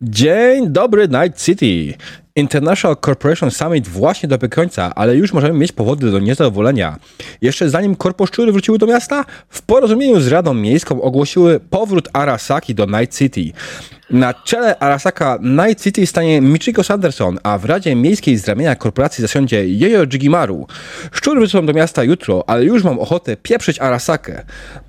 Dzień dobry, Night City! International Corporation Summit właśnie dobiegł końca, ale już możemy mieć powody do niezadowolenia. Jeszcze zanim korposzczury wróciły do miasta, w porozumieniu z Radą Miejską ogłosiły powrót Arasaki do Night City. Na czele Arasaka Night City stanie Michiko Sanderson, a w Radzie Miejskiej z ramienia korporacji zasiądzie Yoyo Jigimaru. Szczury wrócą do miasta jutro, ale już mam ochotę pieprzyć Arasakę.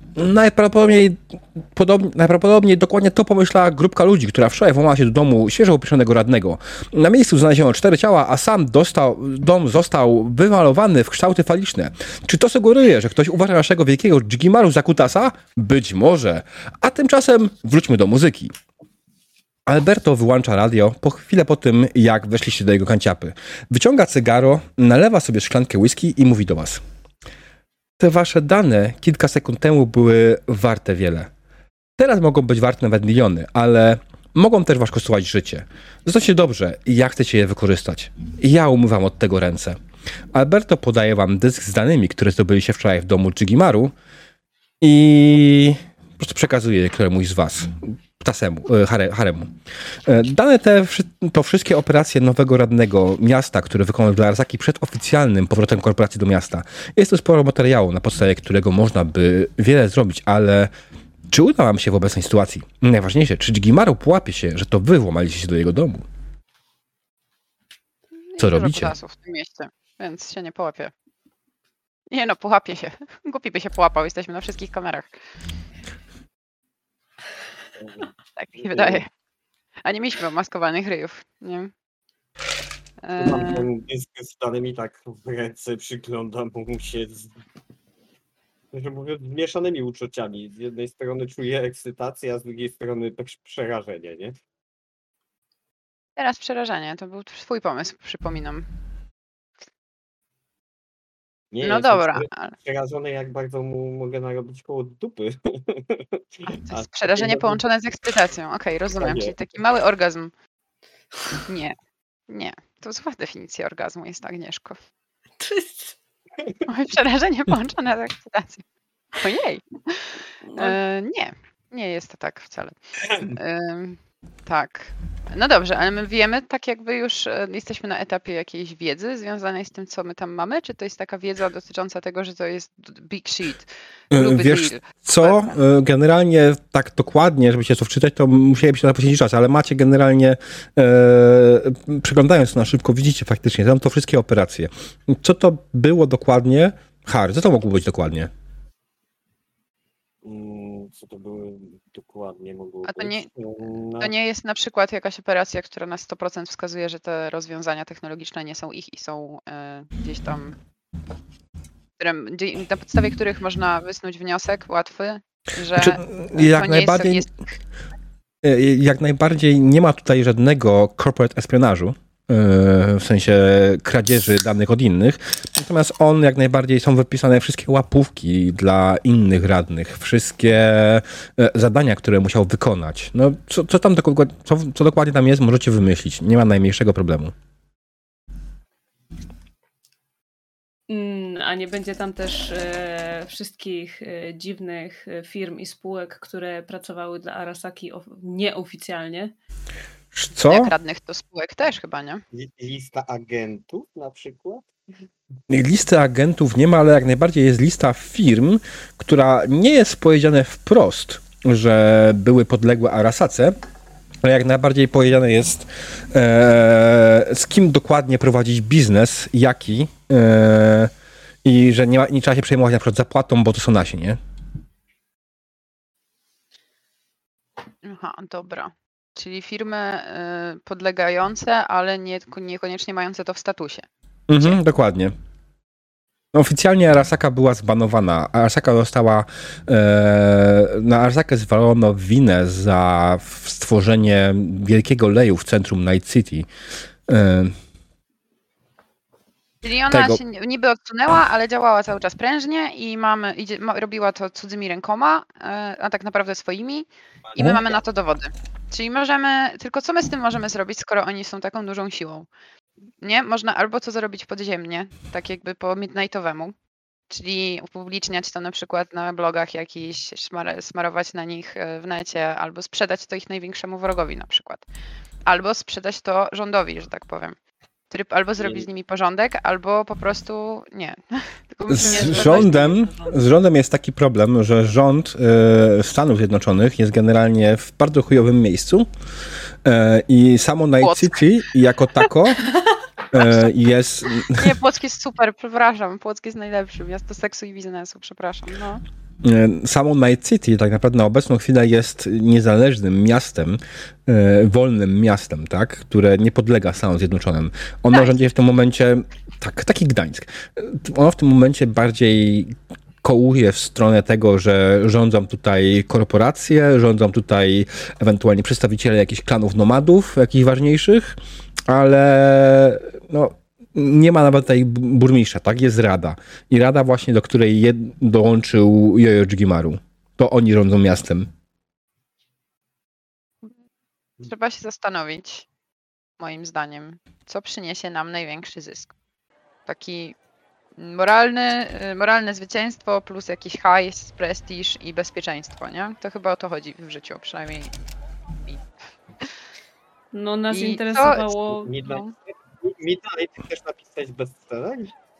Najprawdopodobniej dokładnie to pomyślała grupka ludzi, która wczoraj włamała się do domu świeżo upieczonego radnego. Na miejscu znaleziono 4 ciała, a sam dom został wymalowany w kształty faliczne. Czy to sugeruje, że ktoś uważa naszego wielkiego Jigimaru za kutasa? Być może. A tymczasem wróćmy do muzyki. Alberto wyłącza radio chwilę po tym, jak weszliście do jego kanciapy. Wyciąga cygaro, nalewa sobie szklankę whisky i mówi do was. Te wasze dane kilka sekund temu były warte wiele. Teraz mogą być warte nawet miliony, ale mogą też was kosztować życie. Zostańcie dobrze i jak chcecie je wykorzystać. Ja umywam od tego ręce. Alberto podaje wam dysk z danymi, które zdobyliście wczoraj w domu Jigimaru i po prostu przekazuje je któremuś z was. Haremu. Dane te to wszystkie operacje nowego radnego miasta, które wykonał dla Arasaki przed oficjalnym powrotem korporacji do miasta. Jest tu sporo materiału, na podstawie którego można by wiele zrobić, ale czy uda wam się w obecnej sytuacji? Najważniejsze, czy Jigimaru połapie się, że to wy włamaliście się do jego domu? Co robicie? W tym mieście, więc się nie połapie. Nie no, połapie się. Głupi by się połapał, jesteśmy na wszystkich kamerach. Tak mi się wydaje. A nie mieliśmy maskowanych ryjów, nie? Mam ten dysk z danymi tak w ręce, przyglądam mu się że mówiąc, zmieszanymi uczuciami. Z jednej strony czuję ekscytację, a z drugiej strony też przerażenie, nie? Teraz przerażenie, to był twój pomysł, przypominam. Nie, No jestem dobra, ale przerażony, jak bardzo mu mogę narobić koło dupy. to jest przerażenie połączone z ekscytacją. Okej, rozumiem, czyli taki mały orgazm. Nie. To zła definicja orgazmu jest, Agnieszko. Przerażenie połączone z ekscytacją. Ojej. Nie jest to tak wcale. Tak. No dobrze, ale my wiemy, tak jakby już jesteśmy na etapie jakiejś wiedzy związanej z tym, co my tam mamy? Czy to jest taka wiedza dotycząca tego, że to jest big shit? Wiesz co? Generalnie tak dokładnie, żeby się to wczytać, to musielibyście na poświęcić czas, ale macie generalnie, przeglądając to na szybko, widzicie faktycznie, tam to wszystkie operacje. Co to było dokładnie? Co to mogło być dokładnie? Co to były dokładnie mogło A to być? to nie jest na przykład jakaś operacja, która na 100% wskazuje, że te rozwiązania technologiczne nie są ich i są gdzieś tam, na podstawie których można wysnuć wniosek łatwy, że jak najbardziej, jak najbardziej nie ma tutaj żadnego corporate espionażu, w sensie kradzieży danych od innych. Natomiast jak najbardziej są wypisane wszystkie łapówki dla innych radnych, wszystkie zadania, które musiał wykonać. No, co dokładnie tam jest, możecie wymyślić. Nie ma najmniejszego problemu. A nie będzie tam też wszystkich dziwnych firm i spółek, które pracowały dla Arasaki nieoficjalnie? Co? Jak radnych to spółek też chyba, nie? Lista agentów na przykład? Listy agentów nie ma, ale jak najbardziej jest lista firm, która nie jest powiedziane wprost, że były podległe Arasace, ale jak najbardziej powiedziane jest, z kim dokładnie prowadzić biznes, jaki, i że nie trzeba się przejmować na przykład zapłatą, bo to są nasi, nie? Aha, dobra. Czyli firmy podlegające, ale niekoniecznie mające to w statusie. Dokładnie. Oficjalnie Arasaka była zbanowana. Arasaka została... na Arasakę zwalono winę za stworzenie wielkiego leju w centrum Night City. Czyli ona się niby odsunęła, ale działała cały czas prężnie i robiła to cudzymi rękoma, a tak naprawdę swoimi i my mamy na to dowody. Czyli tylko co my z tym możemy zrobić, skoro oni są taką dużą siłą? Nie? Można albo to zrobić podziemnie, tak jakby po midnightowemu, Czyli upubliczniać to na przykład na blogach jakichś, smarować na nich w necie, albo sprzedać to ich największemu wrogowi na przykład. Albo sprzedać to rządowi, że tak powiem. Który albo zrobi z nimi porządek, albo po prostu nie. Tylko Z rządem jest taki problem, że rząd Stanów Zjednoczonych jest generalnie w bardzo chujowym miejscu i samo Night City jako tako jest... Nie, Płock jest super, przepraszam. Płock jest najlepszy. Miasto seksu i biznesu, przepraszam. No. Samo Night City tak naprawdę na obecną chwilę jest niezależnym miastem, wolnym miastem, tak, które nie podlega Stanom Zjednoczonym. Ono rządzi w tym momencie, taki Gdańsk. Ono w tym momencie bardziej kołuje w stronę tego, że rządzą tutaj korporacje, rządzą tutaj ewentualnie przedstawiciele jakichś klanów nomadów, jakichś ważniejszych, ale no, nie ma nawet tej burmistrza, tak? Jest rada. I rada właśnie, do której dołączył Jojo Jigimaru. To oni rządzą miastem. Trzeba się zastanowić, moim zdaniem, co przyniesie nam największy zysk. Taki moralne zwycięstwo plus jakiś hajs, prestiż i bezpieczeństwo, nie? To chyba o to chodzi w życiu, przynajmniej mi. No nas interesowało... Midnight, chcesz napisać bestseller?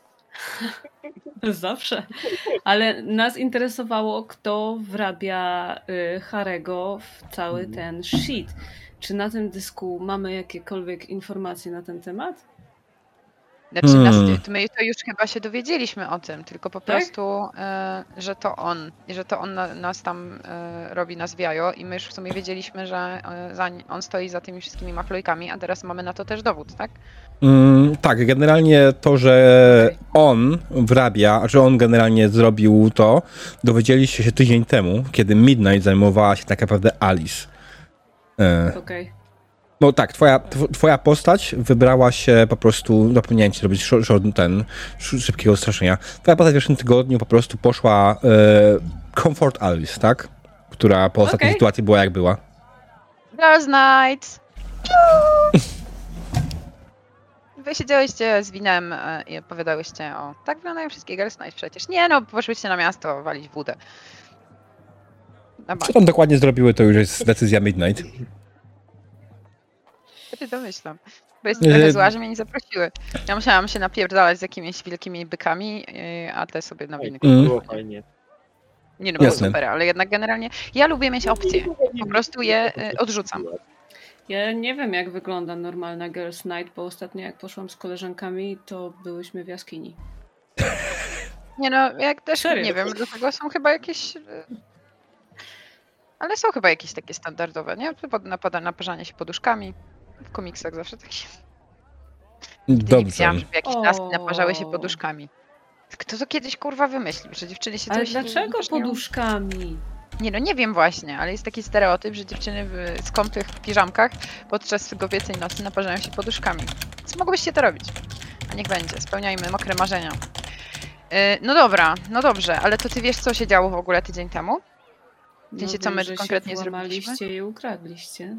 Zawsze. Ale nas interesowało, kto wrabia Harego w cały ten shit. Czy na tym dysku mamy jakiekolwiek informacje na ten temat? Znaczy, my to już chyba się dowiedzieliśmy o tym, tylko po prostu, że to on nas tam robi, nas wiajo i my już w sumie wiedzieliśmy, że on stoi za tymi wszystkimi machlojkami, a teraz mamy na to też dowód, tak? Tak, generalnie to, że on wrabia, że on generalnie zrobił to, dowiedzieliście się tydzień temu, kiedy Midnight zajmowała się tak naprawdę Alice. Okej. No tak, twoja postać wybrała się po prostu, zapomniałem ci zrobić szybkiego straszenia. Twoja postać w zeszłym tygodniu po prostu poszła Comfort Alice, tak? Która po ostatniej sytuacji była jak była. Girls Night! Wy siedziałyście z winem i opowiadałyście o... Tak wyglądają wszystkie Girls Night przecież. Nie no, poszłyście na miasto walić wódę. Co tam dokładnie zrobiły, to już jest decyzja Midnight. Ja się domyślam. Bo jestem trochę zła, że mnie nie zaprosiły. Ja musiałam się napierdalać z jakimiś wielkimi bykami, a te sobie na winy Było fajnie. Nie no, było super, ale jednak generalnie ja lubię mieć opcje. Po prostu je odrzucam. Ja nie wiem, jak wygląda normalna Girls Night, bo ostatnio jak poszłam z koleżankami, to byłyśmy w jaskini. Nie no, jak też Serio? nie wiem, do tego są chyba jakieś... Ale są chyba jakieś takie standardowe, nie? Naparzanie się poduszkami. W komiksach zawsze takie. Nigdy nie widziałam, żeby jakieś laski naparzały się poduszkami. Kto to kiedyś kurwa wymyślił, że dziewczyny się... Ale dlaczego poduszkami? Nie no, nie wiem właśnie, ale jest taki stereotyp, że dziewczyny w skąpych piżamkach podczas kobiecej nocy naparzają się poduszkami. Więc mogłyście to robić. A niech będzie, spełniajmy mokre marzenia. No dobra, no dobrze, ale to ty wiesz, co się działo w ogóle tydzień temu? Wiecie, co my konkretnie zrobiliśmy? I ukradliście.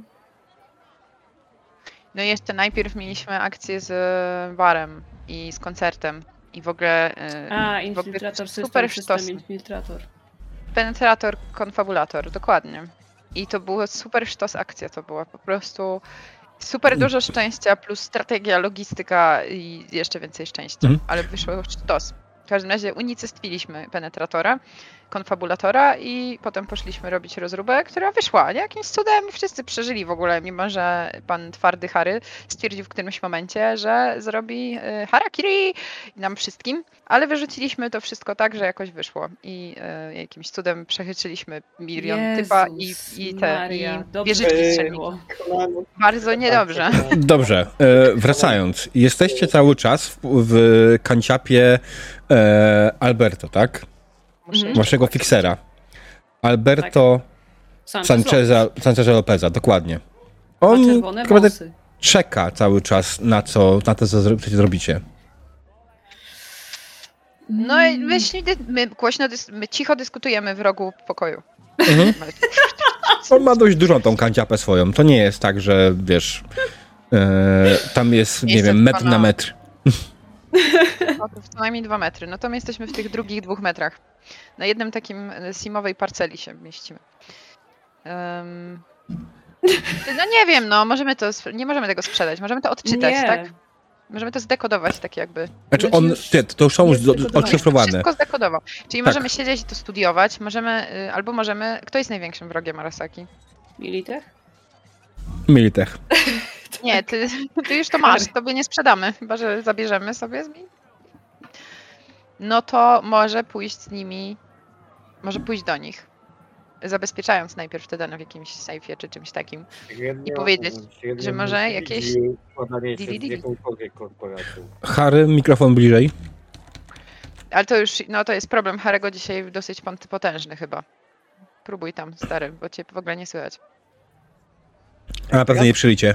No i jeszcze najpierw mieliśmy akcję z barem i z koncertem. I w ogóle... infiltrator, super system infiltrator. Penetrator, konfabulator, dokładnie. I to była super sztos akcja, to była po prostu super dużo szczęścia plus strategia, logistyka i jeszcze więcej szczęścia, ale wyszło sztos. W każdym razie unicestwiliśmy penetratora, konfabulatora i potem poszliśmy robić rozróbę, która wyszła. Nie? Jakimś cudem wszyscy przeżyli w ogóle, mimo że pan twardy Harry stwierdził w którymś momencie, że zrobi harakiri nam wszystkim, ale wyrzuciliśmy to wszystko tak, że jakoś wyszło i jakimś cudem przechytrzyliśmy milion typa i wieżyczki strzelnicze. Bardzo niedobrze. Dobrze, wracając. Jesteście cały czas w kanciapie Alberto, tak? Waszego fiksera. Alberto Sancheza Lopeza, dokładnie. On czeka cały czas na to, co zrobicie. No i my cicho dyskutujemy w rogu pokoju. On ma dość dużą tą kanciapę swoją. To nie jest tak, że wiesz, tam jest, nie wiem, metr na metr. Co najmniej 2 metry. No to my jesteśmy w tych drugich 2 metrach. Na jednym takim simowej parceli się mieścimy. No nie wiem, no możemy to, nie możemy tego sprzedać, możemy to odczytać, Nie. tak? Możemy to zdekodować tak jakby. Znaczy Znaczy on, już to już są jest zdekodowane. odszyfrowane. Wszystko zdekodował. Czyli Tak. możemy siedzieć i to studiować, możemy, albo możemy... Kto jest największym wrogiem Arasaki? Militech? Militech. Nie, ty już to masz, tobie nie sprzedamy, chyba że zabierzemy sobie z nimi. No to może pójść z nimi, może pójść do nich, zabezpieczając najpierw te dane w jakimś sejfie czy czymś takim. Średnio- powiedzieć, średnio że może musi jakieś być układanie się z dili. jakąkolwiek korporacją. Harry, mikrofon bliżej. Ale to już, no to jest problem Harry'ego dzisiaj dosyć potężny chyba. Próbuj tam, stary, bo cię w ogóle nie słychać. A na pewno nie przylicie.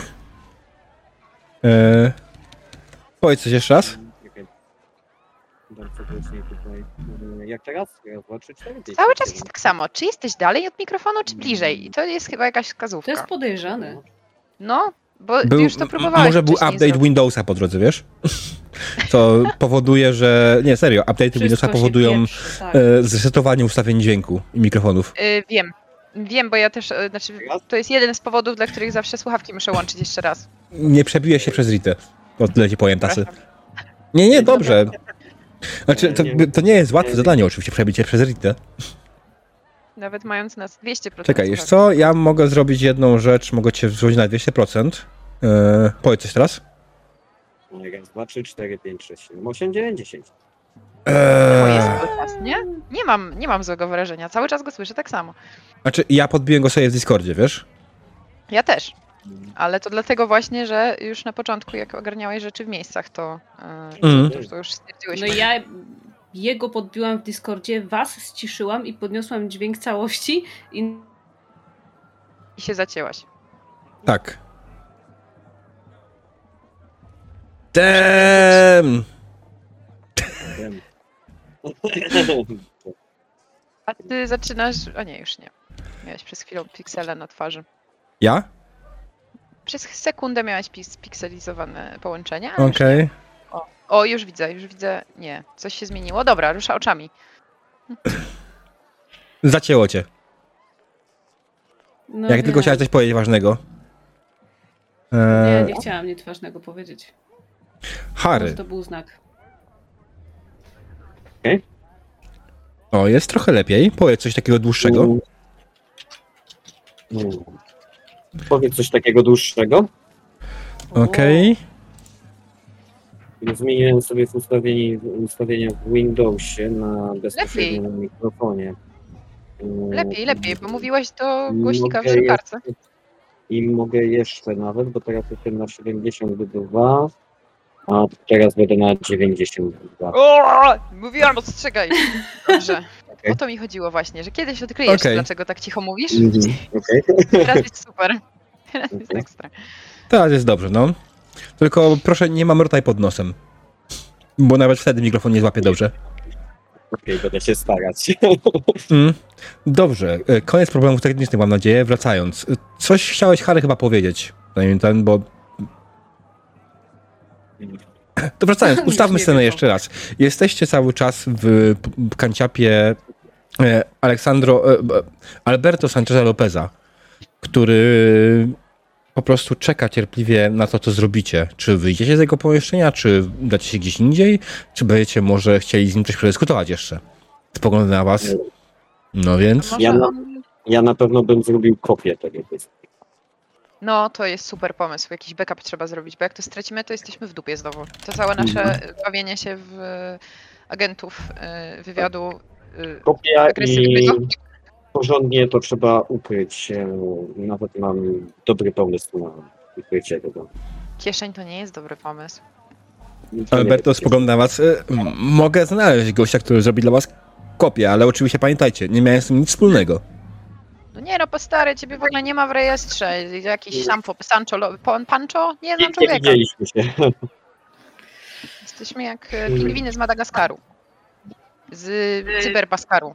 Powiedz coś jeszcze raz. Czekaj. Bardzo głośniej tutaj. Jak teraz? Raz, dwa, trzy, cztery, pięć, Cały sześć, czas siedem. jest tak samo. Czy jesteś dalej od mikrofonu, czy bliżej? I to jest chyba jakaś To wskazówka. jest podejrzane. No, bo ty już to próbowałeś Może był wcześniej update zrobić. Windowsa po drodze, wiesz? Co powoduje, że... Nie, serio, update Wszystko Windowsa się powodują pieprzy, tak. zresetowanie ustawień dźwięku i mikrofonów. Wiem, bo ja też, znaczy to jest jeden z powodów, dla których zawsze słuchawki muszę łączyć jeszcze raz. Nie przebiję się przez Ritę. O tyle ci powiem, tacy. Przepraszam. Nie, dobrze. Znaczy, to nie jest łatwe zadanie oczywiście, przebić się przez Ritę. Nawet mając nas 200%. Czekaj, wiesz słuchawek. co? Ja mogę zrobić jedną rzecz, mogę cię wrzucić na 200%. Powiedz coś teraz. Raz, dwa, trzy, cztery, pięć, sześć, siedem, osiem, dziewięć, 10. Bo jest cały czas, nie? Nie mam złego wrażenia. Cały czas go słyszę tak samo. Znaczy, ja podbiłem go sobie w Discordzie, wiesz? Ja też. Ale to dlatego właśnie, że już na początku, jak ogarniałeś rzeczy w miejscach, to, to już stwierdziłeś. No ja jego podbiłam w Discordzie, was ściszyłam i podniosłam dźwięk całości i I się zacięłaś. Tak. Damn! A ty zaczynasz... A nie, już nie. Miałeś przez chwilę piksele na twarzy. Ja? Przez sekundę miałeś spikselizowane połączenie, ale już Okej. nie. O, już widzę. Nie, coś się zmieniło. Dobra, rusza oczami. Zacięło cię. no Jak nie, tylko chciałeś coś powiedzieć ważnego. nie chciałam nic ważnego powiedzieć. Harry. Może to był znak. O, jest trochę lepiej. Powiedz coś takiego dłuższego. Powiedz coś takiego dłuższego. Okej. Zmieniłem sobie ustawienia w Windowsie na bezpośrednim mikrofonie. Lepiej, bo mówiłaś do głośnika w Mogę drukarce. I mogę jeszcze nawet, bo teraz jestem na 72, a teraz będę na 92. O, mówiłam, ostrzegaj. Dobrze. Okej. O to mi chodziło właśnie, że kiedyś odkryjesz, Okej. dlaczego tak cicho mówisz. Okej. Teraz jest super. Teraz jest Okej. ekstra. Teraz jest dobrze, no. Tylko proszę, nie mam rotaj pod nosem. Bo nawet wtedy mikrofon nie złapie dobrze. Okej, będę się starać. Dobrze, koniec problemów technicznych, mam nadzieję. Wracając. Coś chciałeś, Harry, chyba powiedzieć. Zanim bo... To wracając, ustawmy nie scenę wiem, jeszcze raz. Jesteście cały czas w kanciapie Alberto Sancheza Lopeza, który po prostu czeka cierpliwie na to, co zrobicie. Czy wyjdziecie z jego pomieszczenia, czy dacie się gdzieś indziej, czy będziecie może chcieli z nim coś przedyskutować jeszcze. Spoglądam na was. No więc... Może Ja on... Ja na pewno bym zrobił kopię tego dysku. No, to jest super pomysł. Jakiś backup trzeba zrobić, bo jak to stracimy, to jesteśmy w dupie znowu. To całe nasze bawienie się w agentów wywiadu Kopia i agresywnego. porządnie to trzeba ukryć. Nawet mam dobry pomysł na ukrycie tego. Kieszeń to nie jest dobry pomysł. Alberto, spoglądam na was. Mogę znaleźć gościa, który zrobi dla was kopię, ale oczywiście pamiętajcie, nie miałem z tym nic wspólnego. No nie no, po stary, ciebie w ogóle nie ma w rejestrze. Jakiś Pancho? Nie znam Nie człowieka. widzieliśmy się. Jesteśmy jak pingwiny z Madagaskaru. Z Cyberbaskaru.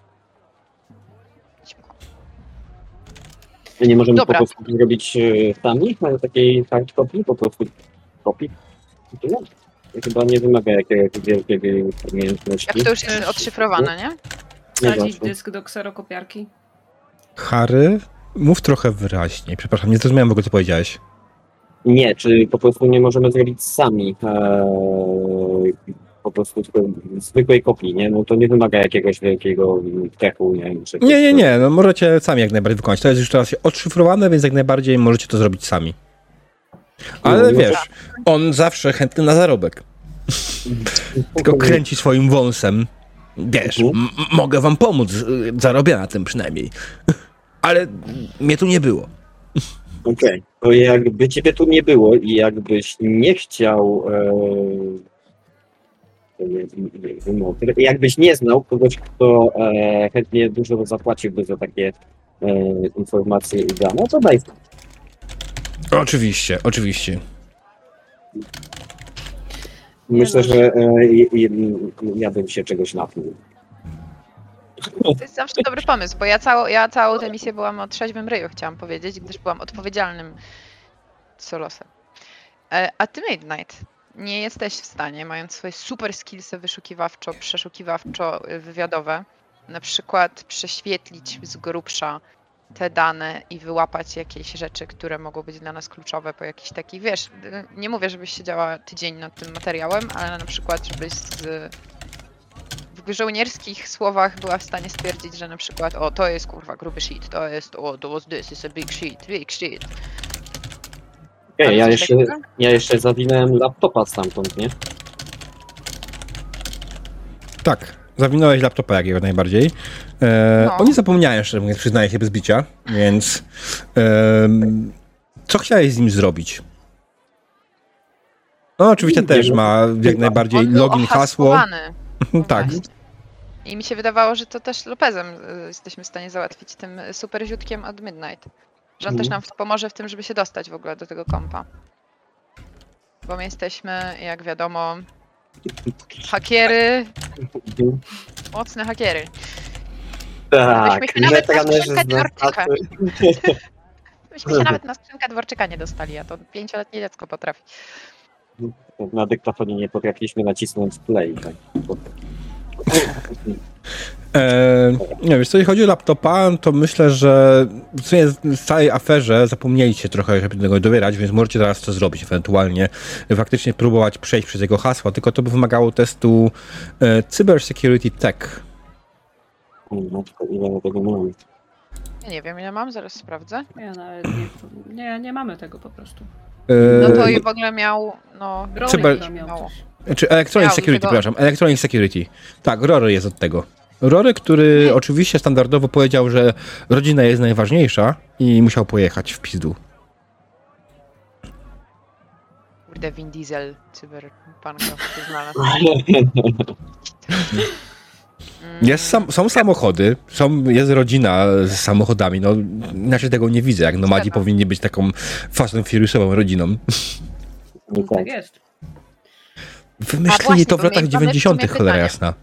My nie możemy Dobra. po prostu zrobić sami, ale takiej hard copy, po prostu kopii. I tyle. chyba nie wymaga jakiegoś wielkiej umiejętności. Jak to już jest odszyfrowane, nie? Wsadzić właśnie. dysk do kserokopiarki. Harry, mów trochę wyraźniej. Przepraszam, nie zrozumiałem w ogóle, co powiedziałeś. Nie, czy po prostu nie możemy zrobić sami po prostu tylko zwykłej kopii, nie? No to nie wymaga jakiegoś wielkiego techu, nie wiem. Nie, no możecie sami jak najbardziej wykonać. To jest już teraz odszyfrowane, więc jak najbardziej możecie to zrobić sami. Ale No, wiesz, on zawsze chętny na zarobek. Tylko kręci swoim wąsem. Wiesz, mogę wam pomóc, zarobię na tym przynajmniej. Ale mnie tu nie było. Okej, to jakby ciebie tu nie było i jakbyś nie chciał jakbyś nie znał kogoś, kto chętnie dużo zapłaciłby za takie informacje i dane, to daj. Oczywiście. Myślę, że ja bym się czegoś napił. To jest zawsze dobry pomysł, bo ja całą tę misję byłam o trzeźwym ryju, chciałam powiedzieć, gdyż byłam odpowiedzialnym solosem. A ty, Midnight, nie jesteś w stanie, mając swoje super skillsy wyszukiwawczo-wywiadowe, na przykład prześwietlić z grubsza te dane i wyłapać jakieś rzeczy, które mogą być dla nas kluczowe po jakiś taki, wiesz, nie mówię, żebyś siedziała tydzień nad tym materiałem, ale na przykład, żebyś w żołnierskich słowach była w stanie stwierdzić, że na przykład to jest kurwa gruby shit, to jest this is a big shit. Okay, ja jeszcze zawinąłem laptopa stamtąd, nie? Tak, zawinąłeś laptopa jak najbardziej. O nie zapomniałem, szczerze mówiąc, przyznaję się bez bicia, więc co chciałeś z nim zrobić? No oczywiście też ma jak najbardziej login, hasło. Tak. I mi się wydawało, że to też Lopezem jesteśmy w stanie załatwić tym super ziutkiem od Midnight. Że on też nam pomoże w tym, żeby się dostać w ogóle do tego kompa. Bo my jesteśmy, jak wiadomo, mocne hakiery. Tak, Myśmy się nawet na skrzynkę Dworczyka. Myśmy się nawet na skrzynkę Dworczyka nie dostali, a to 5-letnie dziecko potrafi. Na dyktafonie nie potrafiliśmy nacisnąć play. Tak? Nie wiesz, jeśli chodzi o laptopa, to myślę, że w sumie w całej aferze zapomnieliście trochę, żeby do tego dobierać, więc możecie teraz to zrobić, ewentualnie faktycznie próbować przejść przez jego hasła, tylko to by wymagało testu Cyber Security Tech. Ile tego mam? Ja nie wiem, ile mam, zaraz sprawdzę. Ja nawet nie mamy tego po prostu. No to i w ogóle miał, miał coś. Czy Electronic Security, przepraszam, Electronic Security. Tak, Rory jest od tego. Rory, który oczywiście standardowo powiedział, że rodzina jest najważniejsza i musiał pojechać w pizdu. Kurde, Vin Diesel, cyberpunka się znalazł. Są samochody, jest rodzina z samochodami, no inaczej tego nie widzę, jak nomadzi powinni być taką Fast and Furiousową rodziną. Tak jest. Wymyślili to w latach 90., cholera jasna.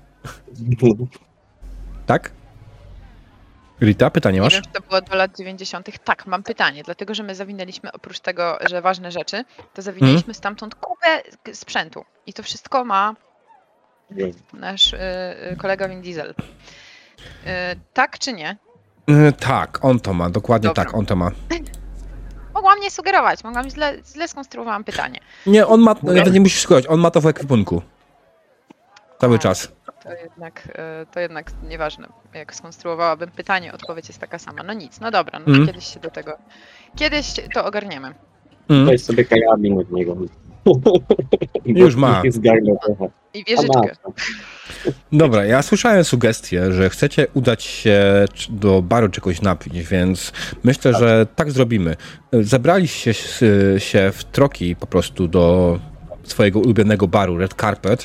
Tak? Rita, pytanie masz? Nie wiem, czy to było do lat 90. Tak, mam pytanie, dlatego że my zawinęliśmy, oprócz tego, że ważne rzeczy, to zawinęliśmy stamtąd kupę sprzętu. I to wszystko ma nasz kolega Vin Diesel. Tak czy nie? Tak, on to ma, dokładnie. Dobra. Tak, on to ma. Mogłam nie sugerować, źle skonstruowałam pytanie. Nie, on ma, nie musisz sugerować, on ma to w ekwipunku. Cały czas. To jednak nieważne, jak skonstruowałabym pytanie, odpowiedź jest taka sama. No nic, no dobra, no kiedyś się do tego, kiedyś to ogarniemy. Weź sobie karabin od niego. Już ma. I wieżyczkę. Dobra, ja słyszałem sugestię, że chcecie udać się do baru czegoś napić, więc myślę, że tak zrobimy. Zabraliście się w troki po prostu do swojego ulubionego baru Red Carpet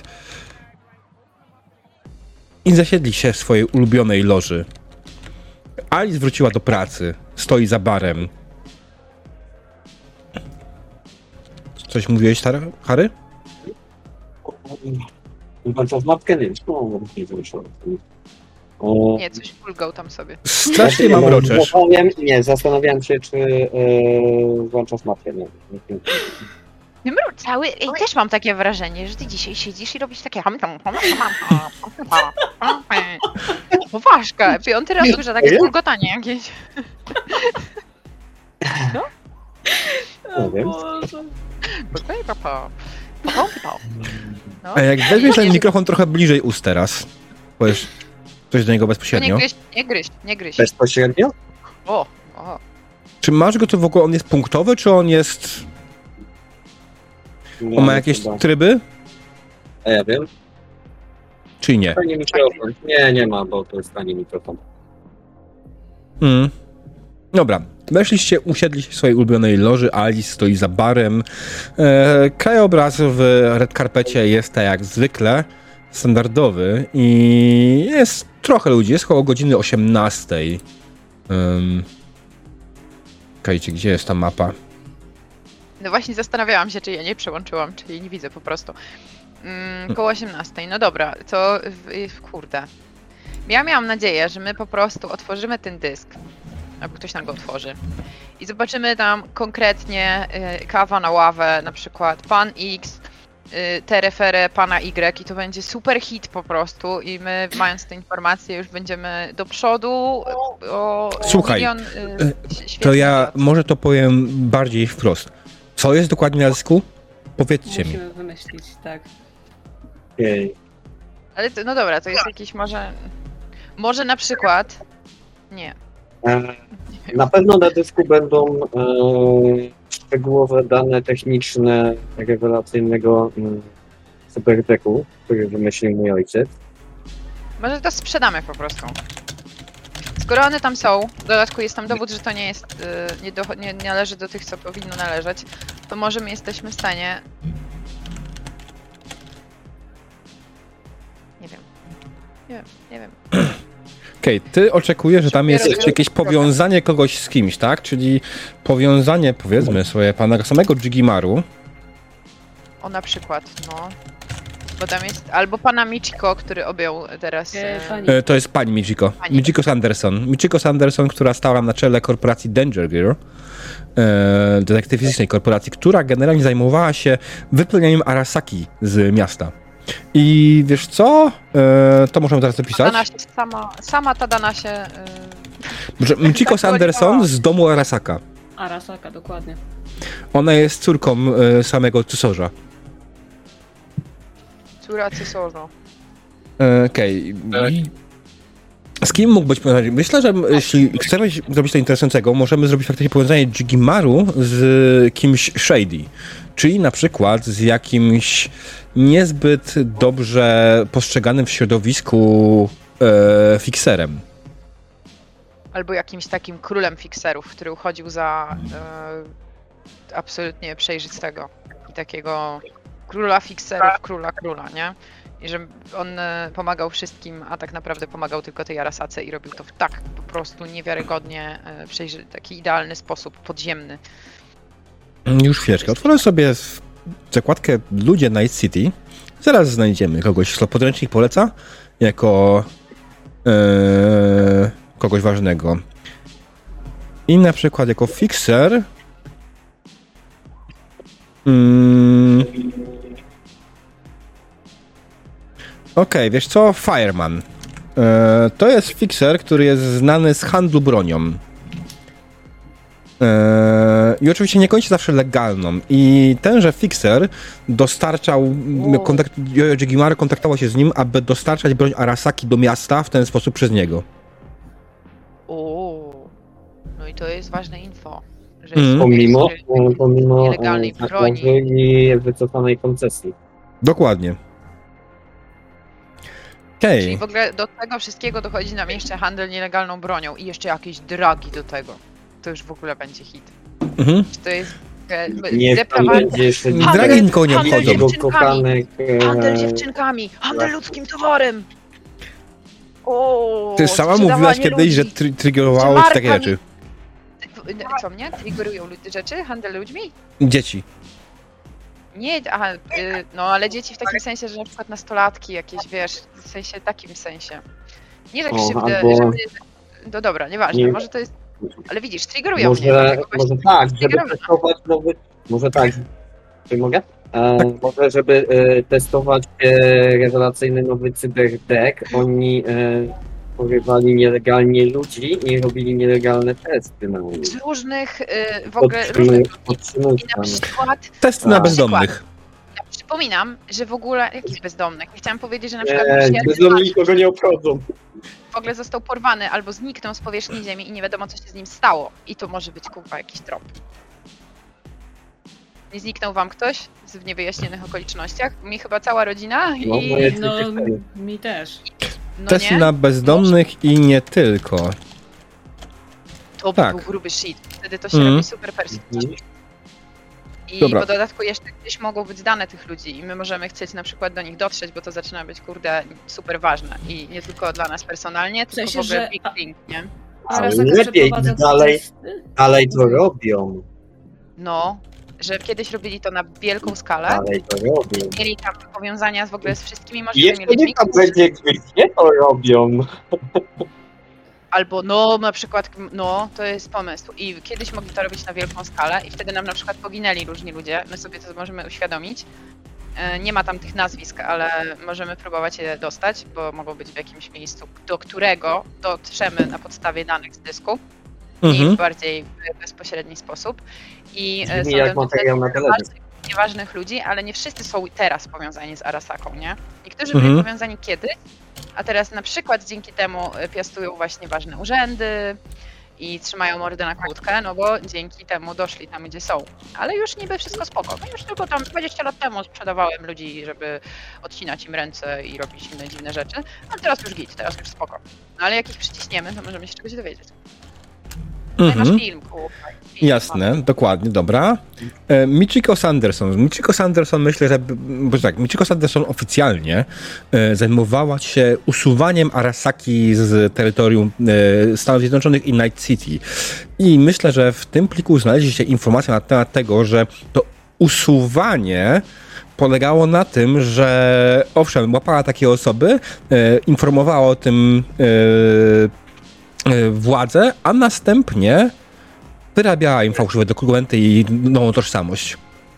i zasiedli się w swojej ulubionej loży. Alice wróciła do pracy, stoi za barem. Coś mówiłeś, Harry? Nie, coś pulgał tam sobie. Strasznie mam roczesz. Nie, zastanawiałem się, czy włączasz mapkę. Nie. Cały, też mam takie wrażenie, że ty dzisiaj siedzisz i robisz takie poważka, 5. raz słyszę takie bulgotanie jakieś. No? Nie wiem. A jak weźmiesz ten mikrofon trochę bliżej ust teraz, powiesz coś do niego bezpośrednio. Nie gryź. Bezpośrednio? O. Czy masz go, to w ogóle on jest punktowy, czy on jest... Nie, On ma jakieś chyba. tryby, A ja wiem. czy nie? Tani mikrofon. Nie ma, bo to jest tani mikrofon. Dobra, weszliście, usiedliście w swojej ulubionej loży, Alice stoi za barem. Krajobraz w red carpecie jest tak jak zwykle, standardowy i jest trochę ludzi, jest około godziny 18. Czekajcie, gdzie jest ta mapa? No właśnie zastanawiałam się, czy ja nie przełączyłam, czy jej nie widzę po prostu. Koło 18. No dobra, to kurde. Ja miałam nadzieję, że my po prostu otworzymy ten dysk, albo ktoś nam go otworzy i zobaczymy tam konkretnie kawa na ławę, na przykład pan X, tereferę pana Y i to będzie super hit po prostu i my mając te informacje już będziemy do przodu o Słuchaj, milion To ja lat. może to powiem bardziej wprost. Co jest dokładnie na dysku? Powiedzcie mi. Musimy wymyślić, tak. Jej. Ale to, no dobra, to jest jakiś może na przykład nie. Na pewno na dysku będą szczegółowe dane techniczne rewelacyjnego Cyberdeku, który wymyślił mój ojciec. Może to sprzedamy po prostu. Skoro one tam są, w dodatku jest tam dowód, że to nie jest, nie należy do tych, co powinno należeć, to może my jesteśmy w stanie... Nie wiem. Okej, ty oczekujesz, że tam jest jakieś powiązanie kogoś z kimś, tak? Czyli powiązanie, powiedzmy sobie, pana samego Jigimaru. O, na przykład, no. Bo tam jest albo pana Michiko, który objął teraz... Pani. To jest pani Michiko. Pani. Michiko Sanderson. Michiko Sanderson, która stała na czele korporacji Danger Girl, detektywistycznej korporacji, która generalnie zajmowała się wypełnianiem Arasaki z miasta. I wiesz co? To możemy teraz zapisać. Dana się sama ta dana się... Michiko Sanderson z domu Arasaka. Arasaka, dokładnie. Ona jest córką samego cesarza. Córa cesarza. Okej. Z kim mógł być powiązany? Myślę, że jeśli chcemy zrobić to interesującego, możemy zrobić faktycznie powiązanie Jigimaru z kimś shady. Czyli na przykład z jakimś niezbyt dobrze postrzeganym w środowisku fikserem. Albo jakimś takim królem fikserów, który uchodził za absolutnie przejrzystego i takiego króla fikserów, króla, nie? I że on pomagał wszystkim, a tak naprawdę pomagał tylko tej Arasace i robił to w tak po prostu niewiarygodnie taki idealny sposób, podziemny. Już chwileczkę. Otworzę sobie zakładkę Ludzie Night City. Zaraz znajdziemy kogoś, kto podręcznik poleca jako kogoś ważnego. I na przykład jako fixer Okej, wiesz co? Fireman. To jest fixer, który jest znany z handlu bronią. I oczywiście nie kończy zawsze legalną. I tenże fixer dostarczał, Jojo Jigimaru kontaktował się z nim, aby dostarczać broń Arasaki do miasta w ten sposób przez niego. No i to jest ważne info. Że jest Pomimo nielegalnej broni i wycofanej koncesji. Dokładnie. Czyli w ogóle do tego wszystkiego dochodzi nam jeszcze handel nielegalną bronią i jeszcze jakieś dragi do tego. To już w ogóle będzie hit. To jest Nie, tam będzie jeszcze dragi nikogo nie obchodzą. Handel dziewczynkami, handel ludzkim towarem. Ty sama mówiłaś kiedyś, że triggerowało ci takie rzeczy. Co mnie? Triggerują rzeczy? Handel ludźmi? Dzieci. Nie, no ale dzieci w takim sensie, że na przykład nastolatki jakieś, wiesz, w sensie takim sensie. Nie tak krzywdę, żeby... No dobra, nieważne, może to jest... Ale widzisz, triggerują mnie. Może tak, żeby testować nowy... Może tak, Czy mogę? Może, żeby testować rewelacyjny nowy cyberdeck, oni porywali nielegalnie ludzi i robili nielegalne testy na nich. Z różnych, w ogóle różnych ludzi. I na przykład... Testy na bezdomnych. Ja przypominam, że w ogóle... Jakich bezdomnych? Chciałam powiedzieć, że na przykład... Bezdomni nikogo nie obchodzą. W ogóle został porwany albo zniknął z powierzchni ziemi i nie wiadomo, co się z nim stało. I to może być, kurwa, jakiś trop. Nie zniknął wam ktoś w niewyjaśnionych okolicznościach? Mi chyba cała rodzina No, i... moje No, mi też. No Testy nie? na bezdomnych i nie tylko. To by tak. był gruby shit. Wtedy to się robi super perswazywnie. I Dobra. po dodatku jeszcze gdzieś mogą być dane tych ludzi i my możemy chcieć na przykład do nich dotrzeć, bo to zaczyna być, kurde, super ważne. I nie tylko dla nas personalnie, tylko sensie, w ogóle że- big thing, nie? Teraz Ale jak lepiej przeprowadza dalej. testy, Dalej to robią. No, że kiedyś robili to na wielką skalę. Dalej to robią. Mieli tam powiązania w ogóle z wszystkimi I możliwymi jeszcze ludźmi. nie tam będzie, gdzie to robią. Albo no, na przykład, no, to jest pomysł. I kiedyś mogli to robić na wielką skalę i wtedy nam na przykład poginęli różni ludzie. My sobie to możemy uświadomić. Nie ma tam tych nazwisk, ale możemy próbować je dostać, bo mogą być w jakimś miejscu, do którego dotrzemy na podstawie danych z dysku i w bardziej bezpośredni sposób. I Brzmi są jak tam materiał na telewizji. nieważnych ludzi, ale nie wszyscy są teraz powiązani z Arasaką, nie? Niektórzy byli powiązani kiedyś, a teraz na przykład dzięki temu piastują właśnie ważne urzędy i trzymają mordę na kłódkę, no bo dzięki temu doszli tam, gdzie są. Ale już niby wszystko spoko. No już tylko tam 20 lat temu sprzedawałem ludzi, żeby odcinać im ręce i robić inne dziwne rzeczy, a teraz już git, teraz już spoko. No ale jak ich przyciśniemy, to możemy się czegoś dowiedzieć. No i masz film, kurwa. Jasne, dokładnie, dobra. Michiko Sanderson. Michiko Sanderson, myślę, że... Bo tak, Michiko Sanderson oficjalnie zajmowała się usuwaniem Arasaki z terytorium Stanów Zjednoczonych i Night City. I myślę, że w tym pliku znaleźli się informacje na temat tego, że to usuwanie polegało na tym, że owszem, łapała takie osoby, informowała o tym władzę, a następnie wyrabiała im fałszywe dokumenty i nową tożsamość.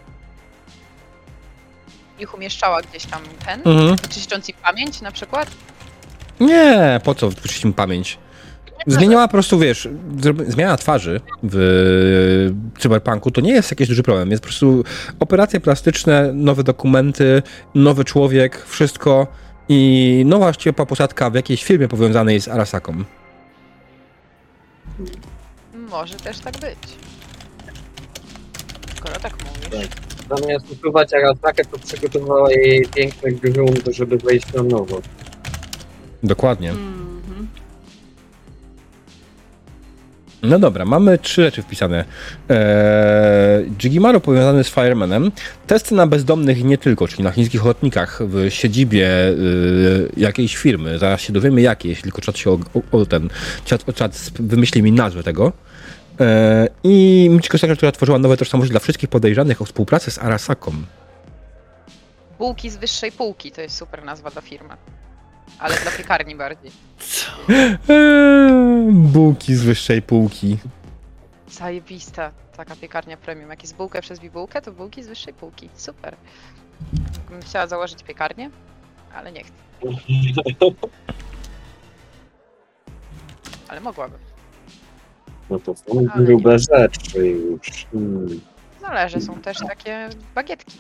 Ich umieszczała gdzieś tam ten, czyszcząc im pamięć na przykład. Nie, po co wyczyścić im pamięć? Zmieniała po prostu, wiesz, zmiana twarzy w cyberpunku to nie jest jakiś duży problem. Jest po prostu operacje plastyczne, nowe dokumenty, nowy człowiek, wszystko i nowa ciepła posadka w jakiejś firmie powiązanej z Arasaką. Może też tak być. Skoro tak mówisz. Zamiast usuwać Arasakę, to przygotowała jej piękny grunt, żeby wejść na nowo. Dokładnie. No dobra, mamy 3 rzeczy wpisane. Jigimaru powiązany z Firemanem. Testy na bezdomnych nie tylko, czyli na chińskich ochotnikach w siedzibie jakiejś firmy. Zaraz się dowiemy jakiej, jeśli tylko czat się czat wymyśli mi nazwę tego. I Michiko Sanderson, która tworzyła nowe tożsamości dla wszystkich podejrzanych o współpracę z Arasaką. Bułki z wyższej półki to jest super nazwa dla firmy. Ale dla piekarni bardziej. Bułki z wyższej półki. Zajebista taka piekarnia premium. Jak jest bułkę przez bibułkę, to bułki z wyższej półki. Super. Bym chciała założyć piekarnię, ale nie chcę. Ale mogłabym. No to są grube rzeczy już. Zależy, są też takie bagietki.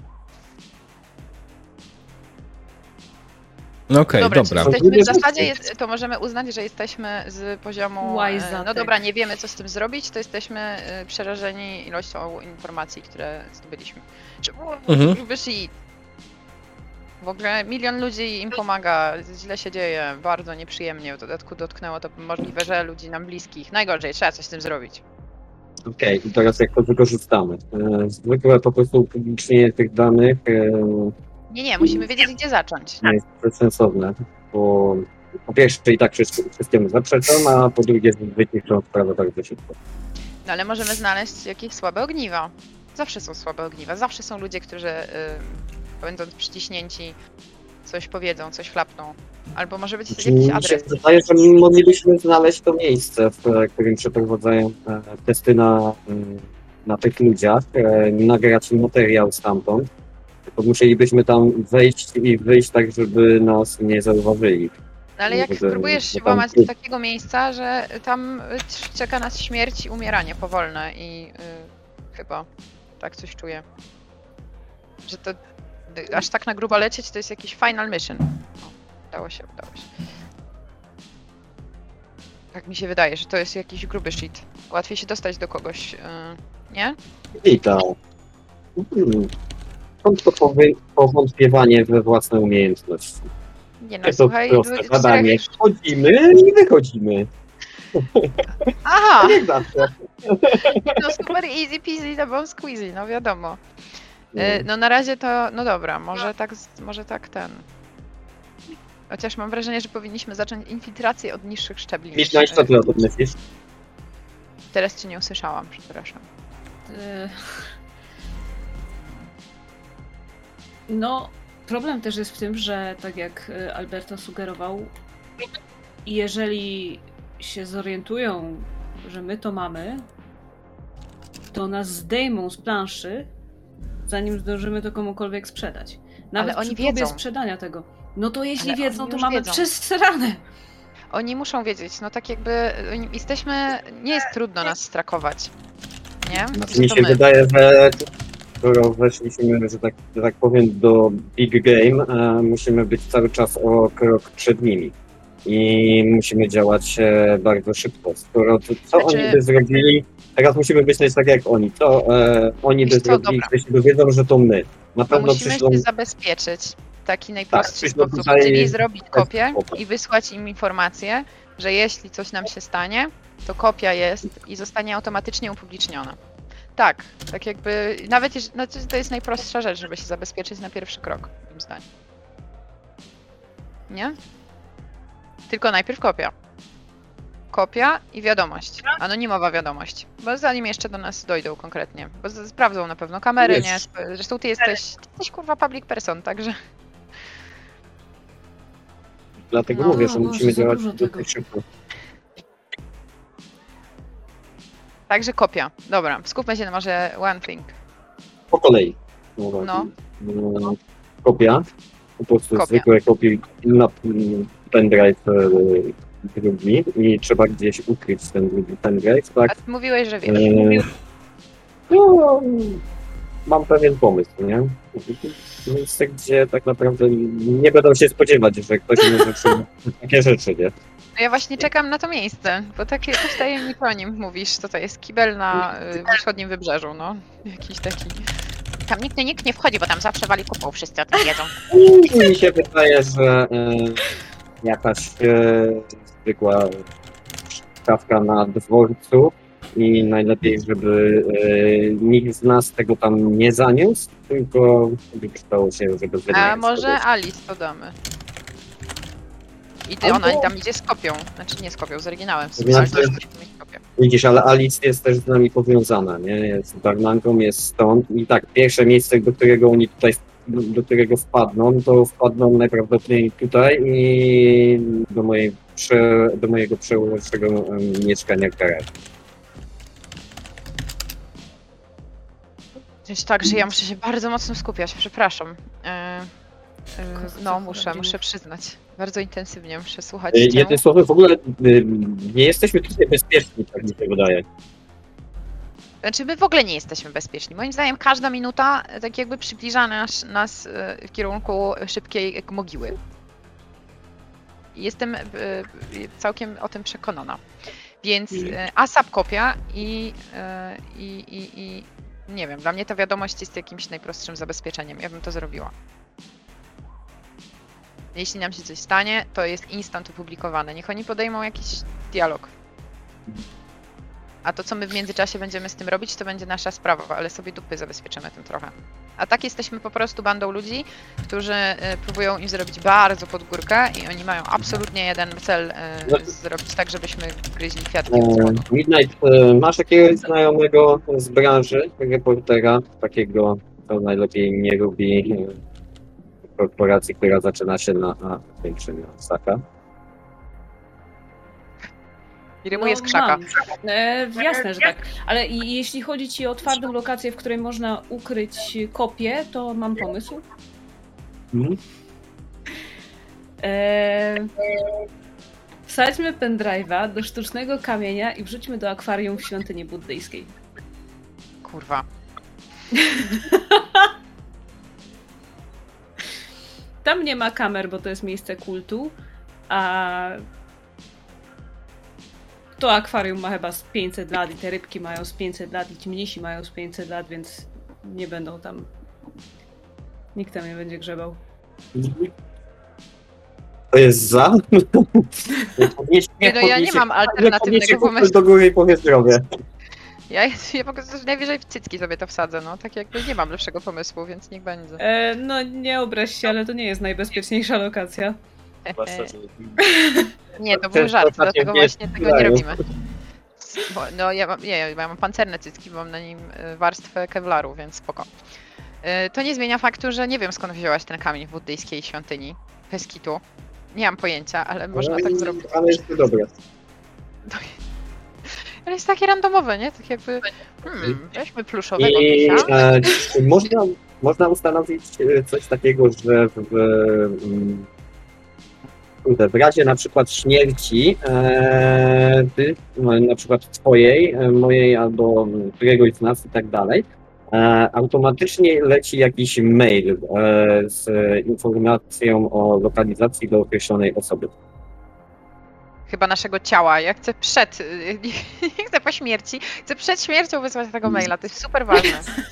No okej, dobra. dobra. Jesteśmy w zasadzie, to możemy uznać, że jesteśmy z poziomu. Wise No dobra, nie wiemy co z tym zrobić, to jesteśmy przerażeni ilością informacji, które zdobyliśmy. Wyszli. W ogóle 1 milion ludzi im pomaga, źle się dzieje, bardzo nieprzyjemnie. W dodatku dotknęło to możliwe, że ludzi nam bliskich. Najgorzej, trzeba coś z tym zrobić. Okej, i teraz jak to wykorzystamy? Zwykłe po prostu upublicznienie tych danych Nie, musimy wiedzieć gdzie zacząć. nie jest bezsensowne, bo po pierwsze i tak wszystkiemu zaprzeczą, a po drugie wyciszą sprawę bardzo szybko. No ale możemy znaleźć jakieś słabe ogniwa. Zawsze są słabe ogniwa, zawsze są ludzie, którzy będąc przyciśnięci coś powiedzą, coś flapną. Albo może być jakiś Mi się adres. wydaje, że moglibyśmy znaleźć to miejsce, w którym przeprowadzają testy na na tych ludziach, nagrać materiał stamtąd, to musielibyśmy tam wejść i wyjść tak, żeby nas nie zauważyli. No ale jak Żeby- próbujesz się że tam- włamać do takiego miejsca, że tam czeka nas śmierć i umieranie powolne i chyba tak coś czuję. Że to aż tak na grubo lecieć to jest jakiś final mission. O, udało się. Tak mi się wydaje, że to jest jakiś gruby shit. Łatwiej się dostać do kogoś, nie? Witam. Skąd to powątpiewanie we własne umiejętności? Nie no, To słuchaj, proste w zadanie. czterech- Wchodzimy i wychodzimy. Aha! Nie zawsze. No super easy peasy, lemon squeezy, no wiadomo. No na razie to, no dobra, może tak ten. Chociaż mam wrażenie, że powinniśmy zacząć infiltrację od niższych szczebli. Midnight, co ty o tym myślisz? Teraz cię nie usłyszałam, przepraszam. No, problem też jest w tym, że tak jak Alberto sugerował, jeżeli się zorientują, że my to mamy, to nas zdejmą z planszy, zanim zdążymy to komukolwiek sprzedać. Nawet Ale oni przy próbie wiedzą. sprzedania tego. No to jeśli Ale wiedzą, oni to już mamy wiedzą. przesrane. Oni muszą wiedzieć, no tak jakby nie jest trudno nas strakować. Nie? Znaczy Że mi to się my. wydaje, że skoro weszliśmy, że tak powiem, do big game, musimy być cały czas o krok przed nimi. I musimy działać bardzo szybko. Skoro co Znaczy- oni by zrobili, teraz musimy myśleć tak jak oni. Co oni by Wiesz co, zrobili, dobra. gdy się dowiedzą, że to my. Na To pewno musimy przyszło. się zabezpieczyć w taki najprostszy przyszło sposób, tutaj- czyli zrobić kopię Spoko. i wysłać im informację, że jeśli coś nam się stanie, to kopia jest i zostanie automatycznie upubliczniona. Tak jakby, nawet znaczy to jest najprostsza rzecz, żeby się zabezpieczyć na pierwszy krok, moim zdaniem. Nie? Tylko najpierw kopia. Kopia i wiadomość. Anonimowa wiadomość. Bo zanim jeszcze do nas dojdą konkretnie. Bo sprawdzą na pewno kamery, Wiesz. nie? Zresztą ty jesteś kurwa public person, także... Dlatego No, mówię, że Boże, musimy za działać dużo tego. dosyć szybko. Także kopia. Dobra, skupmy się na może one thing. Po kolei. No. Kopia. Po prostu Kopia. zwykłe kopie na pendrive drugi i trzeba gdzieś ukryć ten drugi pendrive, tak? A ty mówiłeś, że wiesz. No, mam pewien pomysł, nie? Miejsce, gdzie tak naprawdę nie będą się spodziewać, że ktoś nie zaczyna takie rzeczy, nie? No ja właśnie czekam na to miejsce, bo takie coś tajemniczo o nim mówisz, to jest kibel na wschodnim wybrzeżu, no. Jakiś taki... Tam nikt nie wchodzi, bo tam zawsze wali kupą, wszyscy o tym wiedzą. Mi się wydaje, że jakaś zwykła szafka na dworcu i najlepiej, żeby nikt z nas tego tam nie zaniósł, tylko wyczytało się, żeby A wynająć może kogoś. Alice to damy. I Albo- ona tam idzie z kopią, znaczy nie z kopią, z oryginałem, Znaczy- ale też musimy mieć kopię. Widzisz, ale Alice jest też z nami powiązana, nie? Jest Darnanką, jest stąd i tak, pierwsze miejsce, do którego oni tutaj, do którego wpadną, to wpadną najprawdopodobniej tutaj i do mojego przełożonego mieszkania w garażu. To jest tak, że ja muszę się bardzo mocno skupiać, przepraszam. No, muszę przyznać. Bardzo intensywnie muszę słuchać cię. Jednym słowem, w ogóle nie jesteśmy tutaj bezpieczni, tak mi się wydaje. Znaczy, my w ogóle nie jesteśmy bezpieczni. Moim zdaniem każda minuta tak jakby przybliża nas w kierunku szybkiej mogiły. I jestem całkiem o tym przekonana. Więc ASAP kopia i nie wiem, dla mnie ta wiadomość jest jakimś najprostszym zabezpieczeniem. Ja bym to zrobiła. Jeśli nam się coś stanie, to jest instant opublikowane. Niech oni podejmą jakiś dialog. A to, co my w międzyczasie będziemy z tym robić, to będzie nasza sprawa, ale sobie dupy zabezpieczymy tym trochę. A tak jesteśmy po prostu bandą ludzi, którzy próbują im zrobić bardzo pod górkę i oni mają absolutnie jeden cel zrobić tak, żebyśmy gryźli kwiatki od spodu. Midnight, masz jakiegoś znajomego z branży, reportera, takiego, co najlepiej nie lubi korporacji, która zaczyna się na większym Saka? I rymuje z krzaka. Jasne, że tak. Ale jeśli chodzi ci o twardą lokację, w której można ukryć kopię, to mam pomysł. Wsadźmy pendrive'a do sztucznego kamienia i wrzućmy do akwarium w świątyni buddyjskiej. Kurwa. Tam nie ma kamer, bo to jest miejsce kultu, a to akwarium ma chyba z 500 lat i te rybki mają z 500 lat i ci mnisi mają z 500 lat, więc nie będą tam... Nikt tam nie będzie grzebał. To jest za? Ja nie mam alternatywnego pomysłu. Do góry i powie zdrowie. Ja po prostu najwyżej w cycki sobie to wsadzę, no. Tak jakby nie mam lepszego pomysłu, więc niech będzie. No nie obraź się, ale to nie jest najbezpieczniejsza lokacja. Nie, to był żart, dlatego właśnie tego nie robimy. No ja mam pancerne cycki, bo mam na nim warstwę kevlaru, więc spoko. To nie zmienia faktu, że nie wiem skąd wzięłaś ten kamień w buddyjskiej świątyni. Bez kitu. Nie mam pojęcia, ale można tak zrobić. Ale jest to dobre. Ale jest takie randomowe, nie? Tak jakby, weźmy pluszowego misia. Można ustanowić coś takiego, że w razie na przykład śmierci na przykład twojej, mojej albo któregoś z nas i tak dalej, automatycznie leci jakiś mail z informacją o lokalizacji do określonej osoby. Chyba naszego ciała. Ja chcę nie chcę po śmierci, chcę przed śmiercią wysłać tego maila. To jest super ważne.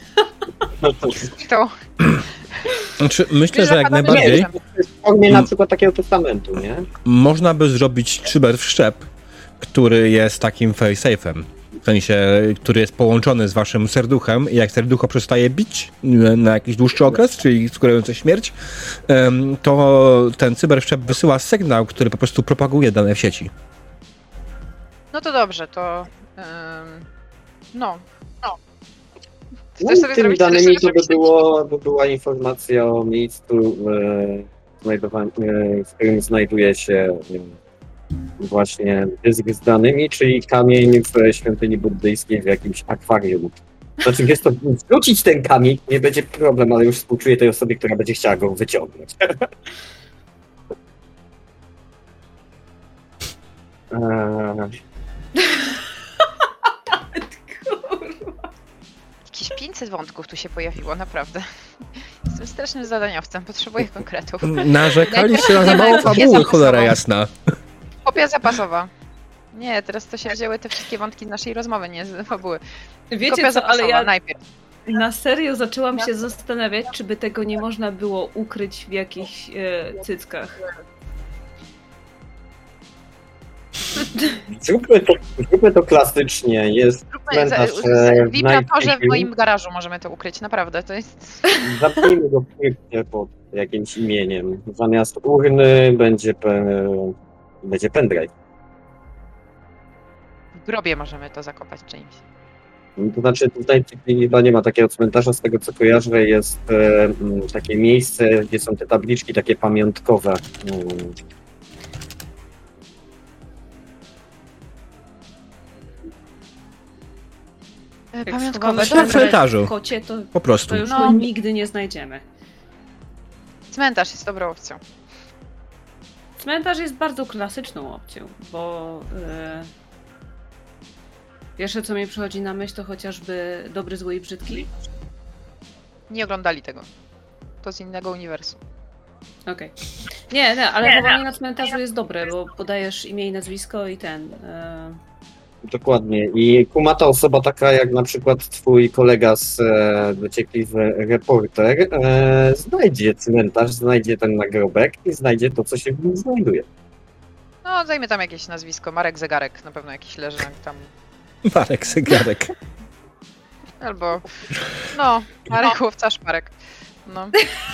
To. Znaczy, myślę, że jak najbardziej To jest w formie na przykład takiego testamentu, nie? można by zrobić cyberwszczep, który jest takim fail-safe'em. W sensie, który jest połączony z waszym serduchem i jak serducho przestaje bić na jakiś dłuższy okres, czyli skórające śmierć, to ten cyberwszczep wysyła sygnał, który po prostu propaguje dane w sieci. No to dobrze, to... No. Tymi danymi to by była informacja o miejscu, w którym znajduje się właśnie dysk z danymi, czyli kamień w świątyni buddyjskiej w jakimś akwarium. Znaczy, jest to wrócić ten kamień, nie będzie problem, ale już współczuję tej osobie, która będzie chciała go wyciągnąć. Jakieś 500 wątków tu się pojawiło, naprawdę. Jestem strasznym zadaniowcem, potrzebuję konkretów. Narzekaliście na za mało fabuły, cholera jasna. Kopia zapasowa. Nie, teraz to się wzięły te wszystkie wątki z naszej rozmowy, nie z fabuły. Wiecie Kopia co, ale ja najpierw. na serio zaczęłam się zastanawiać, czy by tego nie można było ukryć w jakichś cyckach. Zróbmy to klasycznie. Jest cmentarz W wibratorze w moim garażu możemy to ukryć, naprawdę. To jest... Zamknijmy go pod jakimś imieniem. Zamiast urny będzie pendrive. W grobie możemy to zakopać czymś. To znaczy tutaj chyba nie ma takiego cmentarza, z tego co kojarzę, jest takie miejsce, gdzie są te tabliczki takie pamiątkowe. Pamiątkowe. Na cmentarzu. Kocie, to, Po prostu. to już go nigdy nie znajdziemy. Cmentarz jest dobrą opcją. Cmentarz jest bardzo klasyczną opcją, bo pierwsze co mi przychodzi na myśl to chociażby Dobry, Zły i Brzydki. Nie oglądali tego. To z innego uniwersum. Okej. Nie, ale chowanie na cmentarzu jest dobre, bo podajesz imię i nazwisko i Dokładnie. I kumata osoba taka jak na przykład twój kolega z dociekliwy reporter znajdzie cmentarz, znajdzie ten nagrobek i znajdzie to, co się w nim znajduje. No, dajmy tam jakieś nazwisko. Marek Zegarek na pewno jakiś leży tam. Marek Zegarek. Albo, no, Marek Łowca Szparek. No.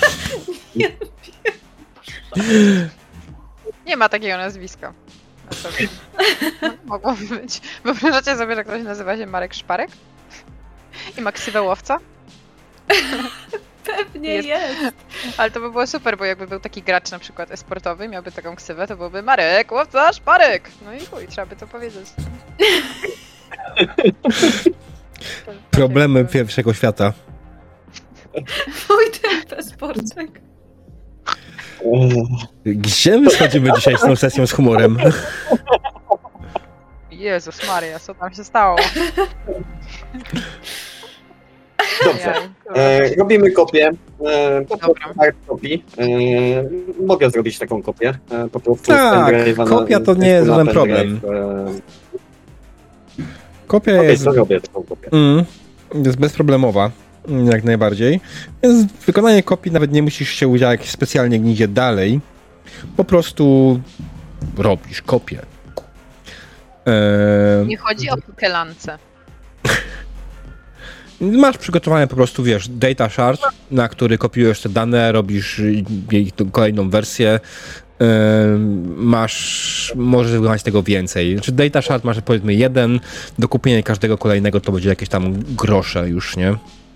Nie ma takiego nazwiska. Mogłoby być. Wyobrażacie sobie, że ktoś nazywa się Marek Szparek? I ma ksywę Łowca? Pewnie jest. Ale to by było super, bo jakby był taki gracz na przykład esportowy, miałby taką ksywę, to byłby Marek, łowcarz, Marek! No i chuj, trzeba by to powiedzieć. Problemy pierwszego świata. Wojtek Bezporczek. Gdzie my schodzimy dzisiaj z tą sesją z humorem? Jezus Maria, co tam się stało? Dobrze. Jaj, Robimy kopię. Po prostu Dobra. hard copy. Mogę zrobić taką kopię. Po prostu Tak, pendrive'a kopia to nie jest na żaden pendrive, problem. Kopia Okej, jest, to robię taką kopię. jest bezproblemowa, jak najbardziej. Więc wykonanie kopii nawet nie musisz się udziałać specjalnie nigdzie dalej. Po prostu robisz kopię. Nie chodzi o pukelance. Masz przygotowane po prostu, wiesz, data shard, na który kopiujesz te dane, robisz jej kolejną wersję. Możesz wykonać tego więcej. Znaczy data shard masz powiedzmy jeden, do kupienia każdego kolejnego to będzie jakieś tam grosze już, nie?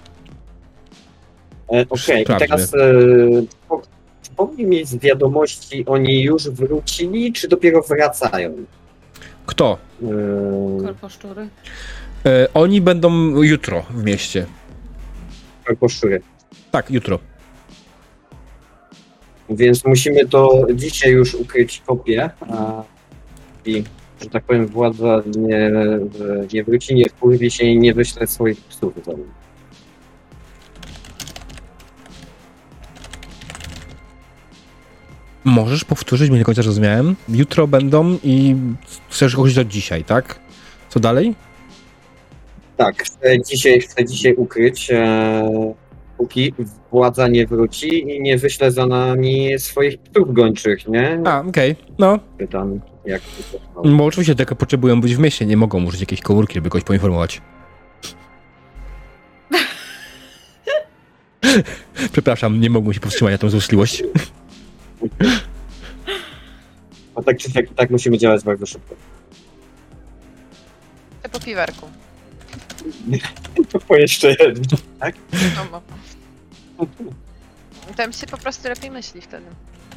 Okej, i Sprawdźmy. teraz wspomnij mi z wiadomości, oni już wrócili, czy dopiero wracają? Kto? Korposzczury. Oni będą jutro w mieście. Kosztury. Tak, jutro. Więc musimy to dzisiaj już ukryć kopię. I, że tak powiem, władza nie wróci, nie wpływie się i nie wyśle swoich psów za nim. Możesz powtórzyć, bo nie do końca zrozumiałem. Jutro będą i chcesz chodzić do dzisiaj, tak? Co dalej? Tak, chcę dzisiaj ukryć, póki władza nie wróci i nie wyśle za nami swoich psów gończych, nie? A, okej. No, Pytam, jak to bo oczywiście tylko potrzebują być w mieście, nie mogą użyć jakiejś komórki, żeby kogoś poinformować. Przepraszam, nie mogłem się powstrzymać na tą złośliwość. A tak czy siak i tak musimy działać bardzo szybko. Te po piwerku. To po jeszcze jedno, tak? No bo. Tam się po prostu lepiej myśli wtedy.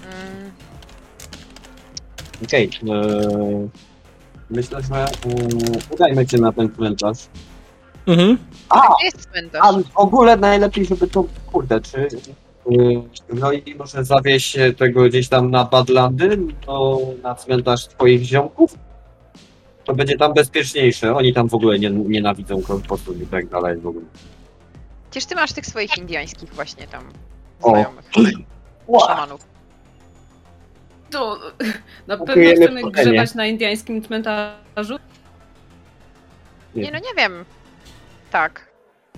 Okej. Myślę, że udajmy się na ten cmentarz. Mhm. Gdzie jest cmentarz? A w ogóle najlepiej, żeby to, kurde, czy no i może zawieźć tego gdzieś tam na Badlandy, to na cmentarz twoich ziomków? To będzie tam bezpieczniejsze. Oni tam w ogóle nienawidzą korposów i tak dalej w ogóle. Przecież ty masz tych swoich indiańskich właśnie tam O. znajomych. Szamanów. To na pewno Ukryjemy chcemy potem, grzebać na indyjskim cmentarzu? Nie no nie wiem. Tak.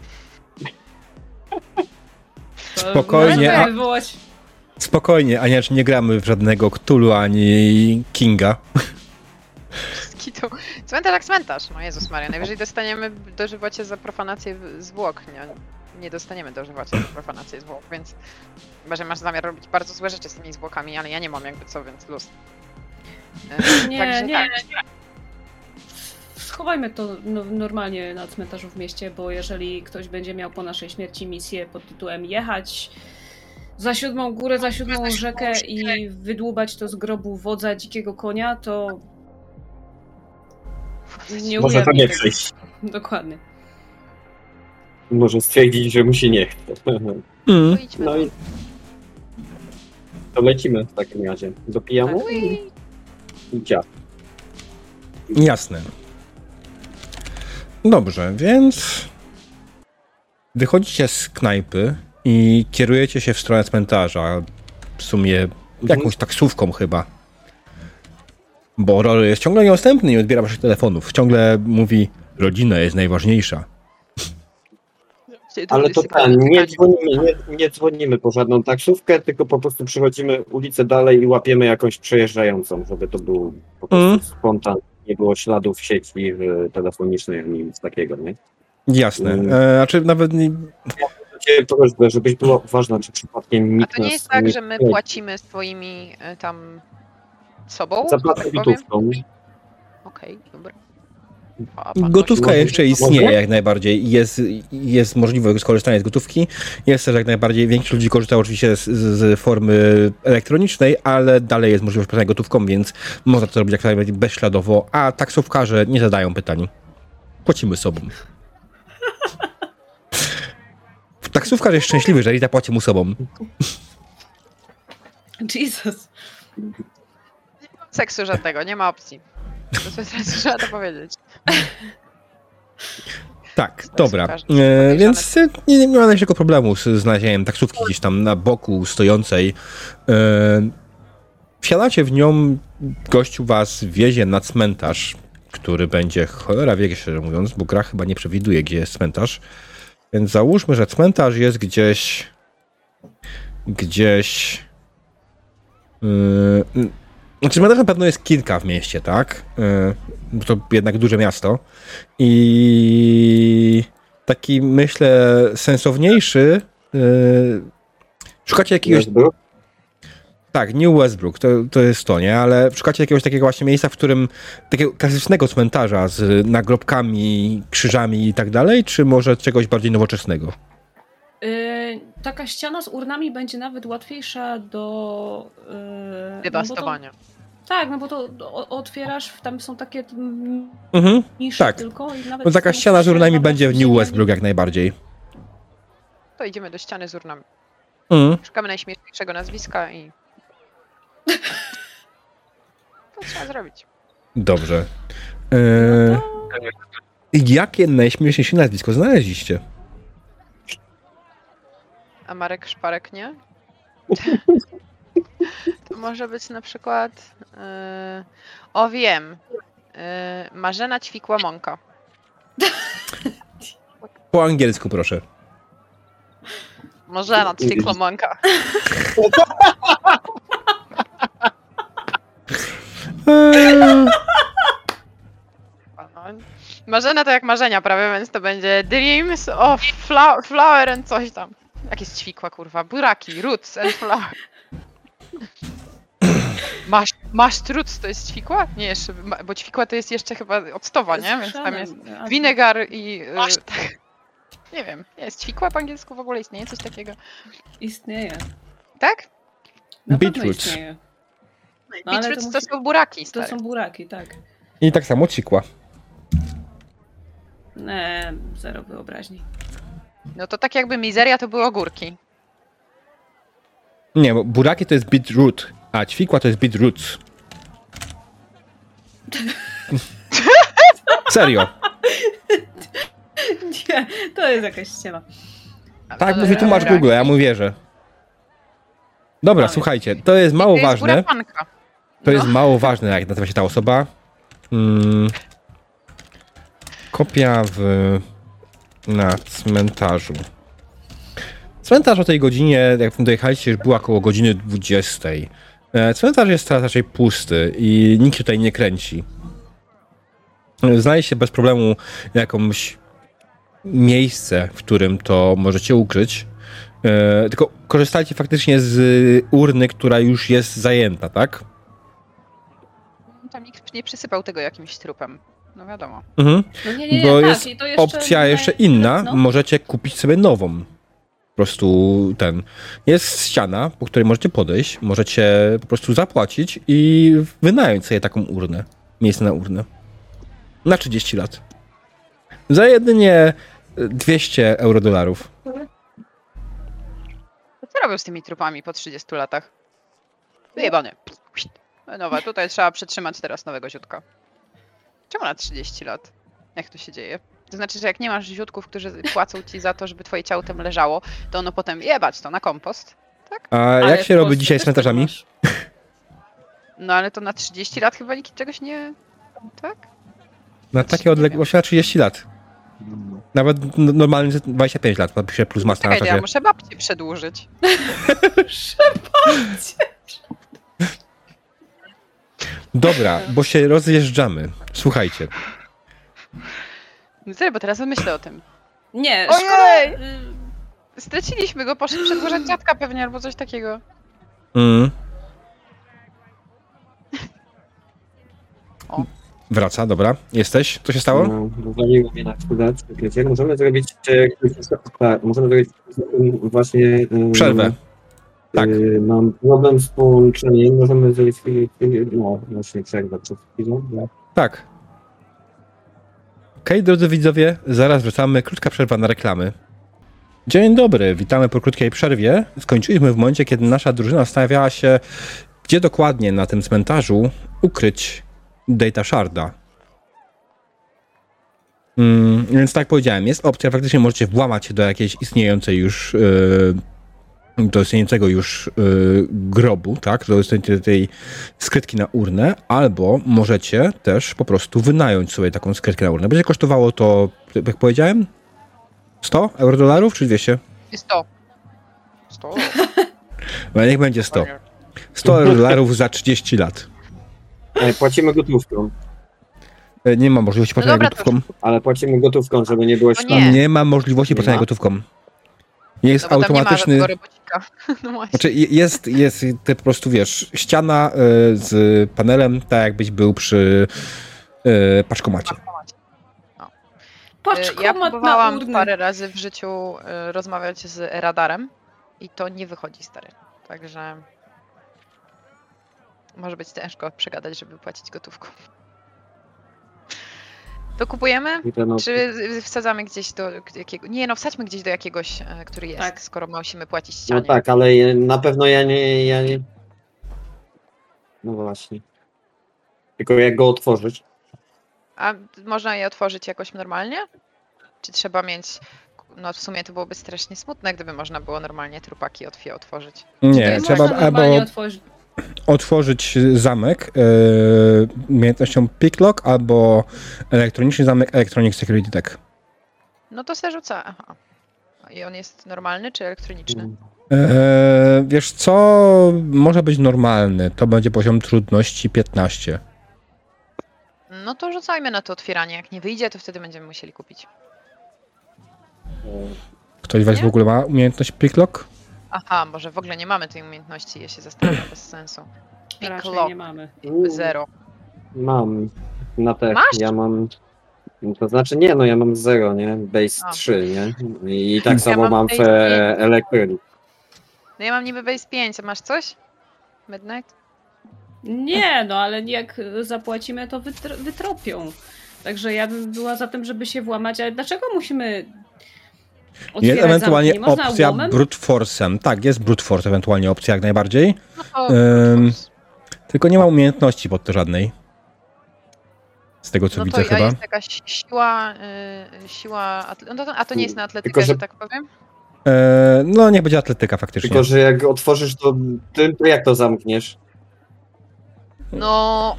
To Spokojnie, możemy a- wywołać... Spokojnie, Aniacz, nie gramy w żadnego Cthulhu ani Kinga. Kitu. Cmentarz jak cmentarz. No Jezus Maria, najwyżej dostaniemy dożywocie za profanację zwłok. Nie dostaniemy dożywocie za profanację zwłok, więc chyba, że masz zamiar robić bardzo złe rzeczy z tymi zwłokami, ale ja nie mam jakby co, więc luz. Nie, Także nie. tak. Schowajmy to normalnie na cmentarzu w mieście, bo jeżeli ktoś będzie miał po naszej śmierci misję pod tytułem jechać za 7 górę, za 7 rzekę i wydłubać to z grobu wodza dzikiego konia, to nie Może to ujawni nie tego. przejść. Dokładnie. Może stwierdzić, że mu się nie chce. Mm. To idźmy. No i to lecimy w takim razie. Dopijamy Tak. i ciach. Jasne. Dobrze, więc wychodzicie z knajpy i kierujecie się w stronę cmentarza. W sumie jakąś taksówką chyba. Bo Rory jest ciągle niedostępny i odbiera waszych telefonów. Ciągle mówi, rodzina jest najważniejsza. Ale to nie dzwonimy po żadną taksówkę, tylko po prostu przychodzimy ulicę dalej i łapiemy jakąś przejeżdżającą, żeby to był po prostu spontan, nie było śladów w sieci telefonicznej ani nic takiego, nie? Jasne. Znaczy nawet nie... Cię prośbę, żebyś była uważna, czy przypadkiem A nikt to nie nas jest tak, nie że my wkręci. płacimy swoimi tam sobą? Zapłacę tak powiem? gotówką. Okej, dobra. A pan Gotówka gościu- jeszcze istnieje jak najbardziej. Jest możliwe skorzystanie z gotówki. Jest też jak najbardziej, większość ludzi korzysta oczywiście z formy elektronicznej, ale dalej jest możliwość płacenia gotówką, więc można to robić jak najbardziej bezśladowo, a taksówkarze nie zadają pytań. Płacimy sobą. Taksówkarz jest szczęśliwy, że Rita płaci mu sobą. Jesus. Seksu żadnego, nie ma opcji. To trzeba to powiedzieć. Tak, dobra. Taksówkarz. Więc nie ma najmniejszego problemu z znalezieniem taksówki gdzieś tam na boku stojącej. Wsiadacie w nią, gościu was wiezie na cmentarz, który będzie, cholera wie, szczerze mówiąc, bo gra chyba nie przewiduje, gdzie jest cmentarz. Więc załóżmy, że cmentarz jest gdzieś... Znaczy, cmentarz na pewno jest kilka w mieście, tak? Bo to jednak duże miasto. I taki, myślę, sensowniejszy. Szukacie jakiegoś. Westbrook? Tak, New Westbrook, to jest to, nie? Ale szukacie jakiegoś takiego właśnie miejsca, w którym takiego klasycznego cmentarza z nagrobkami, krzyżami i tak dalej, czy może czegoś bardziej nowoczesnego? Taka ściana z urnami będzie nawet łatwiejsza do... Dewastowania. Tak, no bo to otwierasz, tam są takie nisze tak. tylko. I nawet No taka ściana z urnami nawet będzie w New ziemiani- Westbrook jak najbardziej. To idziemy do ściany z urnami. Mhm. Szukamy najśmieszniejszego nazwiska i... To trzeba zrobić. Dobrze. No Jakie najśmieszniejsze nazwisko znaleźliście? A Marek Szparek nie? To może być na przykład... o wiem. Marzena Ćwikła-Mąka. Po angielsku, proszę. Marzena Ćwikła-Mąka. Marzena to jak marzenia prawie, więc to będzie Dreams of Flower and coś tam. Jak jest ćwikła, kurwa? Buraki, roots and flower. Masz roots to jest ćwikła? Nie, jeszcze, bo ćwikła to jest jeszcze chyba octowa, nie? Więc tam jest vinegar i... tak. Nie wiem, jest ćwikła po angielsku w ogóle istnieje coś takiego? Istnieje. Tak? Na pewno Beetroots. istnieje. No, ale Beetroots to musi- są buraki, To stary. są buraki, tak. I tak samo cikła. Nie, zero wyobraźni. No to tak jakby mizeria to były ogórki. Nie, bo buraki to jest beetroot, a ćwikła to jest beetroots. Serio. Nie, to jest jakaś ściema. Tak mówi tłumacz Google, ja mu wierzę. Dobra, Mamy. słuchajcie, to jest mało To jest ważne. burapanka. To No. jest mało ważne, jak nazywa się ta osoba. Kopia na cmentarzu. Cmentarz o tej godzinie, jak dojechaliście, już była około godziny 20. Cmentarz jest teraz raczej pusty i nikt się tutaj nie kręci. Znaleźliście bez problemu jakąś miejsce, w którym to możecie ukryć. Tylko korzystajcie faktycznie z urny, która już jest zajęta, tak? Tam nikt nie przysypał tego jakimś trupem. No wiadomo. Mhm. No nie, Bo tak, jest i to jeszcze opcja nie- jeszcze inna. no. Możecie kupić sobie nową. Po prostu jest ściana, po której możecie podejść, możecie po prostu zapłacić i wynająć sobie taką urnę. Miejsce na urnę. Na 30 lat. Za jedynie 200 eurodolarów. Co robią z tymi trupami po 30 latach? Wyjebane. Nowa, tutaj trzeba przetrzymać teraz nowego ziutka. Czemu na 30 lat? Jak to się dzieje? To znaczy, że jak nie masz ziutków, którzy płacą ci za to, żeby twoje ciało tam leżało, to ono potem jebać to na kompost. A Ale jak w się robi Polsce dzisiaj z też tak cmentarzami? masz. No ale to na 30 lat chyba nikt czegoś nie... Tak? Na takie odległości na 30 lat. Nawet normalnie 25 lat, pisze plus masa na Czekaj, ja czasie. muszę babcię przedłużyć. Dobra, bo się rozjeżdżamy. Słuchajcie. No serio, bo teraz myślę o tym. Nie, Ojej! szkoda... Straciliśmy go, poszedł przedłużać dziadka pewnie albo coś takiego. Mm. Wraca, dobra. Jesteś? Co się stało? No, zwaliło mnie na chwilę. Czekajcie, możemy zrobić możemy zrobić właśnie Przerwę. Tak. Mam problem z połączeniem. Możemy zrobić no właśnie przerwę przez chwilę. Tak. Okej, drodzy widzowie, zaraz wracamy. Krótka przerwa na reklamy. Dzień dobry, witamy po krótkiej przerwie. Skończyliśmy w momencie, kiedy nasza drużyna zastanawiała się, gdzie dokładnie na tym cmentarzu ukryć Data Sharda. Więc tak jak powiedziałem, jest opcja, faktycznie możecie włamać się do jakiejś istniejącej już do istniejącego już grobu, tak, do istniejącej tej skrytki na urnę, albo możecie też po prostu wynająć sobie taką skrytkę na urnę. Będzie kosztowało to, jak powiedziałem, 100 euro czy 200? 100. 100. No, niech będzie 100. 100 euro za 30 lat. Płacimy gotówką. Nie ma możliwości płacenia gotówką. Ale płacimy gotówką, żeby nie było nie. Nie ma możliwości płacenia gotówką. Jest no automatyczny. Nie ma no właśnie. Znaczy jest ty po prostu wiesz, ściana z panelem, tak jakbyś był przy paczkomacie. Ja próbowałam parę razy w życiu rozmawiać z radarem i to nie wychodzi, stary. Także może być ciężko przegadać, żeby płacić gotówką. To kupujemy? Czy wsadzamy gdzieś do jakiego... Nie, no wsadźmy gdzieś do jakiegoś, który jest, tak. Skoro musimy płacić ścianie. No tak, ale na pewno ja nie... No właśnie. Tylko jak go otworzyć? A można je otworzyć jakoś normalnie? Czy trzeba mieć... No w sumie to byłoby strasznie smutne, gdyby można było normalnie trupaki otworzyć. Nie, trzeba albo otworzyć zamek umiejętnością picklock albo elektroniczny zamek Electronic Security Tech. No to se rzuca. Aha. I on jest normalny czy elektroniczny? Wiesz co, może być normalny. To będzie poziom trudności 15. No to rzucajmy na to otwieranie. Jak nie wyjdzie, to wtedy będziemy musieli kupić. Ktoś z was w ogóle ma umiejętność picklock? Aha, może w ogóle nie mamy tej umiejętności, ja się zastanawiam, bez sensu. Raczej nie mamy. 0. Mam. Na te. Masz? Ja mam. To znaczy nie, no ja mam 0, nie? Base 3, nie? I tak samo mam w Electronic. No ja mam niby base 5, a masz coś? Midnight? Nie, no ale jak zapłacimy, to wytropią. Także ja bym była za tym, żeby się włamać, ale dlaczego musimy otwierać jest ewentualnie zamki? Nie można opcja łomem? brute force'em. Tak, jest brute force ewentualnie opcja jak najbardziej. No to tylko nie ma umiejętności pod to żadnej. Z tego co no widzę to chyba. jest jakaś siła a to nie jest na atletykę, Tylko, że tak powiem? No niech będzie atletyka faktycznie. Tylko, że jak otworzysz to tym, to jak to zamkniesz? No...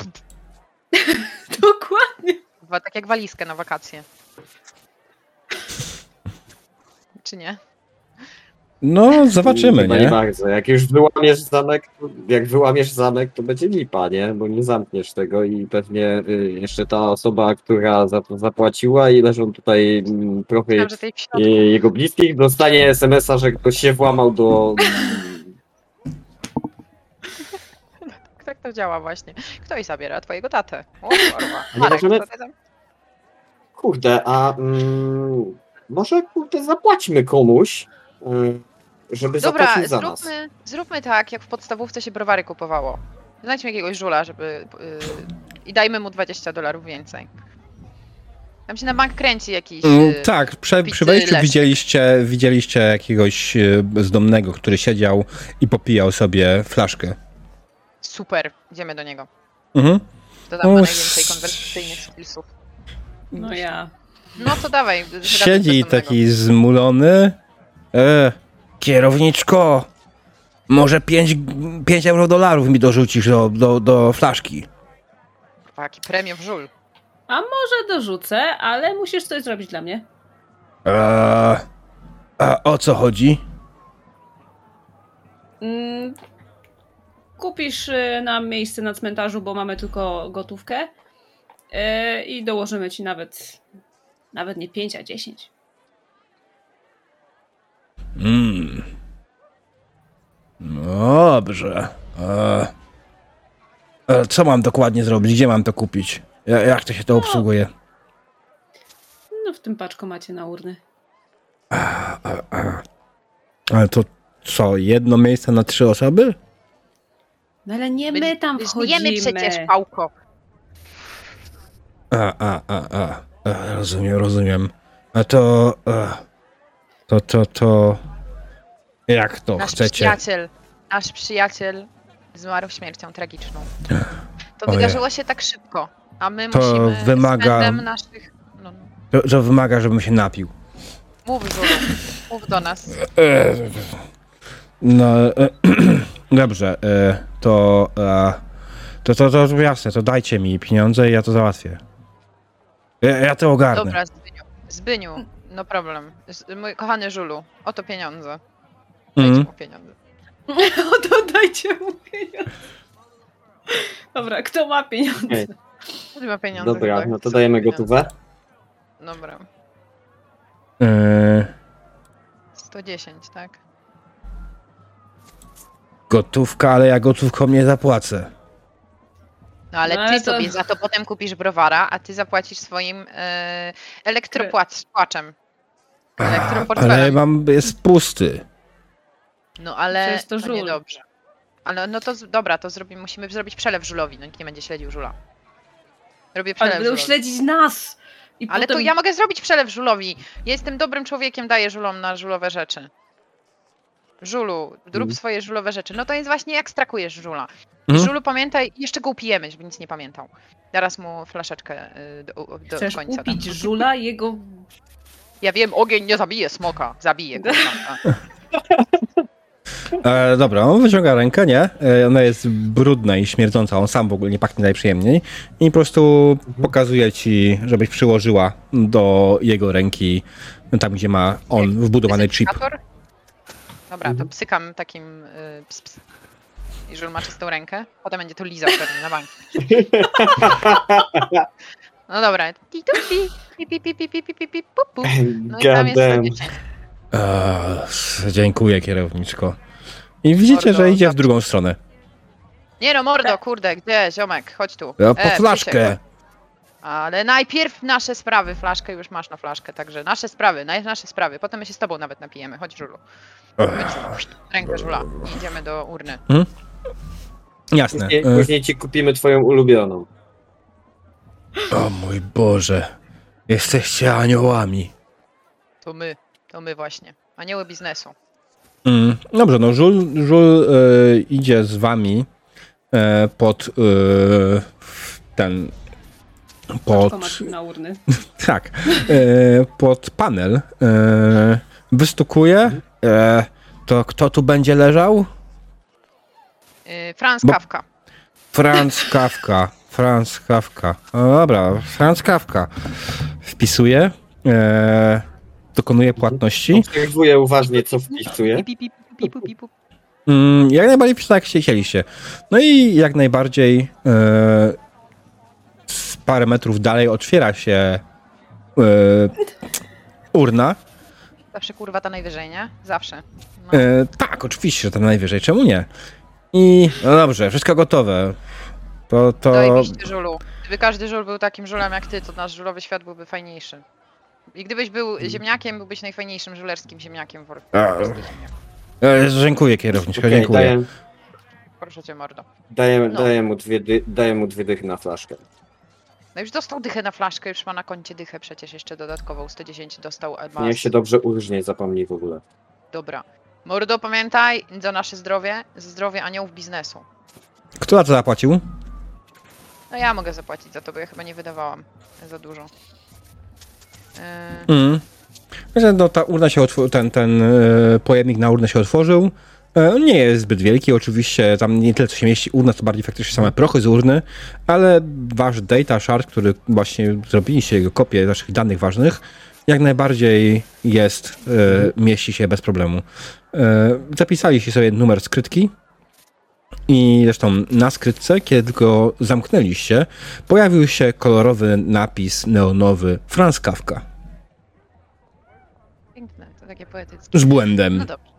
Dokładnie. Tak jak walizkę na wakacje. Czy nie? No zobaczymy, nie? nie? Bardzo. Jak wyłamiesz zamek, to będzie lipa, nie? Bo nie zamkniesz tego i pewnie jeszcze ta osoba, która za to zapłaciła i leżą tutaj trochę jego bliskich, dostanie SMS-a, że ktoś się włamał do... Tak to działa właśnie. Ktoś zabiera twojego tatę. O, kurwa. Marek, kurde, a może kurde zapłaćmy komuś, żeby zapłacił za nas. Zróbmy tak, jak w podstawówce się browary kupowało. Znajdźmy jakiegoś żula, żeby i dajmy mu $20 więcej. Tam się na bank kręci jakiś... Tak, przy wejściu widzieliście jakiegoś bezdomnego, który siedział i popijał sobie flaszkę. Super, idziemy do niego. Mhm. Dodam najwięcej konwersacyjnych skillsów. No ja. No to dawaj. Siedzi taki zmulony. Kierowniczko, może 5 euro mi dorzucisz do flaszki. Jaki premium żul. A może dorzucę, ale musisz coś zrobić dla mnie. A o co chodzi? Kupisz nam miejsce na cmentarzu, bo mamy tylko gotówkę i dołożymy ci nawet nie 5, a 10. Dobrze. Co mam dokładnie zrobić? Gdzie mam to kupić? Jak to się to obsługuje? No w tym paczkomacie na urny. Ale to co, jedno miejsce na 3 osoby? No ale nie my tam wchodzimy. Żyjemy przecież, pałko. Rozumiem. A to... Jak to chcecie? Nasz przyjaciel zmarł śmiercią tragiczną. To Ojej. wydarzyło się tak szybko, a my To musimy wymaga- względem naszych... No, To wymaga, żebym się napił. mów, Żulu, mów do nas. Dobrze, to jasne, to dajcie mi pieniądze i ja to załatwię. Ja to ogarnę. Dobra, Zbyniu, no problem. Mój kochany Żulu, oto pieniądze. Dajcie mu pieniądze. To dajcie mu pieniądze. Dobra, kto ma pieniądze? Okej. Kto ma pieniądze? Dobra, tak, no to chcę dajemy pieniądze. gotówę. Dobra, 110, tak? Gotówka, ale ja gotówką nie zapłacę. No ale No, ty ale to- sobie za to potem kupisz browara, a ty zapłacisz swoim elektropłaczem. Ale Elektroportfelem. jest pusty. No ale Przecież to to żul. niedobrze. Ale no to dobra, to musimy zrobić przelew Żulowi, no nikt nie będzie śledził Żula. Robię Ale przelew będą Żulowi. śledzić nas. I Ale potem... to ja mogę zrobić przelew Żulowi. Ja jestem dobrym człowiekiem, daję Żulom na żulowe rzeczy. Żulu, rób swoje żulowe rzeczy. No to jest właśnie jak strakujesz Żula. Żulu, pamiętaj, jeszcze go upijemy, żeby nic nie pamiętał. Zaraz mu flaszeczkę do Chcesz końca upić dam. żula, jego... Ja wiem, ogień nie zabije smoka. Zabije, kurwa. Dobra, on wyciąga rękę, nie? Ona jest brudna i śmierdząca, on sam w ogóle nie pachnie najprzyjemniej. I po prostu pokazuje ci, żebyś przyłożyła do jego ręki, tam gdzie ma on wbudowany chip. Dezynfekator? Dobra, to psykam takim ps, ps. I Żul ma czystą rękę. Potem będzie to lizał pewnie na bank. No dobra. Ti, tu, ti. Pi, pi, pi, pi, pi, pi, pi, pi, pu, pu. No i tam jest Goddamn. 110. Dziękuję, kierowniczko. I widzicie, Mordo, że idzie w zawsze. drugą stronę. Nie no, mordo, kurde, gdzie, ziomek? Chodź tu. Ja po flaszkę. Przysiek. Ale najpierw nasze sprawy. Flaszkę już masz na flaszkę, także nasze sprawy, nasze sprawy. Potem my się z tobą nawet napijemy. Chodź, Żulu. Chodź, Żulu. Rękę Żula. I idziemy do urny. Jasne. Później ci kupimy twoją ulubioną. O mój Boże. Jesteście aniołami. To my właśnie. Anioły biznesu. Dobrze, no Żul idzie z wami pod ten... Paczkomat na urny. Tak. Pod panel. Wystukuje. To kto tu będzie leżał? Franz Bo- Kafka. Franz Kafka. No dobra, Franz Kafka. Wpisuje. Dokonuje płatności. Obserwuję uważnie, co wpisuję. Pi, pi, pi, pi, pi, pi, pi. Jak najbardziej tak się chcieliście. No i jak najbardziej z parę metrów dalej otwiera się urna. Zawsze kurwa ta najwyżej, nie? Zawsze. No. Tak, oczywiście, że tam najwyżej. Czemu nie? I no dobrze, wszystko gotowe. To Zajebiście, Żulu. Gdyby każdy Żul był takim Żulem jak ty, to nasz żulowy świat byłby fajniejszy. I gdybyś był ziemniakiem, byłbyś najfajniejszym żulerskim ziemniakiem w polskiej ziemi. Dziękuję, kierowniczko, Okej, dziękuję. Proszę cię, mordo. Daję No. daję mu 2 dychy na flaszkę. No już dostał dychę na flaszkę, już ma na koncie dychę przecież jeszcze dodatkową. 110 dostał Elmas. Niech się dobrze urżnie, zapomnij w ogóle. Dobra. Mordo, pamiętaj za nasze zdrowie, za zdrowie aniołów biznesu. Kto za to zapłacił? No ja mogę zapłacić za to, bo ja chyba nie wydawałam za dużo. No, ta urna się ten pojemnik na urnę się otworzył. Nie jest zbyt wielki, oczywiście tam nie tyle co się mieści urna, to bardziej faktycznie same prochy z urny, ale wasz data shard, który właśnie zrobiliście, jego kopię waszych danych ważnych, jak najbardziej jest, mieści się bez problemu. Zapisaliście sobie numer skrytki i zresztą na skrytce, kiedy tylko zamknęliście, pojawił się kolorowy napis neonowy Franz Kafka. Piękne, to takie poetyckie. Z błędem. No dobrze.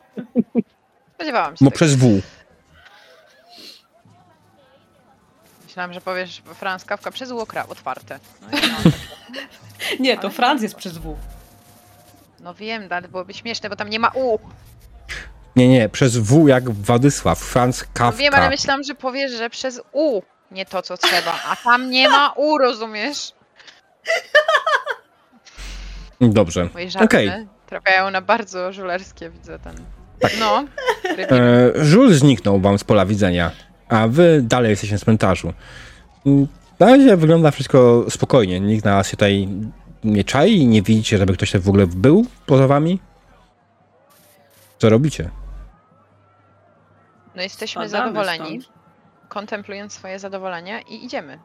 Spodziewałam się Bo tego. przez W. Myślałam, że powiesz Franz Kafka przez łokra otwarte. No, i no. Nie, to Ale- Franz jest przez W. No wiem, ale byłoby śmieszne, bo tam nie ma U. Nie, przez W jak Władysław, Franz No Kafka. wiem, ale myślałam, że powiesz, że przez U. Nie to, co trzeba. A tam nie ma U, rozumiesz? Dobrze, Moje żarty okej. trafiają na bardzo żulerskie, widzę ten. No. Żul zniknął wam z pola widzenia, a wy dalej jesteście na cmentarzu. Na razie wygląda wszystko spokojnie. Nikt na was się tutaj nie czai i nie widzicie, żeby ktoś tutaj w ogóle był poza wami. Co robicie? No jesteśmy Spadamy zadowoleni, stąd. kontemplując swoje zadowolenia i idziemy.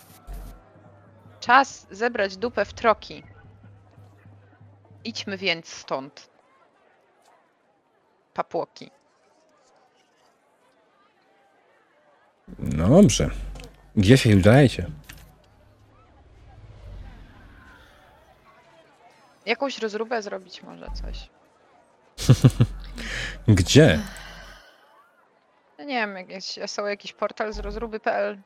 Czas zebrać dupę w troki. Idźmy więc stąd. Papłoki. No dobrze. Gdzie się udajecie? Jakąś rozróbę zrobić może coś. Gdzie? Ja nie wiem, są jakiś portal z rozróby.pl.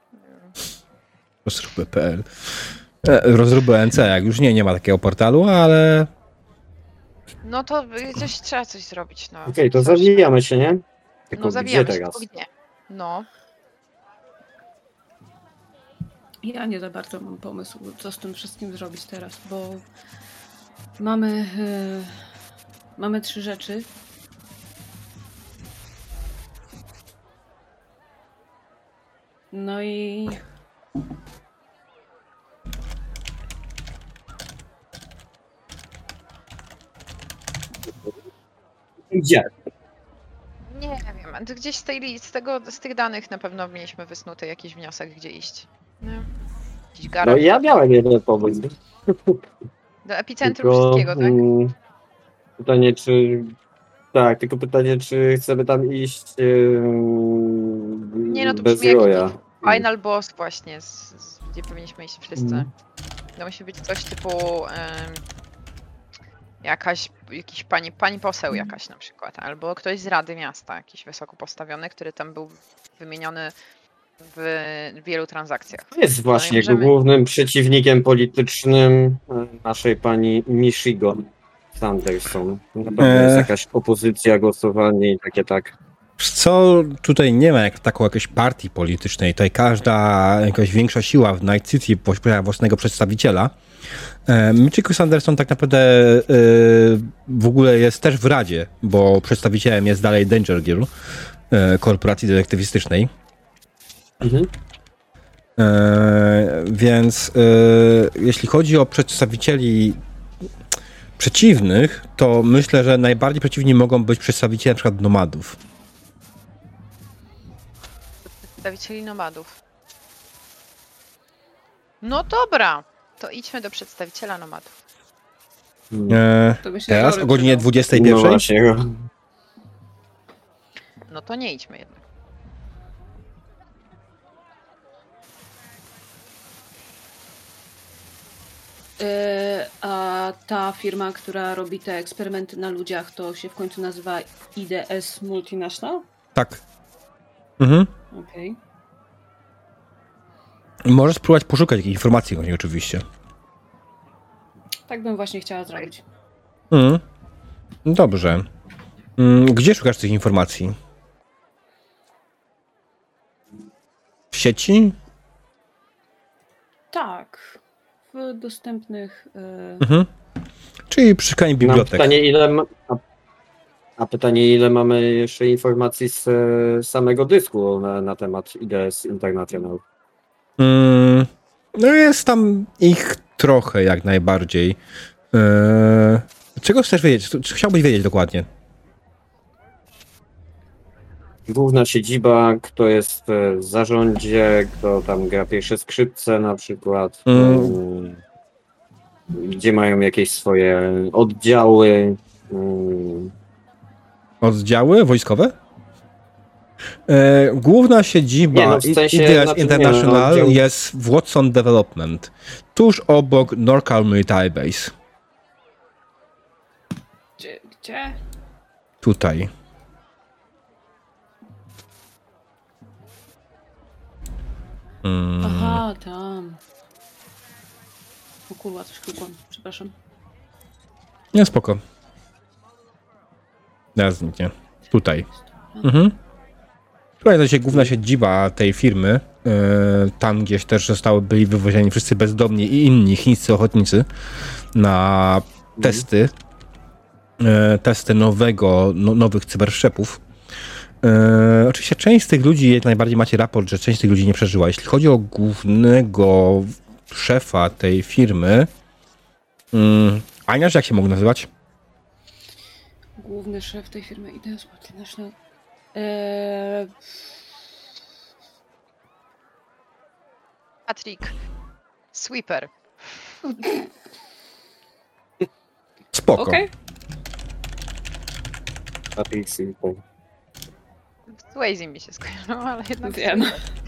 Rozróby.pl Rozróby NC, jak już nie ma takiego portalu, ale No to gdzieś trzeba coś zrobić, no. Okej, to Coś. zawijamy się, nie? Tylko No gdzie zawijamy się, teraz? tylko gdzie? No. Ja nie za bardzo mam pomysł, co z tym wszystkim zrobić teraz, bo mamy 3 rzeczy. No i Gdzie? Nie wiem, a gdzieś z tych danych na pewno mieliśmy wysnuty jakiś wniosek, gdzie iść. No. Jakiś No garaż. ja miałem jeden pomysł. Do epicentrum Tylko wszystkiego, tak? pytanie, czy... Tak, tylko pytanie, czy chcemy tam iść Nie, no to bez brzmi jak Roya. Final boss właśnie, gdzie powinniśmy iść wszyscy. Mm. To musi być coś typu jakiś pani poseł jakaś na przykład, albo ktoś z Rady Miasta, jakiś wysoko postawiony, który tam był wymieniony w wielu transakcjach. To jest właśnie możemy- głównym przeciwnikiem politycznym naszej pani Michigan Sanderson. Na pewno jest jakaś opozycja, głosowanie i takie tak. wiesz co, tutaj nie ma taką jakiejś partii politycznej. Tutaj każda jakaś większa siła w Night City posiada własnego przedstawiciela. Michiko Sanderson tak naprawdę w ogóle jest też w Radzie, bo przedstawicielem jest dalej Danger Girl, korporacji detektywistycznej. Mhm. Więc jeśli chodzi o przedstawicieli przeciwnych, to myślę, że najbardziej przeciwni mogą być przedstawiciele na przykład nomadów. Przedstawicieli nomadów. No dobra, to idźmy do przedstawiciela nomadów. to by się Teraz Rory o godzinie przydał. 21. No właśnie. No to nie idźmy jednak. A ta firma, która robi te eksperymenty na ludziach, to się w końcu nazywa IDS Multinational? Tak. Mhm. Okej. Możesz spróbować poszukać jakichś informacji o niej oczywiście. Tak bym właśnie chciała zrobić. Mhm. Dobrze. Gdzie szukasz tych informacji? W sieci? Tak. W dostępnych... Mhm. Czyli przy szukaniu Mam bibliotek. pytanie, a pytanie, ile mamy jeszcze informacji z samego dysku na temat IDS International? No jest tam ich trochę jak najbardziej. Czego chcesz wiedzieć? Co chciałbyś wiedzieć dokładnie? Główna siedziba, kto jest w zarządzie, kto tam gra pierwsze skrzypce na przykład, gdzie mają jakieś swoje oddziały. Oddziały wojskowe? Główna siedziba Nie, no, w sensie, IDS znaczy, International nie, no, jest w Watson Development, tuż obok Norcal Military Base. Gdzie? Tutaj. Aha, tam. O kurwa, coś klikłam. Przepraszam. Nie, spoko. Teraz zniknie. Tutaj. Tutaj to się główna siedziba tej firmy. Tam gdzieś też byli wywozieni wszyscy bezdomni i inni chińscy ochotnicy na testy. Testy nowych cyberszczepów. Oczywiście część z tych ludzi, jak najbardziej macie raport, że część z tych ludzi nie przeżyła. Jeśli chodzi o głównego szefa tej firmy, Ania, jak się mógł nazywać? Główny szef tej firmy Ideas Multinational. Patrick Sweeper. Spoko. Okej. Patrick Sweeper. Swayze mi się skojarzyło, ale jednak... Wiem.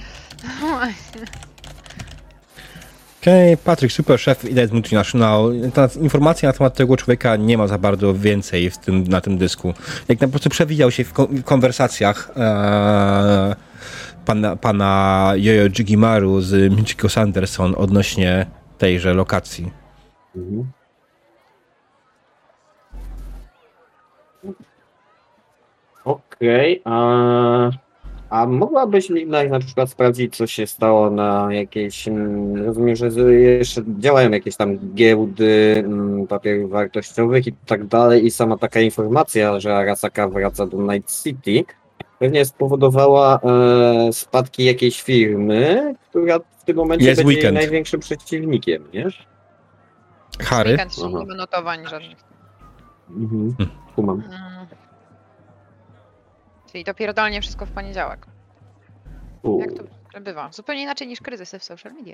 Okej, Patrick, super szef Ideas Multinational. Ta informacja na temat tego człowieka nie ma za bardzo więcej na tym dysku. Jak po prostu przewijał się w konwersacjach pana Jojo Jigimaru z Michiko Sanderson odnośnie tejże lokacji. Okej, a mogłabyś mi na przykład sprawdzić, co się stało na jakiejś, rozumiem, że jeszcze działają jakieś tam giełdy papierów wartościowych i tak dalej i sama taka informacja, że Arasaka wraca do Night City, pewnie spowodowała spadki jakiejś firmy, która w tym momencie Jest będzie Weekend. największym przeciwnikiem, nie? Harry? Weekend, czyli nie ma notowań żadnych. Kumam. Czyli to pierdolnie wszystko w poniedziałek. Jak to bywa? Zupełnie inaczej niż kryzysy w social media.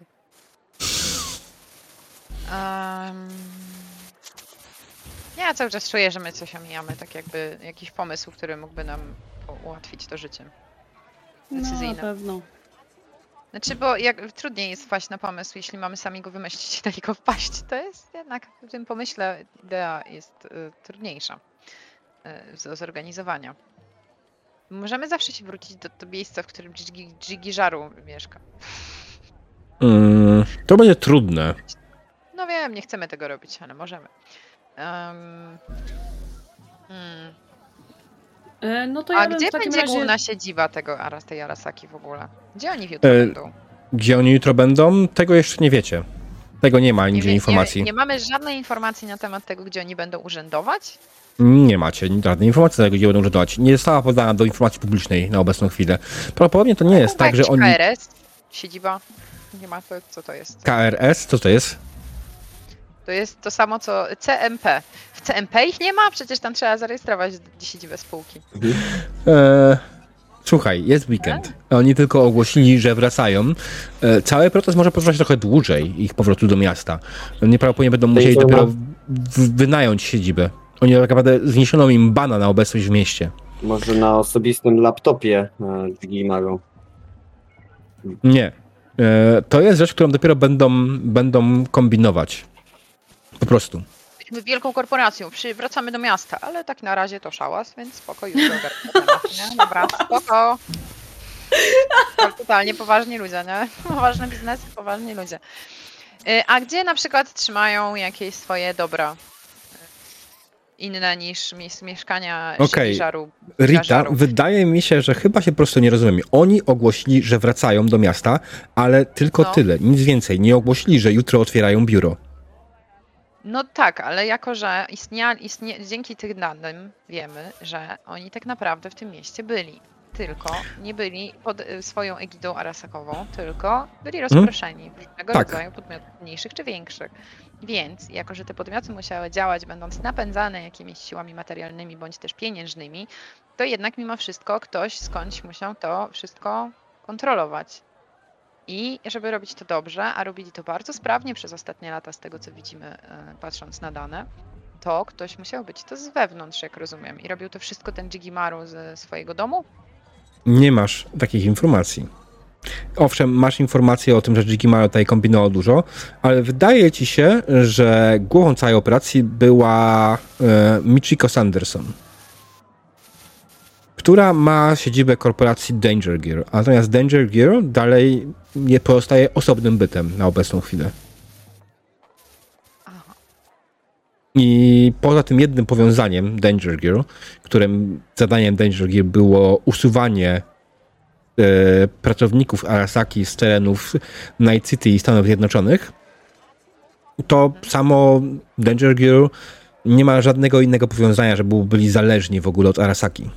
Ja cały czas czuję, że my coś omijamy, tak jakby jakiś pomysł, który mógłby nam ułatwić to życie. Decyzyjne. No, na pewno. Znaczy, bo jak trudniej jest wpaść na pomysł, jeśli mamy sami go wymyślić i na niego wpaść, to jest jednak w tym pomyśle idea jest trudniejsza do zorganizowania. Możemy zawsze się wrócić do miejsca, w którym Jigiżaru mieszka. To będzie trudne. No wiem, nie chcemy tego robić, ale możemy. No to ja A bym gdzie w takim będzie razie... główna siedziba tej Arasaki w ogóle? Gdzie oni jutro będą? Gdzie oni jutro będą? Tego jeszcze nie wiecie. Tego nie ma nigdzie informacji. Nie mamy żadnej informacji na temat tego, gdzie oni będą urzędować? Nie macie żadnej informacji na tego, gdzie będą urzędować. Nie została podana do informacji publicznej na obecną chwilę. Prawdopodobnie to nie jest tak, że oni... KRS? Siedziba? Nie ma to, co to jest? KRS? Co to jest? To jest to samo, co CMP. W CMP ich nie ma? Przecież tam trzeba zarejestrować siedzibę spółki. Słuchaj, jest weekend. Oni tylko ogłosili, że wracają. Cały proces może potrwać trochę dłużej ich powrotu do miasta. Nieprawdopodobnie będą musieli dopiero wynająć siedzibę. Oni tak naprawdę zniesiono im bana na obecność w mieście. Może na osobistym laptopie Jigimaru. Nie. To jest rzecz, którą dopiero będą kombinować. Po prostu. Jesteśmy wielką korporacją, wracamy do miasta, ale tak na razie to szałas, więc spoko, już temat, nie? Dobra, spoko. Totalnie poważni ludzie, nie? Poważny biznes, poważni ludzie. A gdzie na przykład trzymają jakieś swoje dobra? Inne niż mieszkania Jigiżaru. Rita, wydaje mi się, że chyba się po prostu nie rozumiemy. Oni ogłosili, że wracają do miasta, ale tylko tyle, nic więcej. Nie ogłosili, że jutro otwierają biuro. No tak, ale jako, że dzięki tych danym wiemy, że oni tak naprawdę w tym mieście byli. Tylko nie byli pod swoją egidą arasakową, tylko byli rozproszeni w różnego rodzaju podmiotów mniejszych czy większych. Więc jako, że te podmioty musiały działać, będąc napędzane jakimiś siłami materialnymi bądź też pieniężnymi, to jednak mimo wszystko ktoś skądś musiał to wszystko kontrolować. I żeby robić to dobrze, a robili to bardzo sprawnie przez ostatnie lata, z tego co widzimy, patrząc na dane, to ktoś musiał być to z wewnątrz, jak rozumiem. I robił to wszystko ten Jigimaru ze swojego domu? Nie masz takich informacji. Owszem, masz informacje o tym, że Jigimaru tutaj kombinował dużo, ale wydaje ci się, że głową całej operacji była Michiko Sanderson, która ma siedzibę korporacji Danger Gear. Natomiast Danger Gear dalej nie pozostaje osobnym bytem na obecną chwilę. Aha. I poza tym jednym powiązaniem Danger Gear, którym zadaniem Danger Gear było usuwanie pracowników Arasaki z terenów Night City i Stanów Zjednoczonych, to samo Danger Gear nie ma żadnego innego powiązania, żeby byli zależni w ogóle od Arasaki.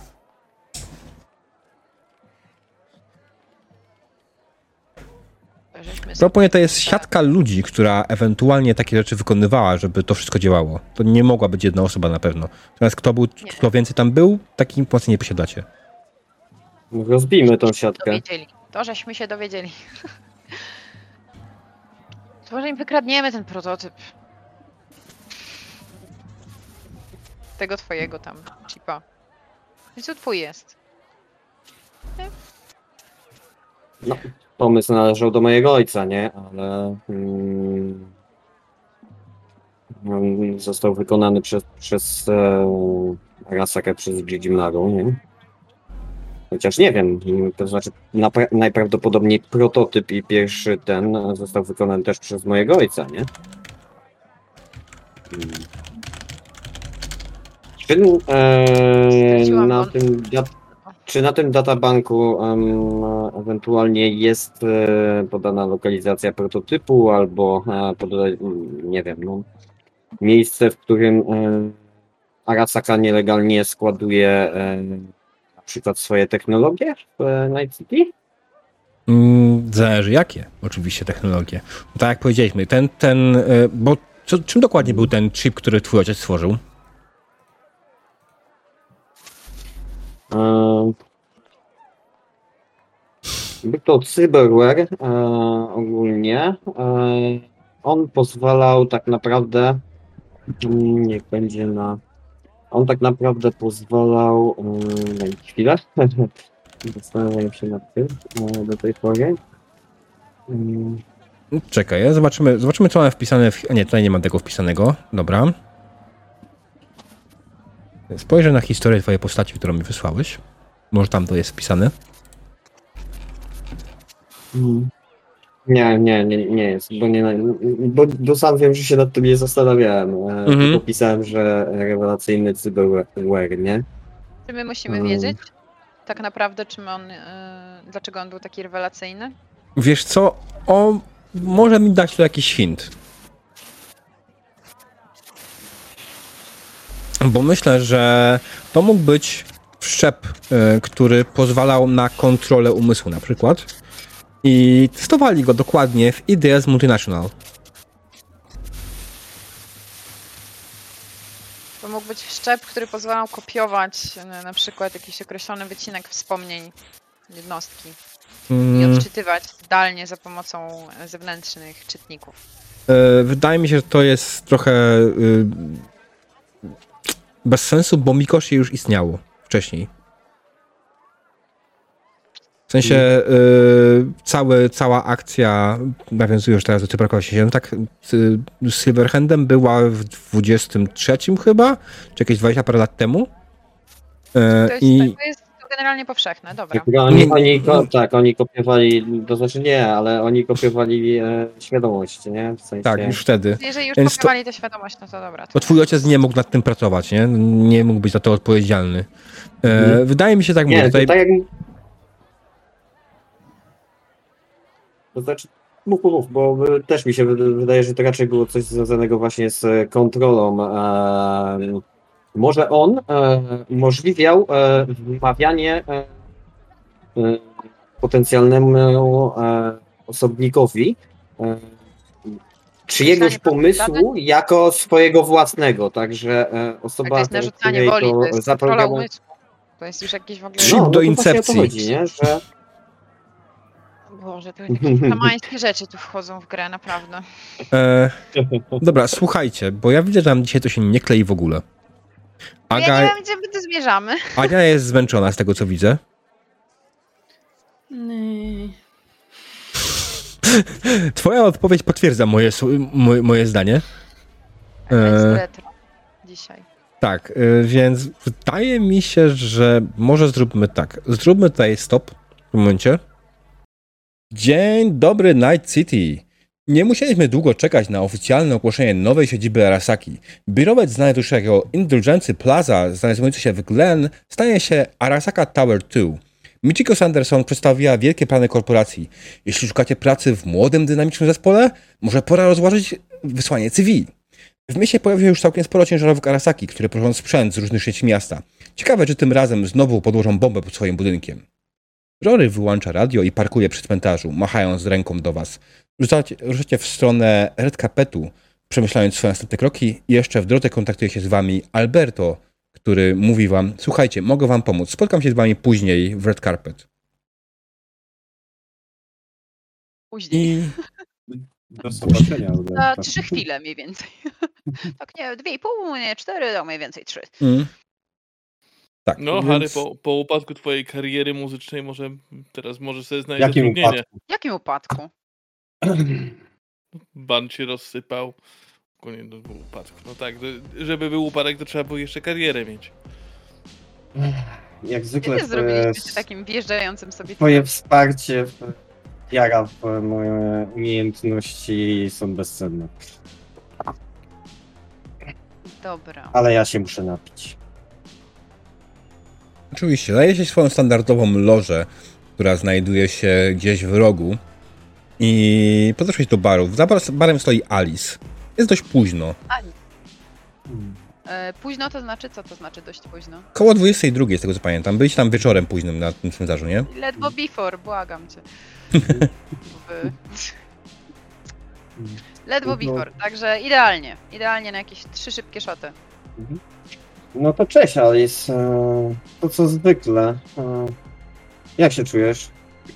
Proponuję, to jest siatka ludzi, która ewentualnie takie rzeczy wykonywała, żeby to wszystko działało. To nie mogła być jedna osoba na pewno. Natomiast kto więcej tam był, takiej informacji nie posiadacie. Rozbijmy tą siatkę. Dowiedzieli. To, żeśmy się dowiedzieli. To może im wykradniemy ten prototyp. Tego twojego tam chipa. Więc to twój jest. No, pomysł należał do mojego ojca, nie? Ale został wykonany przez Arasakę, przez Gigi Mlaru, nie? Chociaż nie wiem, to znaczy najprawdopodobniej prototyp i pierwszy ten został wykonany też przez mojego ojca, nie? Czy na tym databanku ewentualnie jest podana lokalizacja prototypu albo nie wiem, no, miejsce, w którym Arasaka nielegalnie składuje na przykład swoje technologie w Night City? Zależy jakie, oczywiście, technologie. Tak jak powiedzieliśmy, bo czym dokładnie był ten chip, który twój ojciec stworzył? Był to cyberware ogólnie. On pozwalał tak naprawdę, niech będzie on tak naprawdę pozwalał, daj mi chwilę, zastanawiam się nad tym do tej pory. Czekaj, zobaczymy co mam wpisane nie, tutaj nie mam tego wpisanego, dobra. Spojrzę na historię twojej postaci, którą mi wysłałeś. Może tam to jest wpisane. Nie jest, bo sam wiem, że się nad tym nie zastanawiałem. Tylko pisałem, że rewelacyjny cyberware, nie? Czy my musimy wiedzieć tak naprawdę, dlaczego on był taki rewelacyjny? Wiesz co, on może mi dać tu jakiś hint. Bo myślę, że to mógł być wszczep, który pozwalał na kontrolę umysłu na przykład. I testowali go dokładnie w IDS Multinational. To mógł być wszczep, który pozwalał kopiować na przykład jakiś określony wycinek wspomnień jednostki i odczytywać zdalnie za pomocą zewnętrznych czytników. Wydaje mi się, że to jest trochę bez sensu, bo Mikoshi już istniało wcześniej. W sensie cała akcja, nawiązuję już teraz do Cyberpunka 87, tak, z Silverhandem była w 23 chyba, czy jakieś 20 parę lat temu. To jest generalnie powszechne, dobra. Oni kopiowali, to znaczy nie, ale oni kopiowali świadomość, nie? W sensie... Tak, już wtedy. Jeżeli już kopiowali tę świadomość, no to dobra. Bo twój ojciec nie mógł nad tym pracować, nie? Nie mógł być za to odpowiedzialny. Wydaje mi się, tak mówię. Tak jak... To znaczy, mów, bo też mi się wydaje, że to raczej było coś związanego właśnie z kontrolą. Może on umożliwiał wmawianie potencjalnemu osobnikowi czyjegoś pomysłu jako swojego własnego, także osoba, to jest narzucanie woli, to jest kontrola umysłu. To jest już jakieś w ogóle... Chip do incepcji. Chodzi, nie? Że... Boże, to jakieś szamańskie rzeczy tu wchodzą w grę, naprawdę. Dobra, słuchajcie, bo ja widzę, że nam dzisiaj to się nie klei w ogóle. Ja nie wiem, gdzie my tu zmierzamy. Ania jest zmęczona z tego, co widzę. Twoja odpowiedź potwierdza moje zdanie. Jest retro dzisiaj. Tak, więc wydaje mi się, że może zróbmy tak. Zróbmy tutaj stop w momencie. Dzień dobry, Night City. Nie musieliśmy długo czekać na oficjalne ogłoszenie nowej siedziby Arasaki. Biurowiec znany tuż jako Indulgency Plaza, znajdujący się w Glen, stanie się Arasaka Tower 2. Michiko Sanderson przedstawiła wielkie plany korporacji. Jeśli szukacie pracy w młodym, dynamicznym zespole, może pora rozważyć wysłanie CV. W mieście pojawi się już całkiem sporo ciężarówek Arasaki, które proszą sprzęt z różnych sieci miasta. Ciekawe, czy tym razem znowu podłożą bombę pod swoim budynkiem. Rory wyłącza radio i parkuje przy cmentarzu, machając ręką do was. Ruszacie w stronę Red Carpetu, przemyślając swoje następne kroki i jeszcze w drodze kontaktuje się z wami Alberto, który mówi wam: słuchajcie, mogę wam pomóc, spotkam się z wami później w Red Carpet. Później. Do zobaczenia. Za 3 chwile mniej więcej. Tak nie, 2,5, nie 4, no mniej więcej 3. Tak, No, więc... Harry, po upadku twojej kariery muzycznej teraz możesz sobie znaleźć Jakim zatrudnienie. upadku? Jakim upadku? Ban się rozsypał. Nie, no, był upadek. No tak, żeby był upadek, to trzeba było jeszcze karierę mieć. Jak zwykle Kiedy zrobiliście takim wjeżdżającym sobie twoje wsparcie wiara w moje umiejętności są bezcenne. Dobra. Ale ja się muszę napić. Oczywiście, zajęcie swoją standardową lożę, która znajduje się gdzieś w rogu i podeszłeś do baru. Za barem stoi Alice. Jest dość późno. Późno to znaczy? Co to znaczy dość późno? Koło 22, z tego co pamiętam. Byliście tam wieczorem późnym na tym cmentarzu, nie? Ledwo before, błagam cię. Ledwo before, także idealnie. Idealnie na jakieś 3 szybkie szoty. No to cześć, Alice. To co zwykle. Jak się czujesz?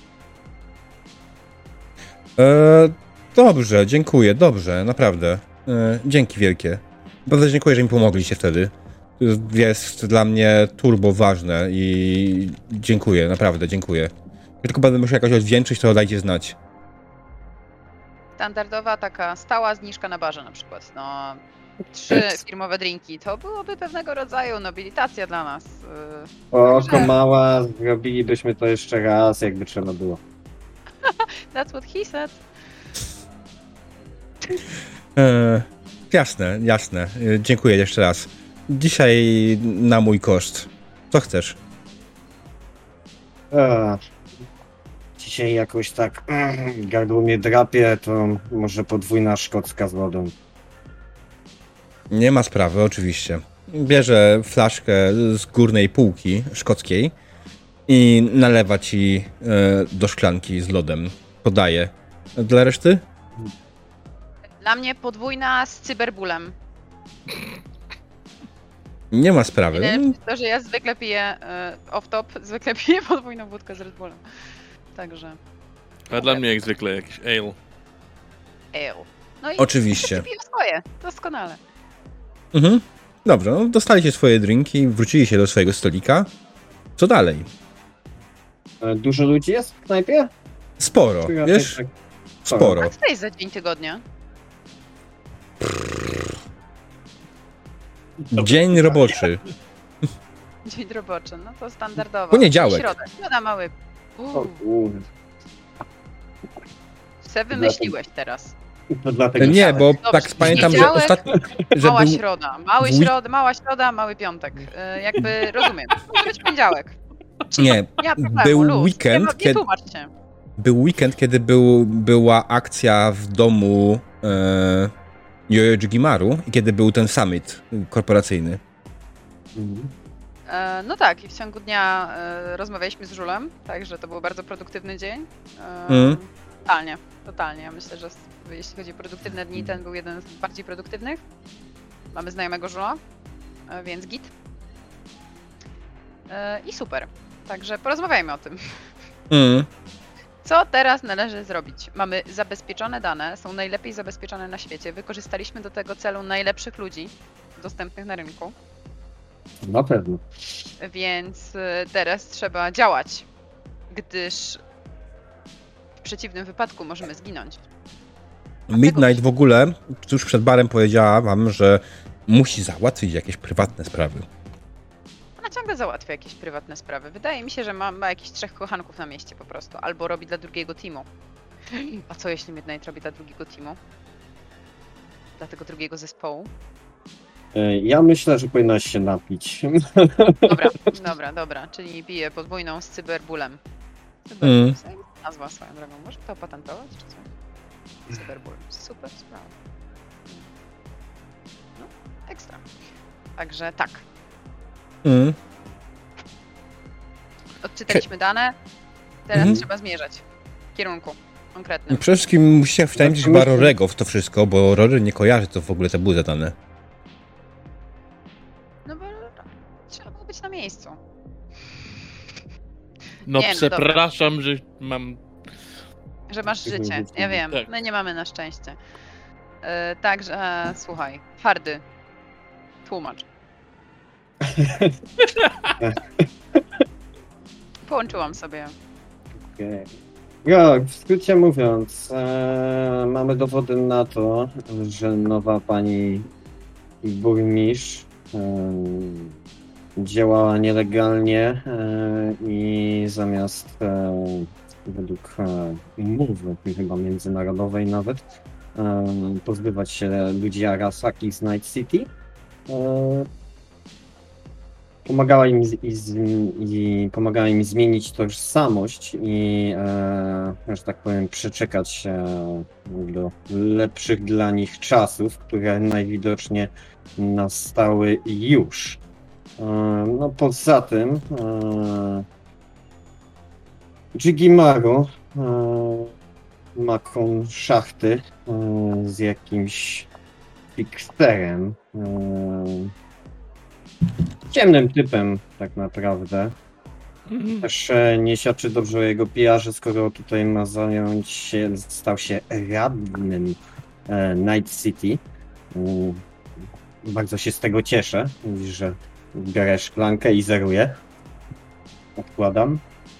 Dobrze, dziękuję, dobrze, naprawdę. Dzięki wielkie. Bardzo dziękuję, że mi pomogliście wtedy. To jest dla mnie turbo ważne i dziękuję, naprawdę dziękuję. Jak tylko będę musiał jakoś odwdzięczyć, to dajcie znać. Standardowa taka stała zniżka na barze na przykład. No, 3 firmowe drinki. To byłoby pewnego rodzaju nobilitacja dla nas. Oko mała, zrobilibyśmy to jeszcze raz, jakby trzeba było. That's what he said. Jasne, jasne. Dziękuję jeszcze raz. Dzisiaj na mój koszt. Co chcesz? Dzisiaj jakoś tak gardło mnie drapie, to może podwójna szkocka z wodą. Nie ma sprawy, oczywiście. Bierze flaszkę z górnej półki szkockiej i nalewa ci do szklanki z lodem. Podaje. Dla reszty? Dla mnie podwójna z cyberbulem. Nie ma sprawy. To, że ja zwykle piję off-top, zwykle piję podwójną wódkę z Red Bullem. Także... A dla mnie jak zwykle jakiś ale. Ale. No i oczywiście. Piję swoje, doskonale. Mhm. Dobrze, no dostaliście swoje drinki, wrócili się do swojego stolika. Co dalej? Dużo ludzi jest w knajpie? Sporo, wiesz? Tak. Sporo. A co jest za dzień tygodnia? Dzień roboczy. Dzień roboczy, no to standardowo. Poniedziałek. Środa mały. Se wymyśliłeś teraz. To dlatego Nie, bo Dobrze, tak pamiętam, że poniedziałek, ostatnio... Że Mała był... środa, mała środa, mały piątek. Jakby rozumiem. Może być poniedziałek. Nie, Nie ma problemu, był luz. weekend, Nie tłumacz się. Był weekend, kiedy była akcja w domu Yoyo Jigimaru i kiedy był ten summit korporacyjny. No tak, i w ciągu dnia rozmawialiśmy z Żulem, także to był bardzo produktywny dzień. Totalnie. Ja myślę, że jeśli chodzi o produktywne dni, ten był jeden z bardziej produktywnych. Mamy znajomego Żula, więc git. I super. Także porozmawiajmy o tym. Co teraz należy zrobić? Mamy zabezpieczone dane, są najlepiej zabezpieczone na świecie. Wykorzystaliśmy do tego celu najlepszych ludzi dostępnych na rynku. Na pewno. Więc teraz trzeba działać, gdyż w przeciwnym wypadku możemy zginąć. Midnight w ogóle tuż przed barem powiedziała wam, że musi załatwić jakieś prywatne sprawy. Ona ciągle załatwia jakieś prywatne sprawy. Wydaje mi się, że ma jakichś 3 kochanków na mieście po prostu. Albo robi dla drugiego teamu. A co jeśli Midnight robi dla drugiego teamu? Dla tego drugiego zespołu? Ja myślę, że powinnaś się napić. Dobra. Czyli piję podwójną z cyberbulem. Nazwa swoją drogą. Może to opatentować, czy co? Cyberbull. Super sprawa. No, ekstra. Także tak. Odczytaliśmy dane. Teraz trzeba zmierzać w kierunku konkretnym. Przede wszystkim musicie wtrącić chyba Rorego w to wszystko, bo Rory nie kojarzy, co w ogóle to były za dane. No bo trzeba było być na miejscu. No Nie, no przepraszam, że mam... Że masz życie, ja wiem. Tak. My nie mamy na szczęście. Także słuchaj, Hardy, tłumacz. Połączyłam sobie. Okay. Ja, w skrócie mówiąc, mamy dowody na to, że nowa pani burmistrz działała nielegalnie i zamiast według umowy chyba międzynarodowej nawet pozbywać się ludzi Arasaki z Night City, pomagała im zmienić tożsamość i, że tak powiem, przeczekać się do lepszych dla nich czasów, które najwidoczniej nastały już. No poza tym Jigimaru ma szachty z jakimś fikserem. Ciemnym typem tak naprawdę. Też nie świadczy dobrze o jego PR-ze, skoro tutaj ma zająć się, stał się radnym Night City. Bardzo się z tego cieszę. Widzisz, że biorę szklankę i zeruję. Odkładam.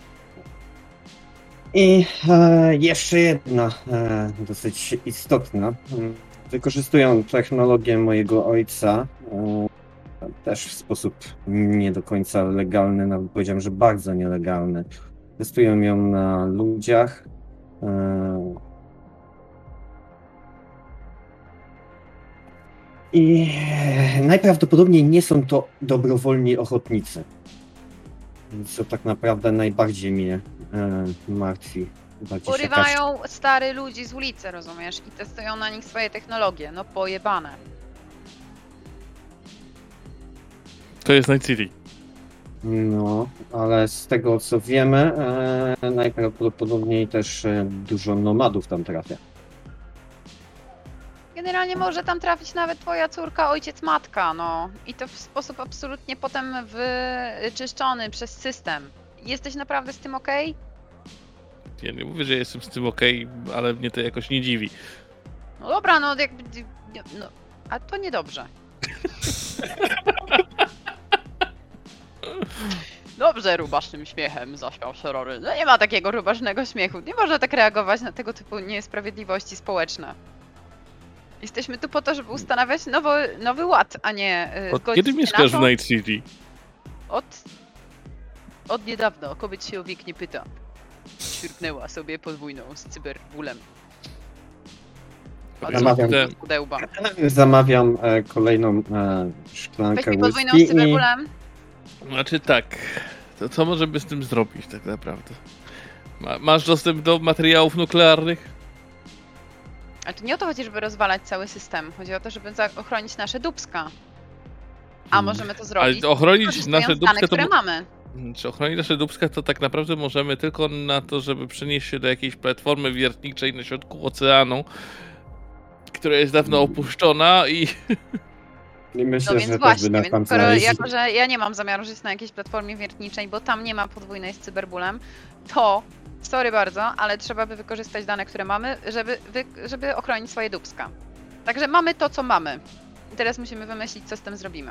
I jeszcze jedna dosyć istotna. Wykorzystują technologię mojego ojca, też w sposób nie do końca legalny, nawet powiedziałem, że bardzo nielegalny. Testują ją na ludziach. I najprawdopodobniej nie są to dobrowolni ochotnicy. Co tak naprawdę najbardziej mnie martwi. Urywają stary ludzi z ulicy, rozumiesz? I testują na nich swoje technologie. No pojebane. To jest Night City. No, ale z tego co wiemy, najprawdopodobniej też dużo nomadów tam trafia. Generalnie może tam trafić nawet twoja córka, ojciec, matka, no. I to w sposób absolutnie potem wyczyszczony przez system. Jesteś naprawdę z tym okej? Ja nie mówię, że jestem z tym okej, ale mnie to jakoś nie dziwi. No dobra, no jakby... No, a to niedobrze. Dobrze, rubasznym śmiechem zaśmiał się Rory. No nie ma takiego rubasznego śmiechu. Nie można tak reagować na tego typu niesprawiedliwości społeczne. Jesteśmy tu po to, żeby ustanawiać nowy ład, a nie Od kiedy mieszkasz w Night City? Od niedawna. Kobiet się o wiek nie pyta. Świrknęła sobie podwójną z cyberbulem. Zamawiam kolejną szklankę whisky. Podwójną z cyberbulem. Znaczy tak, to co możemy z tym zrobić tak naprawdę? Masz dostęp do materiałów nuklearnych? Ale to nie o to chodzi, żeby rozwalać cały system. Chodzi o to, żeby ochronić nasze dupska. A możemy to zrobić. Ale ochronić nasze dupska dane, które mamy. Czy ochronić nasze dupska to tak naprawdę możemy tylko na to, żeby przenieść się do jakiejś platformy wiertniczej na środku oceanu, która jest dawno opuszczona i... Myślę, no więc że właśnie, więc jako że ja nie mam zamiaru żyć na jakiejś platformie wiertniczej, bo tam nie ma podwójnej z cyberbulem, to, sorry bardzo, ale trzeba by wykorzystać dane, które mamy, żeby ochronić swoje dupska. Także mamy to, co mamy. I teraz musimy wymyślić, co z tym zrobimy.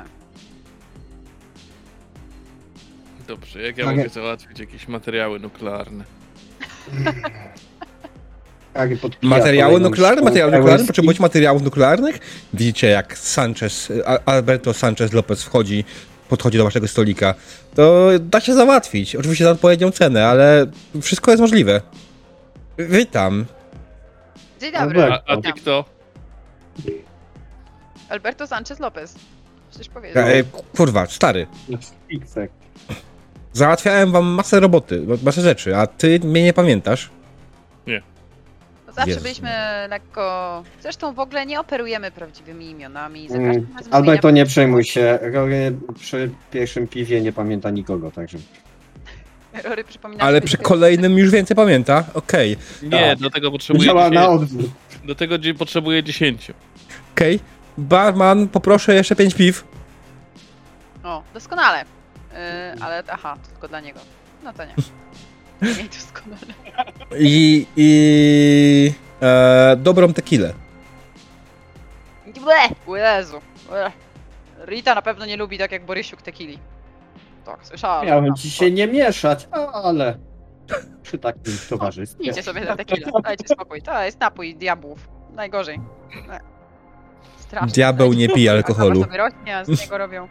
Dobrze, jak ja mogę załatwić jakieś materiały nuklearne? Materiały nuklearne? Potrzebujecie materiałów nuklearnych? Widzicie, jak Alberto Sanchez Lopez wchodzi podchodzi do waszego stolika, to da się załatwić. Oczywiście za odpowiednią cenę, ale wszystko jest możliwe. Witam. Dzień dobry. A ty kto? Alberto Sanchez Lopez. Przecież powiedział. Kurwa, stary. Fixek. Załatwiałem wam masę roboty, masę rzeczy, a ty mnie nie pamiętasz? No zawsze Jezus. byliśmy lekko... Zresztą w ogóle nie operujemy prawdziwymi imionami. Za każdym razem Alberto, zmieniamy- nie przejmuj się. Rory przy pierwszym piwie nie pamięta nikogo, także. Rory przypomina Ale sobie przy tylko- kolejnym już więcej pamięta? Okej. Nie, do tego potrzebuję Działa na 10. odwrót. Do tego potrzebuję 10. Okej. Barman, poproszę jeszcze 5 piw. O, doskonale. Ale aha, to tylko dla niego. No to nie. Nie doskonale. Dobrą tequilę. Ble! Jezu. Ble. Rita na pewno nie lubi tak jak Borysiuk tequili. Tak, słyszałam. Miałem ci się nie mieszać, ale przy takim towarzystwie. Idźcie sobie na tequilę, dajcie spokój. To jest napój diabłów. Najgorzej. Strasznie. Diabeł nie pije alkoholu. Sama sobie rośnie, a z niego robią...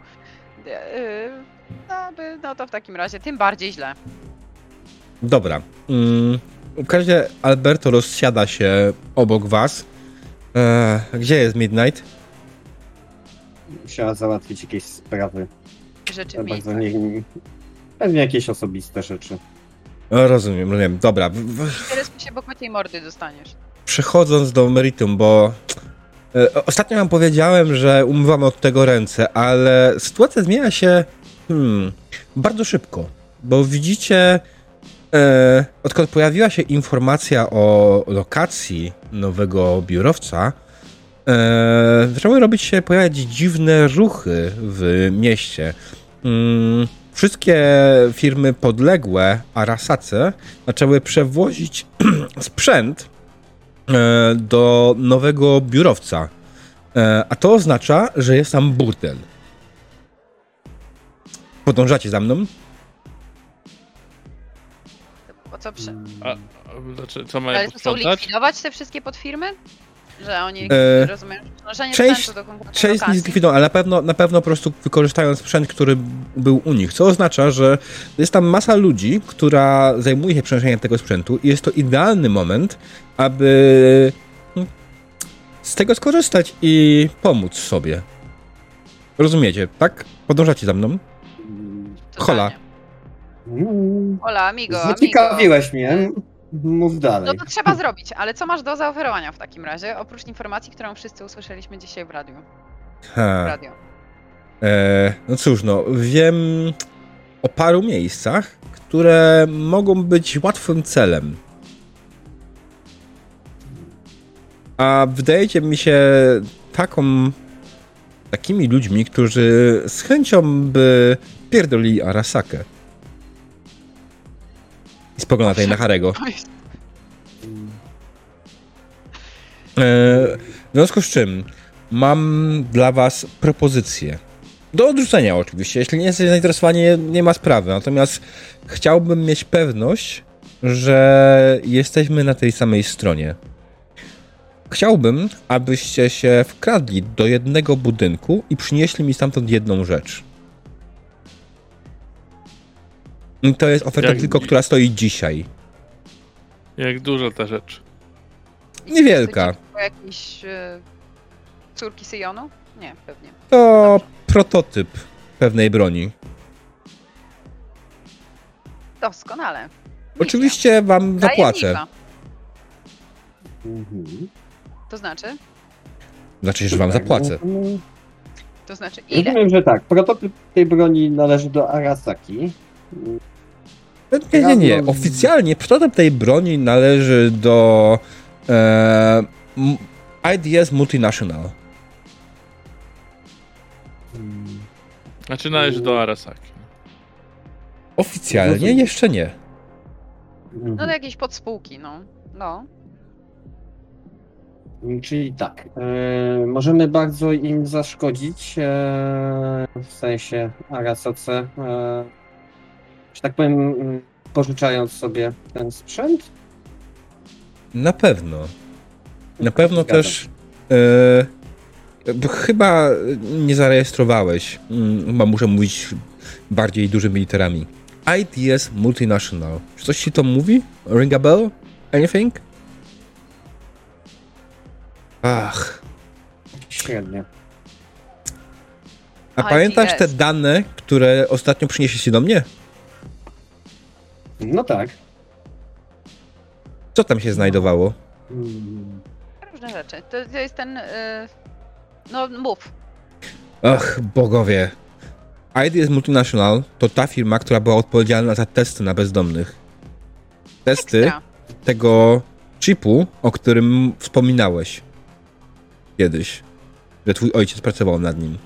No to w takim razie tym bardziej źle. Dobra. W każdym razie Alberto rozsiada się obok was. Gdzie jest Midnight? Musiała załatwić jakieś sprawy. Rzeczy Bardzo miejsca. pewnie jakieś osobiste rzeczy. Rozumiem. Dobra. Interesuj się, bo kociej mordy dostaniesz. Przechodząc do meritum, bo ostatnio wam powiedziałem, że umywamy od tego ręce, ale sytuacja zmienia się bardzo szybko, bo widzicie, odkąd pojawiła się informacja o lokacji nowego biurowca, zaczęły pojawiać dziwne ruchy w mieście. Wszystkie firmy podległe Arasace zaczęły przewozić sprzęt do nowego biurowca. A to oznacza, że jest tam burdel. Podążacie za mną? Po co przy... Znaczy, co Ale mają to chcą posprzątać? likwidować te wszystkie podfirmy? Że oni, rozumiem, przenoszenie część- sprzętu do konkretnej Część z lokacji. nich zlikwidował, ale na pewno po prostu wykorzystają sprzęt, który był u nich. Co oznacza, że jest tam masa ludzi, która zajmuje się przenoszeniem tego sprzętu i jest to idealny moment, aby z tego skorzystać i pomóc sobie. Rozumiecie, tak? Podążacie za mną? Hola. Hola, amigo, Zaciekawiłeś mnie. Mów dalej. No to trzeba zrobić, ale co masz do zaoferowania w takim razie, oprócz informacji, którą wszyscy usłyszeliśmy dzisiaj w radiu? Radio. No cóż, wiem o paru miejscach, które mogą być łatwym celem. A wydajecie mi się takimi ludźmi, którzy z chęcią by pierdolili Arasakę. I spogląda tutaj na Harego. W związku z czym mam dla was propozycję. Do odrzucenia oczywiście. Jeśli nie jesteście zainteresowani, nie ma sprawy. Natomiast chciałbym mieć pewność, że jesteśmy na tej samej stronie. Chciałbym, abyście się wkradli do jednego budynku i przynieśli mi stamtąd jedną rzecz. I to jest oferta tylko, która stoi dzisiaj. Jak dużo ta rzecz. Niewielka. To jakieś córki Syjonu? Nie, pewnie. To prototyp pewnej broni. Doskonale. Oczywiście wam zapłacę. Tajemnica. Mhm. To znaczy? Znaczy, że wam zapłacę. To znaczy ile? Rozumiem, że tak. Prototyp tej broni należy do Arasaki. Nie. Oficjalnie prototyp tej broni należy do IDS Multinational. Znaczy należy do Arasaki. Oficjalnie jeszcze nie. No to jakieś podspółki, no. Czyli tak, możemy bardzo im zaszkodzić, w sensie Arasace, że tak powiem, pożyczając sobie ten sprzęt. Na pewno. Na pewno Zgadzam też Chyba nie zarejestrowałeś. Chyba muszę mówić bardziej dużymi literami. IDS Multinational. Czy coś ci to mówi? Ring a bell? Anything? Ach. Średnio. A IDS. pamiętasz te dane, które ostatnio przynieśliście do mnie? No tak. Co tam się znajdowało? Różne rzeczy. To jest ten... No mów. Ach, bogowie. IDS Multinational to ta firma, która była odpowiedzialna za testy na bezdomnych. Testy Ekstra. tego chipu, o którym wspominałeś kiedyś, że twój ojciec pracował nad nim.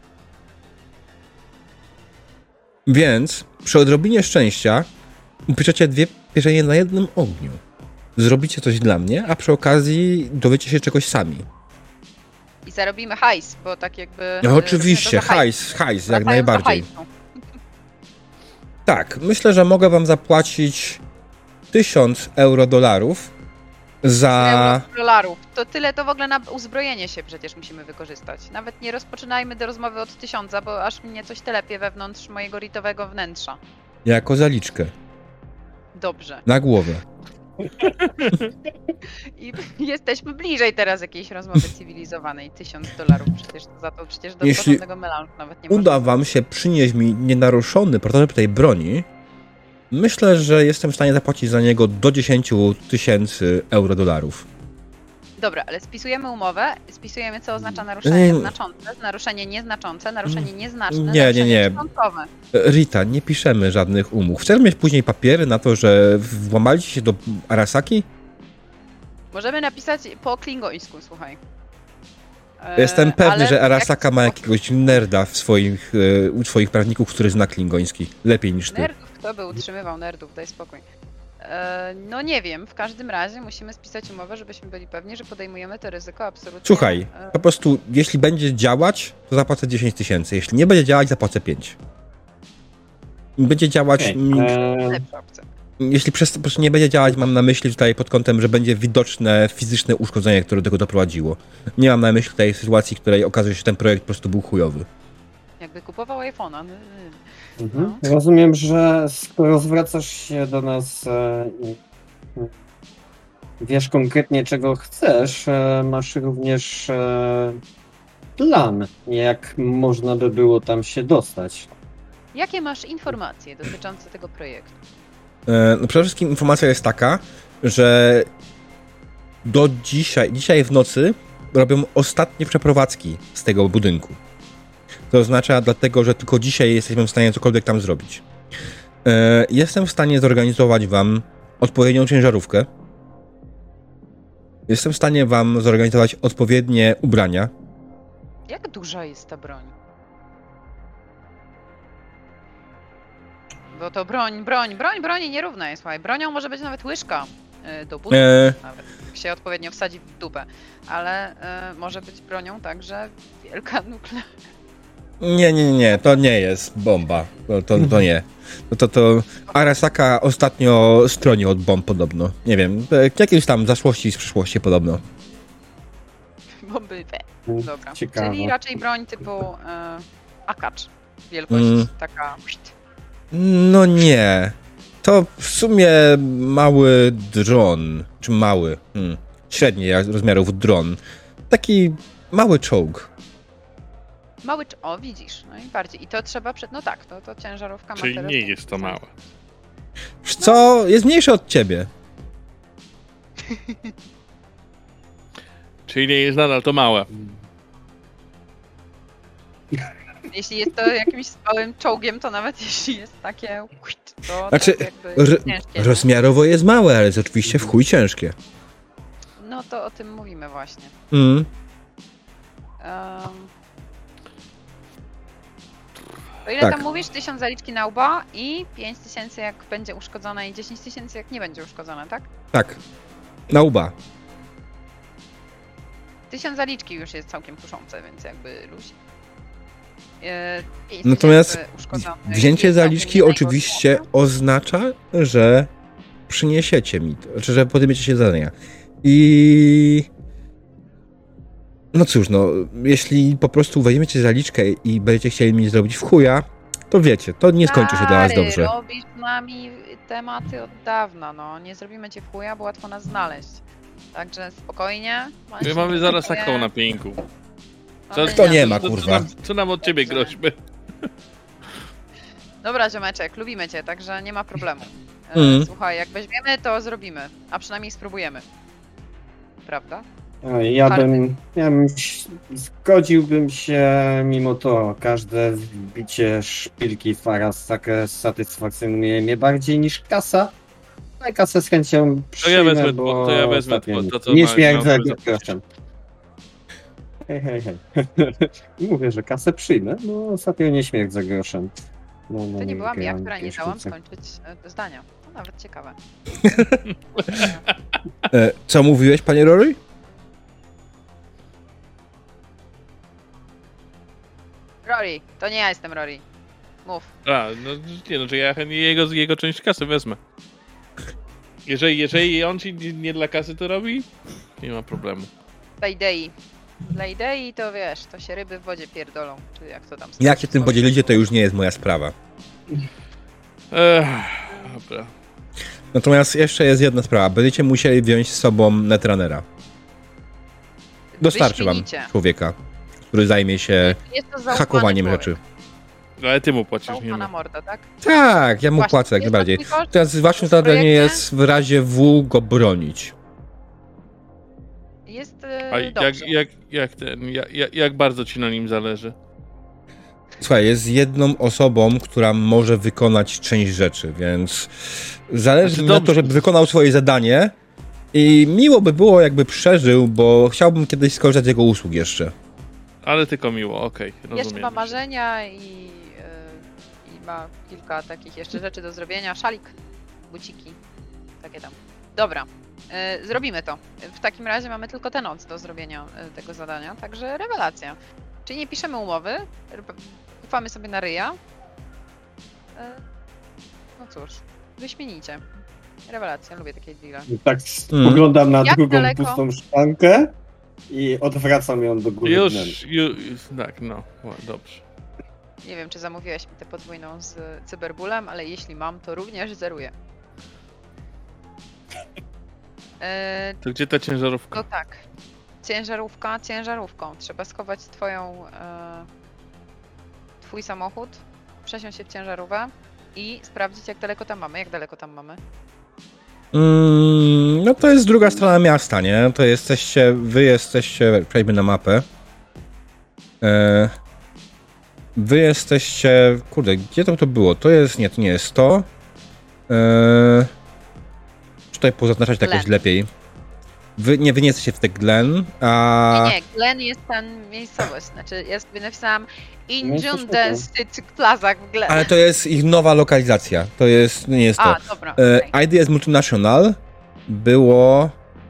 Więc przy odrobinie szczęścia upieczecie 2 pieczenie na jednym ogniu. Zrobicie coś dla mnie, a przy okazji dowiecie się czegoś sami. I zarobimy hajs, bo tak jakby... No, oczywiście, robimy to za hajs, jak Wracając do najbardziej. hajsu. Tak, myślę, że mogę wam zapłacić 1000 euro-dolarów za... $1000. To tyle to w ogóle na uzbrojenie się przecież musimy wykorzystać. Nawet nie rozpoczynajmy do rozmowy od 1000, bo aż mnie coś telepie wewnątrz mojego ritowego wnętrza. jako zaliczkę. Dobrze. Na głowę. I jesteśmy bliżej teraz jakiejś rozmowy cywilizowanej. $1000 przecież za to przecież do Jeśli porządnego melanżu nawet nie uda można. wam się przynieść mi nienaruszony prototyp tej broni, myślę, że jestem w stanie zapłacić za niego do 10 000 euro-dolarów. Dobra, ale spisujemy umowę, spisujemy co oznacza naruszenie Nie. znaczące, naruszenie nieznaczące, naruszenie nieznaczne, Nie, naruszenie nie. szczątkowe. Rita, nie piszemy żadnych umów. Chcesz mieć później papiery na to, że włamaliście się do Arasaki? Możemy napisać po klingońsku, słuchaj. Jestem pewny, ale że Arasaka jak- ma jakiegoś nerda u swoich prawników, który zna klingoński. Lepiej niż ty. Nerdów, kto by utrzymywał nerdów, daj spokój. No nie wiem, w każdym razie musimy spisać umowę, żebyśmy byli pewni, że podejmujemy to ryzyko absolutnie. Słuchaj, po prostu jeśli będzie działać, to zapłacę 10 000. Jeśli nie będzie działać, zapłacę 5. Będzie działać... Lepsza opcja. Jeśli po prostu nie będzie działać, mam na myśli tutaj pod kątem, że będzie widoczne fizyczne uszkodzenie, które do tego doprowadziło. Nie mam na myśli tej sytuacji, w której okazuje się, że ten projekt po prostu był chujowy. Jakby kupował iPhone'a. Mhm. Rozumiem, że skoro zwracasz się do nas i wiesz konkretnie czego chcesz, masz również plan, jak można by było tam się dostać. Jakie masz informacje dotyczące tego projektu? No przede wszystkim informacja jest taka, że do dzisiaj w nocy robią ostatnie przeprowadzki z tego budynku. To oznacza dlatego, że tylko dzisiaj jesteśmy w stanie cokolwiek tam zrobić. Jestem w stanie zorganizować wam odpowiednią ciężarówkę. Jestem w stanie wam zorganizować odpowiednie ubrania. Jak duża jest ta broń? Bo to broni nierówna jest, słuchaj. Bronią może być nawet łyżka do butów, nawet jak się odpowiednio wsadzi w dupę. Ale może być bronią także wielka nuklearna. Nie, to nie jest bomba. To nie. To Arasaka ostatnio stroni od bomb podobno. Nie wiem, jakieś tam zaszłości z przyszłości podobno. Bomby Dobra. Ciekawe. Czyli raczej broń typu akacz. Wielkość taka... No nie. To w sumie mały dron. Czy mały? Średniej rozmiarów dron. Taki mały czołg. Mały... O, widzisz. No i bardziej. I to trzeba... No tak, to ciężarówka ma Czyli teraz... nie jest to małe. Wiesz co? Jest mniejszy od ciebie. Czyli nie jest nadal to małe. Jeśli jest to jakimś małym czołgiem, to nawet jeśli jest takie... To Znaczy, to jakby ciężkie, nie? rozmiarowo jest małe, ale jest oczywiście w chuj ciężkie. No to o tym mówimy właśnie. O ile Tak. tam mówisz? 1000 zaliczki na łba i 5000 jak będzie uszkodzone i 10 000 jak nie będzie uszkodzone, tak? Tak. Na łba. 1000 zaliczki już jest całkiem kuszące, więc jakby luź. Natomiast wzięcie zaliczki oczywiście oznacza, że przyniesiecie mi to, znaczy, że podejmiecie się zadania. I No cóż, no, jeśli po prostu weźmiecie zaliczkę i będziecie chcieli mi zrobić w chuja, to wiecie, to nie skończy się dla was Stary, dobrze. robisz z nami tematy od dawna, no. Nie zrobimy cię w chuja, bo łatwo nas znaleźć. Także spokojnie. My mamy zaraz taką na pieńku. To nie ma, kurwa. Co nam od ciebie groźby? Dobra, ziomeczek, lubimy cię, także nie ma problemu. Słuchaj, jak weźmiemy, to zrobimy. A przynajmniej spróbujemy. Prawda? Zgodziłbym się mimo to. Każde wbicie szpilki w Arasaka satysfakcjonuje mnie bardziej niż kasa. Ale kasę z chęcią przyjmę, bo to ja wezmę ostatnio to, co nie ma- śmierdzę mam groszem. Hej. Mówię, że kasę przyjmę, bo ostatnio nie śmierdzę groszem. No, To nie byłam ja, gram która nie jakieś dałam sztuce. skończyć zdania. To nawet ciekawe. Co mówiłeś, panie Rory? Rory, to nie ja jestem Rory. Mów. A, no nie, no, że ja chętnie jego część kasy wezmę. Jeżeli on ci nie dla kasy to robi, nie ma problemu. Dla idei to wiesz, to się ryby w wodzie pierdolą, czy jak to tam Jak się tym podzielicie, to już nie jest moja sprawa. Dobra. Natomiast jeszcze jest jedna sprawa. Będziecie musieli wziąć z sobą netrunnera. Dostarczy wam Wyśmienicie. człowieka, który zajmie się Jest to zaufany hakowaniem człowiek. rzeczy. No, ale ty mu płacisz, nie Zaufana ma. morda, tak? Tak, ja mu Właśnie, płacę jak jest najbardziej. to twój koszt? Teraz waszym W zadaniem projekcie? jest w razie W go bronić. Jest A dobrze. jak bardzo ci na nim zależy? Słuchaj, jest jedną osobą, która może wykonać część rzeczy, więc zależy Znaczy, mi na to, dobrze. żeby wykonał swoje zadanie i miło by było, jakby przeżył, bo chciałbym kiedyś skorzystać z jego usług jeszcze. Ale tylko miło, okej, Jeszcze rozumiem. ma marzenia i ma kilka takich jeszcze rzeczy do zrobienia. Szalik, buciki, takie tam. Dobra, zrobimy to. W takim razie mamy tylko tę noc do zrobienia tego zadania, także rewelacja. Czyli nie piszemy umowy, ufamy sobie na ryja. No cóż, wyśmienicie. Rewelacja, lubię takie deale. Tak spoglądam na Jak drugą daleko? pustą szklankę i odwracam ją do góry dnem. Tak, no, dobrze. Nie wiem, czy zamówiłeś mi tę podwójną z cyberbulem, ale jeśli mam, to również zeruję. To gdzie ta ciężarówka? No tak. Ciężarówka ciężarówką. Trzeba schować twój samochód, przesiąść się w ciężarówkę i sprawdzić, jak daleko tam mamy. Jak daleko tam mamy? No to jest druga strona miasta, nie? To wy jesteście, przejdźmy na mapę. Wy jesteście, kurde, gdzie to było? To jest, nie, to nie jest to. Tutaj pozaznaczać jakoś Glen. lepiej. Wy nie jesteście w The Glen, a... Nie, Glen jest ten miejscowość. Znaczy, ja sobie napisałam No, Injun to Density Plaza w Glen. Ale to jest ich nowa lokalizacja. To jest, nie jest to. A, dobra. okej. IDS Multinational było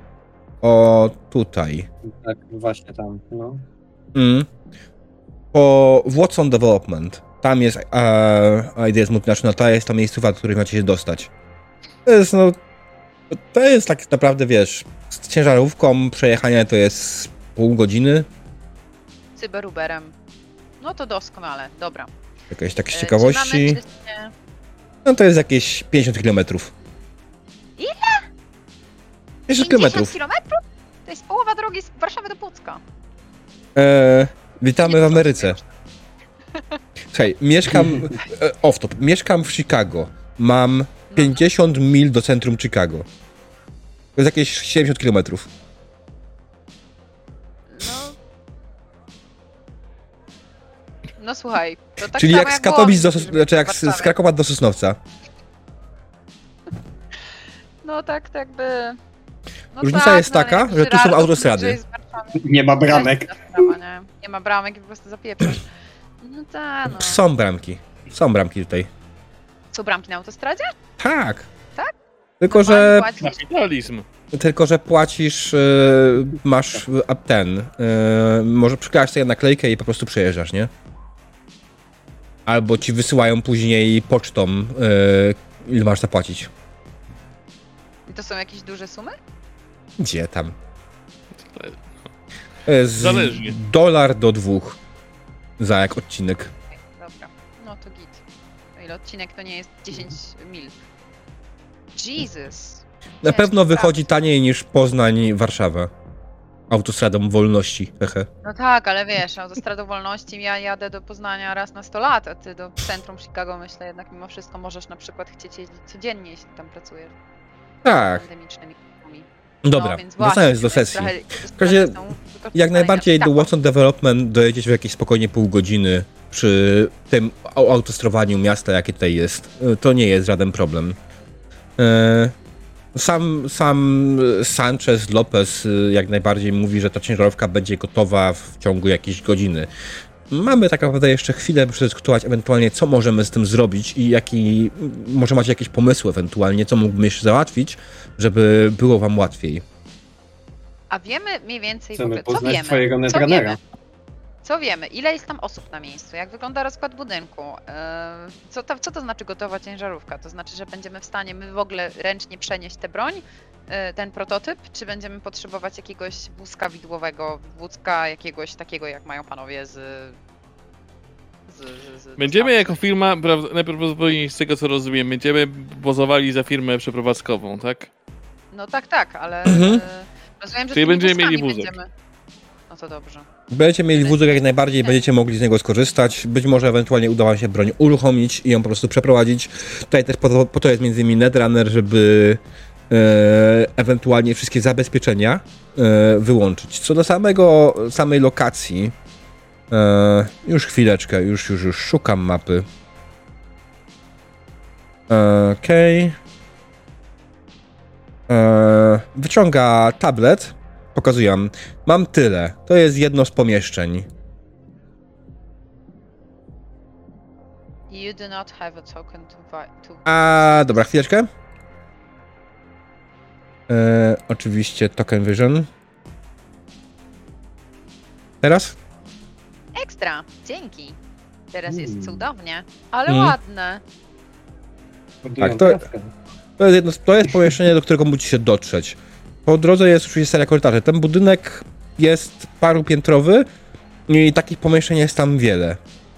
tutaj. Tak, właśnie tam, no. Po Watson Development. Tam jest IDS Multinational, to jest ta miejscowa, do której macie się dostać. To jest tak naprawdę, wiesz, z ciężarówką przejechanie to jest pół godziny. Cyberuberem. No to doskonale, dobra. Jakaś tak z Czy ciekawości. mamy czyście... No to jest jakieś 50 km. Ile? 50 km. 50 kilometrów? To jest połowa drogi z Warszawy do Pucka. Witamy w Ameryce. Słuchaj, mieszkam off-top, mieszkam w Chicago. Mam 50 mil do centrum Chicago. To jest jakieś 70 km. No słuchaj, to tak Czyli samo jak z Katowic do znaczy jak Warszawy. z Krakowa do Sosnowca. No tak jakby... No Różnica tak, jest no, ale taka, jak że tu są Żyrardów autostrady. bliżej z Warszawy, Nie ma to jest bramek. inna sprawa, nie? Nie ma bramek i po prostu zapieprzasz. No tak, no. Są bramki. Są bramki tutaj. Są bramki na autostradzie? Tak. Tak? Tylko, że Normalnie płacisz? Kapitalizm. płacisz, masz może przyklejasz sobie naklejkę i po prostu przejeżdżasz, nie? Albo ci wysyłają później pocztą, ile masz zapłacić. I to są jakieś duże sumy? Gdzie tam? Zależnie. $1 do 2 za jak odcinek. Dobra, no to git. O ile odcinek to nie jest 10 mil. Jesus. Na pewno Ciężki wychodzi taniej niż Poznań-Warszawa. Autostradą wolności, hehe. No tak, ale wiesz, autostradą wolności ja jadę do Poznania raz na 100 lat, a ty do centrum Chicago, myślę, jednak mimo wszystko możesz na przykład chcieć jeździć codziennie, jeśli tam pracujesz. Tak. Pandemicznymi warunkami. Dobra, więc wracając do to jest sesji. trochę- razie są wykorzystane Jak najbardziej na do tak. Watson Development dojedziecie w jakieś spokojnie pół godziny przy tym autostrowaniu miasta, jakie tutaj jest. To nie jest żaden problem. Sam Sanchez Lopez jak najbardziej mówi, że ta ciężarówka będzie gotowa w ciągu jakiejś godziny. Mamy tak naprawdę jeszcze chwilę, by przedyskutować ewentualnie, co możemy z tym zrobić i może macie jakieś pomysły ewentualnie, co mógłbym jeszcze załatwić, żeby było wam łatwiej. A wiemy mniej więcej w Chcemy ogóle, co poznać wiemy? twojego Co netrunnera. wiemy? Co wiemy? Ile jest tam osób na miejscu? Jak wygląda rozkład budynku? Co to znaczy gotowa ciężarówka? To znaczy, że będziemy w stanie my w ogóle ręcznie przenieść tę broń, ten prototyp, czy będziemy potrzebować jakiegoś wózka widłowego, wózka jakiegoś takiego, jak mają panowie z Będziemy jako firma, najprawdopodobniej z tego co rozumiem, będziemy bazowali za firmę przeprowadzkową, tak? No tak, ale rozumiem, że Czyli z tymi będziemy mieli wózkami wózek. będziemy... No to dobrze. Będziecie mieli wózek jak najbardziej, będziecie mogli z niego skorzystać. Być może ewentualnie uda wam się broń uruchomić i ją po prostu przeprowadzić. Tutaj też po to jest między innymi Netrunner, żeby ewentualnie wszystkie zabezpieczenia wyłączyć. Co do samej lokacji, już chwileczkę, już szukam mapy. Okej. Wyciąga tablet. Pokazuję. Mam tyle. To jest jedno z pomieszczeń. You do not have a token to A, dobra, chwileczkę. Oczywiście Token Vision. Teraz? Ekstra, dzięki. Teraz jest cudownie, ale ładne. Tak, to jest pomieszczenie, do którego musicie dotrzeć. Po drodze jest oczywiście seria korytarzy. Ten budynek jest parupiętrowy i takich pomieszczeń jest tam wiele.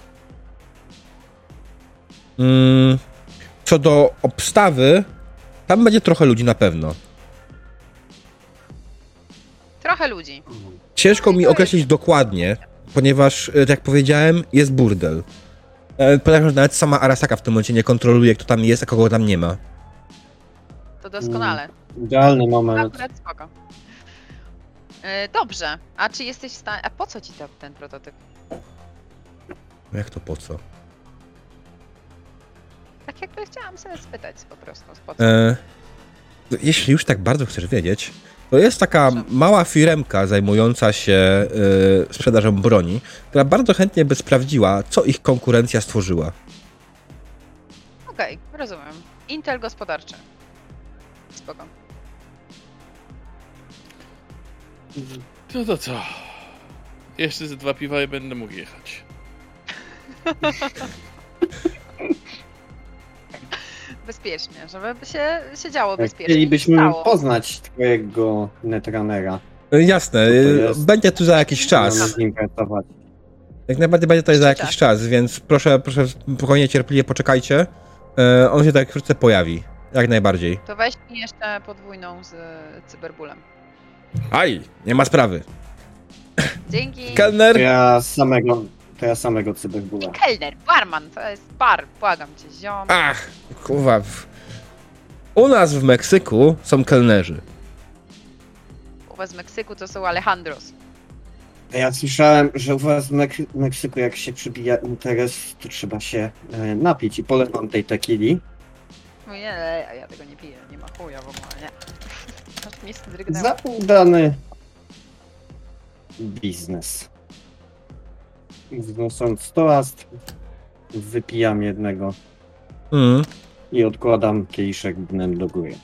Co do obstawy, tam będzie trochę ludzi na pewno. Trochę ludzi. Ciężko mi określić dokładnie, ponieważ, jak powiedziałem, jest burdel. Ponieważ nawet sama Arasaka w tym momencie nie kontroluje, kto tam jest, a kogo tam nie ma. To doskonale. Idealny moment. Akurat spoko. Dobrze, a czy jesteś w stanie... A po co ci ten prototyp? Jak to po co? Tak jakby chciałam sobie spytać po prostu. Po co? Jeśli już tak bardzo chcesz wiedzieć, to jest taka mała firemka zajmująca się sprzedażą broni, która bardzo chętnie by sprawdziła, co ich konkurencja stworzyła. Okej, rozumiem. Intel gospodarczy. Spoko. No to co? Jeszcze ze 2 piwa i będę mógł jechać. Bezpiecznie, żeby się działo bezpiecznie. Chcielibyśmy Stało. poznać twojego netrunnera. Jasne, będzie tu za jakiś czas. Z nim pracować. Jak najbardziej będzie tutaj za Jeszcze jakiś czas, więc proszę spokojnie, cierpliwie poczekajcie. On się tak wkrótce pojawi. Jak najbardziej. To weź mi jeszcze podwójną z cyberbulem. Aj, nie ma sprawy. Dzięki. Kelner? To ja samego cyberbula. Kelner, barman, to jest bar. Błagam cię, ziom. Ach, kurwa. U nas w Meksyku są kelnerzy. U was w Meksyku to są Alejandros. Ja słyszałem, że u was w Meksyku jak się przybija interes, to trzeba się napić i polewam tej tequili. No nie, ja tego nie piję, nie ma chuja w ogóle, nie. Aż mnie zdrygnęło. Za udany biznes. Wnosząc toast, wypijam jednego i odkładam kieliszek dnem do góry.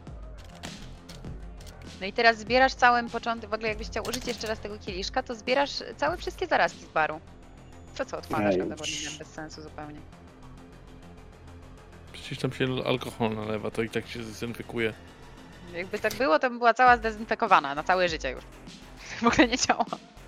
No i teraz zbierasz całym początek, w ogóle jakbyś chciał użyć jeszcze raz tego kieliszka, to zbierasz całe wszystkie zarazki z baru. To co odpalasz na zawodnikiem, bez sensu zupełnie. Przecież tam się alkohol nalewa, to i tak się zdezynfekuje. Jakby tak było, to by była cała zdezynfekowana na całe życie już. W ogóle nie działa.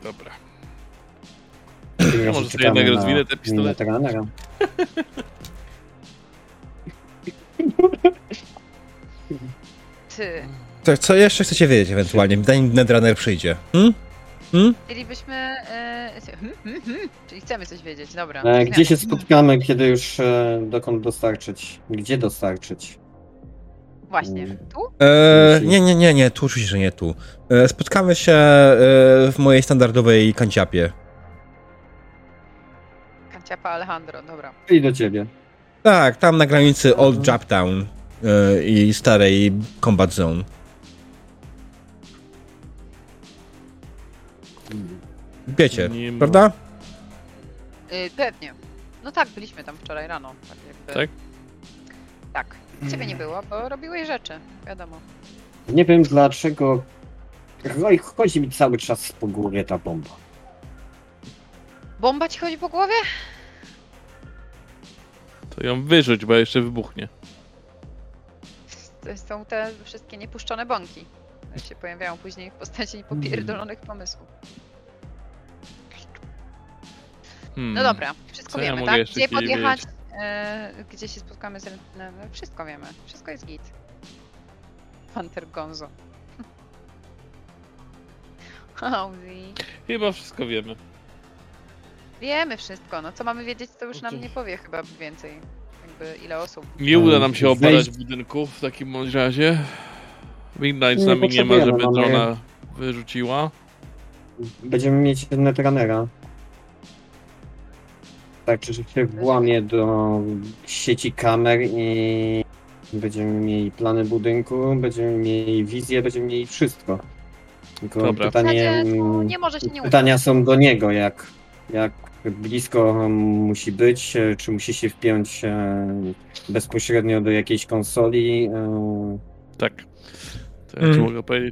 Dobra. Może Może sobie jednak rozwinę te pistolety. Ty. To, co jeszcze chcecie wiedzieć ewentualnie, zanim Netrunner przyjdzie? Chcielibyśmy... Czyli chcemy coś wiedzieć, dobra. Gdzie się spotkamy, kiedy już dokąd dostarczyć? Gdzie dostarczyć? Właśnie, tu? Nie, tu oczywiście, że nie tu. Spotkamy się w mojej standardowej kanciapie. Kanciapa Alejandro, dobra. I do ciebie. Tak, tam na granicy Old Japtown i starej Combat Zone. Wiecie, prawda? Pewnie. No tak, byliśmy tam wczoraj rano. Tak? Jakby... Tak? Tak. Ciebie nie było, bo robiłeś rzeczy, wiadomo. Nie wiem dlaczego. Chodzi mi cały czas po głowie ta bomba. Bomba ci chodzi po głowie? To ją wyrzuć, bo jeszcze wybuchnie. To są te wszystkie niepuszczone bąki, które się pojawiają później w postaci popierdolonych pomysłów. No dobra, wszystko Co ja wiemy, mogę tak? jeszcze Gdzie ci podjechać, gdzie się spotkamy z... No, wszystko wiemy, wszystko jest git. Hunter Gonzo. Howdy. Chyba wszystko wiemy. Wiemy wszystko, no co mamy wiedzieć, to już nam nie powie chyba więcej. Jakby ile osób. Nie uda nam się obalać Wejść- budynków w takim bądź razie. Midnight z Nie nami nie ma, żeby potrzebujemy, mamy- drona wyrzuciła. Będziemy mieć Netrunnera. Tak, czy się włamie do sieci kamer i będziemy mieli plany budynku, będziemy mieli wizję, będziemy mieli wszystko. Tylko Dobra. W zasadzie pytanie, to nie może się nie udać. pytania są do niego, jak blisko musi być, czy musi się wpiąć bezpośrednio do jakiejś konsoli. Tak. To ja ci mogę powiedzieć.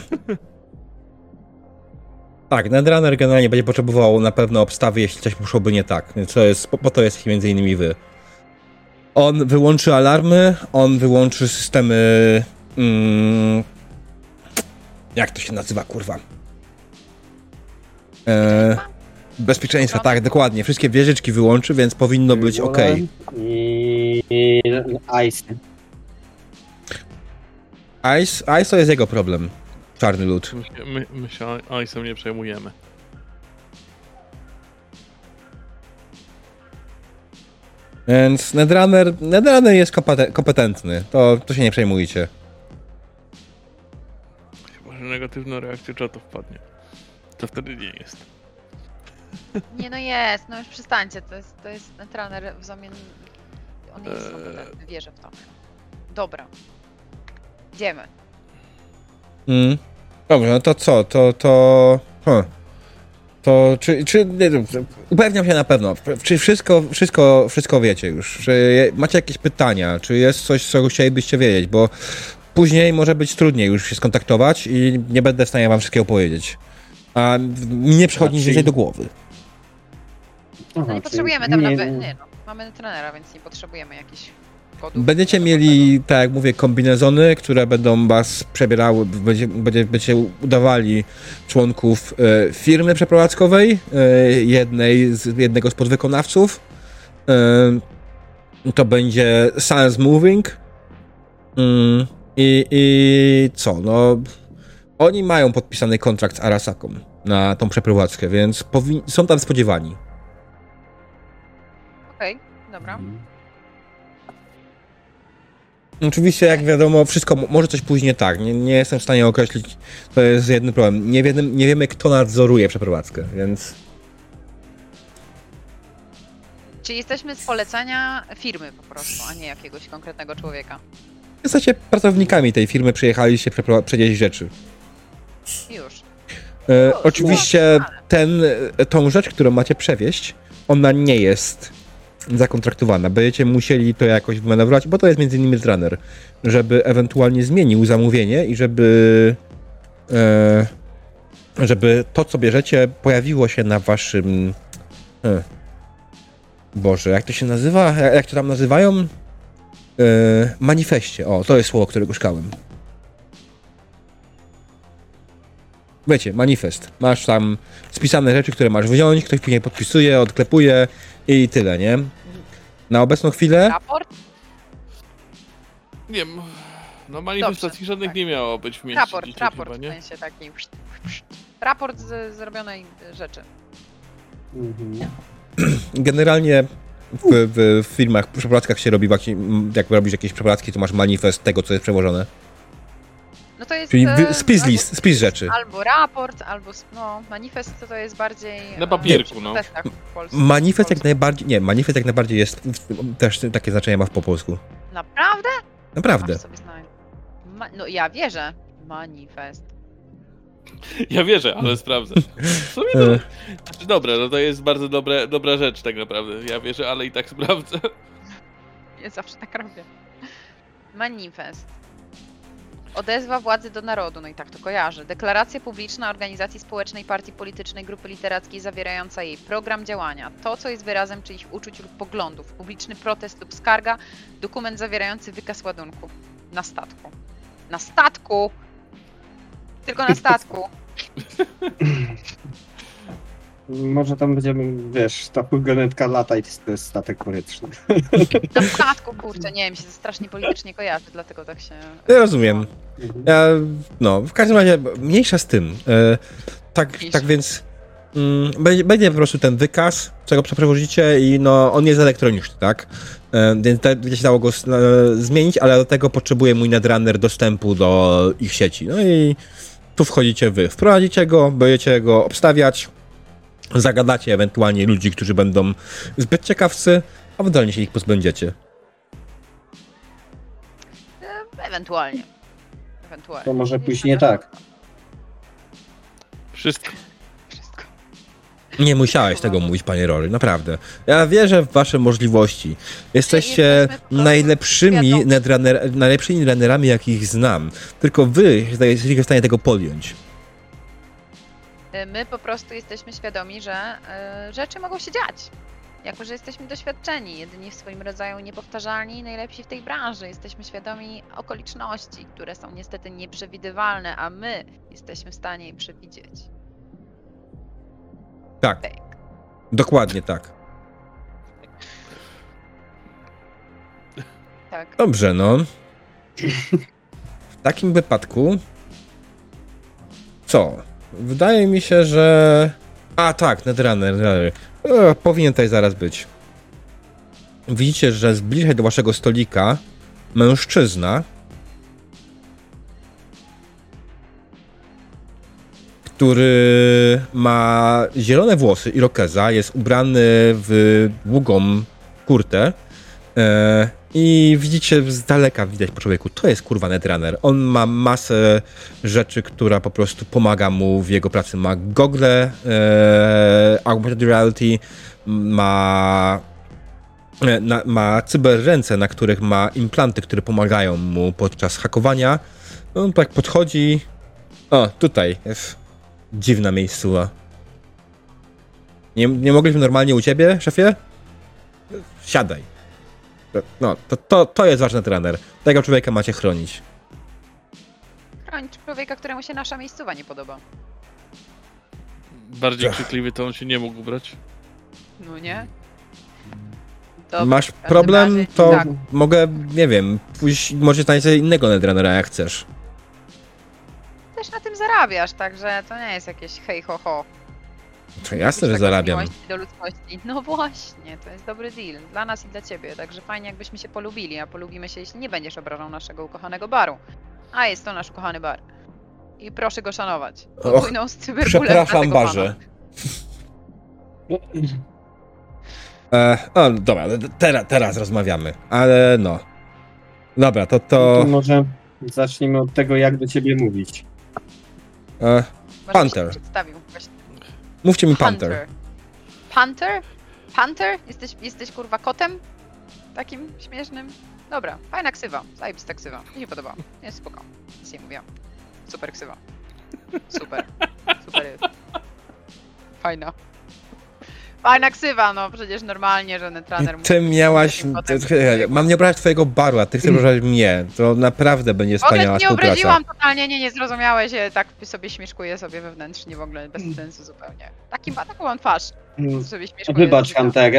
Tak, Netrunner generalnie będzie potrzebował na pewno obstawy, jeśli coś poszłoby nie tak. Co jest, po to jest między innymi wy. On wyłączy alarmy, on wyłączy systemy... jak to się nazywa, kurwa? Bezpieczeństwa, tak, dokładnie. Wszystkie wieżyczki wyłączy, więc powinno być ok. I Ice. Ice to jest jego problem. Czarny lud. My się Ice'em nie przejmujemy. Więc Netrunner jest kompetentny. To się nie przejmujcie. Chyba, że negatywna reakcja czatu wpadnie. To wtedy nie jest. Nie no jest, no już przestańcie, to jest Netrunner w zamian... On jest kompetentny, wierzę w to. Dobra. Idziemy. Dobrze, no to co? To czy nie wiem, upewniam się na pewno, czy wszystko wiecie już, czy macie jakieś pytania, czy jest coś, co chcielibyście wiedzieć, bo później może być trudniej już się skontaktować i nie będę w stanie wam wszystkiego powiedzieć. A mi nie przychodzi nic więcej do głowy. No nie potrzebujemy tam nie no, mamy trenera, więc nie potrzebujemy jakichś kodów. Będziecie mieli, tak jak mówię, kombinezony, które będą was przebierały, będziecie udawali członków firmy przeprowadzkowej, jednego z podwykonawców. To będzie Sans Moving. I co? No, oni mają podpisany kontrakt z Arasaką na tą przeprowadzkę, więc są tam spodziewani. Okej, dobra. Oczywiście, jak wiadomo, wszystko może coś później tak. Nie jestem w stanie określić, to jest jeden problem. Nie wiemy, kto nadzoruje przeprowadzkę, więc... Czyli jesteśmy z polecenia firmy po prostu, a nie jakiegoś konkretnego człowieka. Jesteście pracownikami tej firmy, przyjechaliście przewieźć rzeczy. Już. Oczywiście tą rzecz, którą macie przewieźć, ona nie jest zakontraktowana. Będziecie musieli to jakoś wymanewrować, bo to jest między innymi Netrunner, żeby ewentualnie zmienił zamówienie i żeby to, co bierzecie, pojawiło się na waszym... Boże, jak to się nazywa? Jak to tam nazywają? Manifestie. O, to jest słowo, którego szukałem. Wiecie, manifest. Masz tam spisane rzeczy, które masz wziąć, ktoś później podpisuje, odklepuje i tyle, nie? Na obecną chwilę... Raport? Nie wiem, no manifestacji Dobrze, żadnych tak. nie miało być w mieście Raport dzisiaj w chyba, nie? sensie taki. Raport z zrobionej rzeczy. Mhm. Generalnie w filmach, w przeprowadzkach się robi, jak robisz jakieś przeprowadzki, to masz manifest tego, co jest przewożone. No to jest. Czyli spis rzeczy. Albo raport, albo manifest to jest bardziej. Na papierku, przy no. protestach w Polsce. Manifest jak najbardziej, nie, manifest jak najbardziej jest, też takie znaczenie ma po polsku. Naprawdę? Naprawdę. Masz sobie znać. No ja wierzę. Manifest. Ja wierzę, ale sprawdzę. W sumie to, znaczy, dobra, no to jest bardzo dobra rzecz tak naprawdę. Ja wierzę, ale i tak sprawdzę. Ja zawsze tak robię. Manifest. Odezwa władzy do narodu, no i tak to kojarzę. Deklaracja publiczna organizacji społecznej, partii politycznej, grupy literackiej zawierająca jej program działania. To, co jest wyrazem czyichś uczuć lub poglądów. Publiczny protest lub skarga. Dokument zawierający wykaz ładunku. Na statku. Na statku! Tylko na statku. Może tam będziemy, wiesz, ta furgonetka lata i to jest statek powietrzny. Na statku, kurczę, nie wiem, mi się to strasznie politycznie kojarzy, dlatego tak się... Ja rozumiem. No, w każdym razie mniejsza z tym. Tak więc będzie po prostu ten wykaz, czego przewozicie i no, on jest elektroniczny, tak? Więc będzie się dało go zmienić, ale do tego potrzebuje mój Netrunner dostępu do ich sieci. No i tu wchodzicie wy. Wprowadzicie go, będziecie go obstawiać, zagadacie ewentualnie ludzi, którzy będą zbyt ciekawcy, a wydalnie się ich pozbędziecie. Ewentualnie. To może pójść nie tak. Wszystko. Wszystko. Nie musiałeś tego mówić, panie Rory, naprawdę. Ja wierzę w wasze możliwości. Jesteście najlepszymi Netrunnerami, jakich znam. Tylko wy jesteście w stanie tego podjąć. My po prostu jesteśmy świadomi, że rzeczy mogą się dziać. Jako że jesteśmy doświadczeni, jedyni w swoim rodzaju, niepowtarzalni i najlepsi w tej branży. Jesteśmy świadomi okoliczności, które są niestety nieprzewidywalne, a my jesteśmy w stanie je przewidzieć. Tak. Tak. Dokładnie tak. Tak. Dobrze, no. W takim wypadku... Co? Wydaje mi się, że... A tak, Netrunner. Powinien tutaj zaraz być. Widzicie, że zbliża się do waszego stolika mężczyzna, który ma zielone włosy, irokeza, jest ubrany w długą kurtę i widzicie z daleka, widać po człowieku, to jest kurwa Netrunner. On ma masę rzeczy, która po prostu pomaga mu w jego pracy. Ma gogle, augmented reality, ma cyberręce, na których ma implanty, które pomagają mu podczas hakowania. On tak podchodzi. O, tutaj jest dziwna miejscowa. Nie mogliśmy normalnie u ciebie, szefie? Siadaj. No, to jest wasz Netrunner. Tego człowieka macie chronić. Chronić człowieka, któremu się nasza miejscowa nie podoba. Bardziej krzykliwy to on się nie mógł brać. No nie? Dobrze, Masz w każdym problem, razie to tak. mogę, nie wiem, pójść, może znaleźć sobie innego Netrunnera, jak chcesz. Też na tym zarabiasz, także to nie jest jakieś hej ho ho. To jasne, że Taką zarabiam. miłości do ludzkości. No właśnie, to jest dobry deal. Dla nas i dla ciebie. Także fajnie, jakbyśmy się polubili, a polubimy się, jeśli nie będziesz obrażał naszego ukochanego baru. A jest to nasz ukochany bar. I proszę go szanować. Podwójną z cyberbulem Przepraszam, barze. Dobra, teraz rozmawiamy, ale no. Dobra, To może zacznijmy od tego, jak do ciebie mówić. Panther. Przedstawił właśnie. Mówcie mi Panther. Panther? Panther? Jesteś kurwa kotem? Takim śmiesznym? Dobra, fajna ksywa. Zajebista ksywa. Mi się podoba. Jest spoko. Nic nie mówiłam. Super ksywa. Super. Super jest. Fajna. Fajna ksywa, no przecież normalnie, że netrunner Ty miałaś... potem- Mam nie obrażać twojego baru, a ty chcesz obrażać mnie. To naprawdę będzie W ogóle wspaniała nie współpraca. obraziłam totalnie, nie zrozumiałeś, tak sobie śmieszkuję sobie wewnętrznie, w ogóle bez sensu zupełnie. Taką mam twarz, sobie śmieszkuję. Wybacz, sobie. Hunter.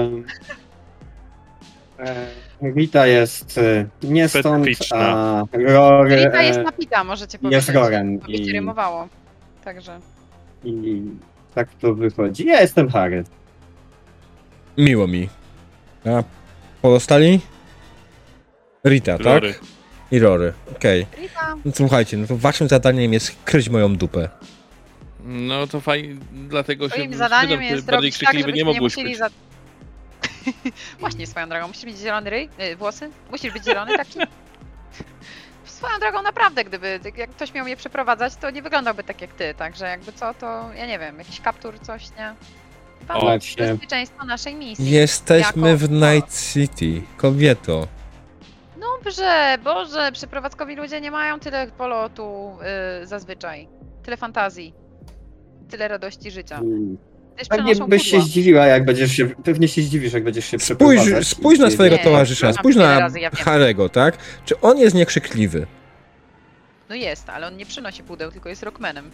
Rita jest nie stąd, a Rory Rita jest napita, możecie powiedzieć. jest Rorem. To by się rymowało. Także. I tak to wychodzi. Ja jestem Harry. Miło mi. A pozostali? Rita, Rory. tak? I Rory, okej. Rita. No to słuchajcie, no to waszym zadaniem jest kryć moją dupę. No to fajnie, dlatego się Twoim zadaniem jest bardziej zrobić tak, krzykliwy żebyśmy nie nie mogłeś musieli być. Właśnie, swoją drogą, musisz mieć zielony ryj, włosy? Musisz być zielony taki? Swoją drogą, naprawdę, gdyby jak ktoś miał mnie przeprowadzać, to nie wyglądałby tak jak ty, także jakby co, to ja nie wiem, jakiś kaptur, coś, nie? O, Dbać o bezpieczeństwo naszej misji. Jesteśmy Jako- w Night City, kobieto. Dobrze, Boże, przeprowadzkowi ludzie nie mają tyle polotu zazwyczaj, tyle fantazji, tyle radości życia. Też Pewnie przenoszą byś się pudła. zdziwiła, jak będziesz się. Pewnie się zdziwisz, jak będziesz się przeprowadzać. Spójrz na swojego Nie, towarzysza, mam spójrz tyle na razy, ja wiem. Harego, tak? Czy on jest niekrzykliwy? No jest, ale on nie przynosi pudeł, tylko jest rockmanem.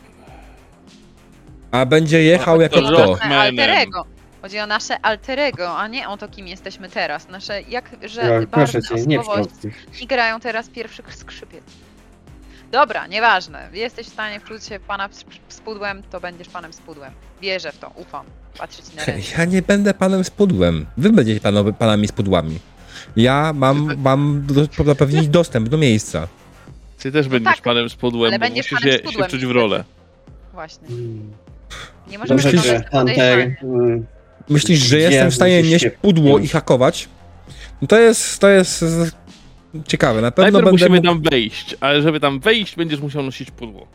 A będzie jechał to jako rock- kto? Nasze alterego. Chodzi o nasze alterego, a nie o to, kim jesteśmy teraz. Nasze, jakże No, proszę bardzo cię, nie osobowość wprost. i grają teraz pierwszych skrzypiec. Dobra, nieważne. Jesteś w stanie wczuć się w pana z pudłem, to będziesz panem z pudłem. Wierzę w to, ufam. Patrzę ci na ręce. Ja nie będę panem z pudłem. Wy będziecie panami z pudłami. Ja mam zapewnić dostęp do miejsca. Ty też będziesz tak, panem z pudłem, ale bo będziesz musisz panem z się pudłem, wczuć w niestety. rolę. Właśnie. Nie możemy Myślisz, wyglądać Że na Hunter. podejrzanie. Myślisz, że Gdzie jestem w stanie musisz nieść się pudło i wpiąć? hakować? No to jest ciekawe. Na pewno Najpierw będę musimy mógł... tam wejść, ale żeby tam wejść, będziesz musiał nosić pudło.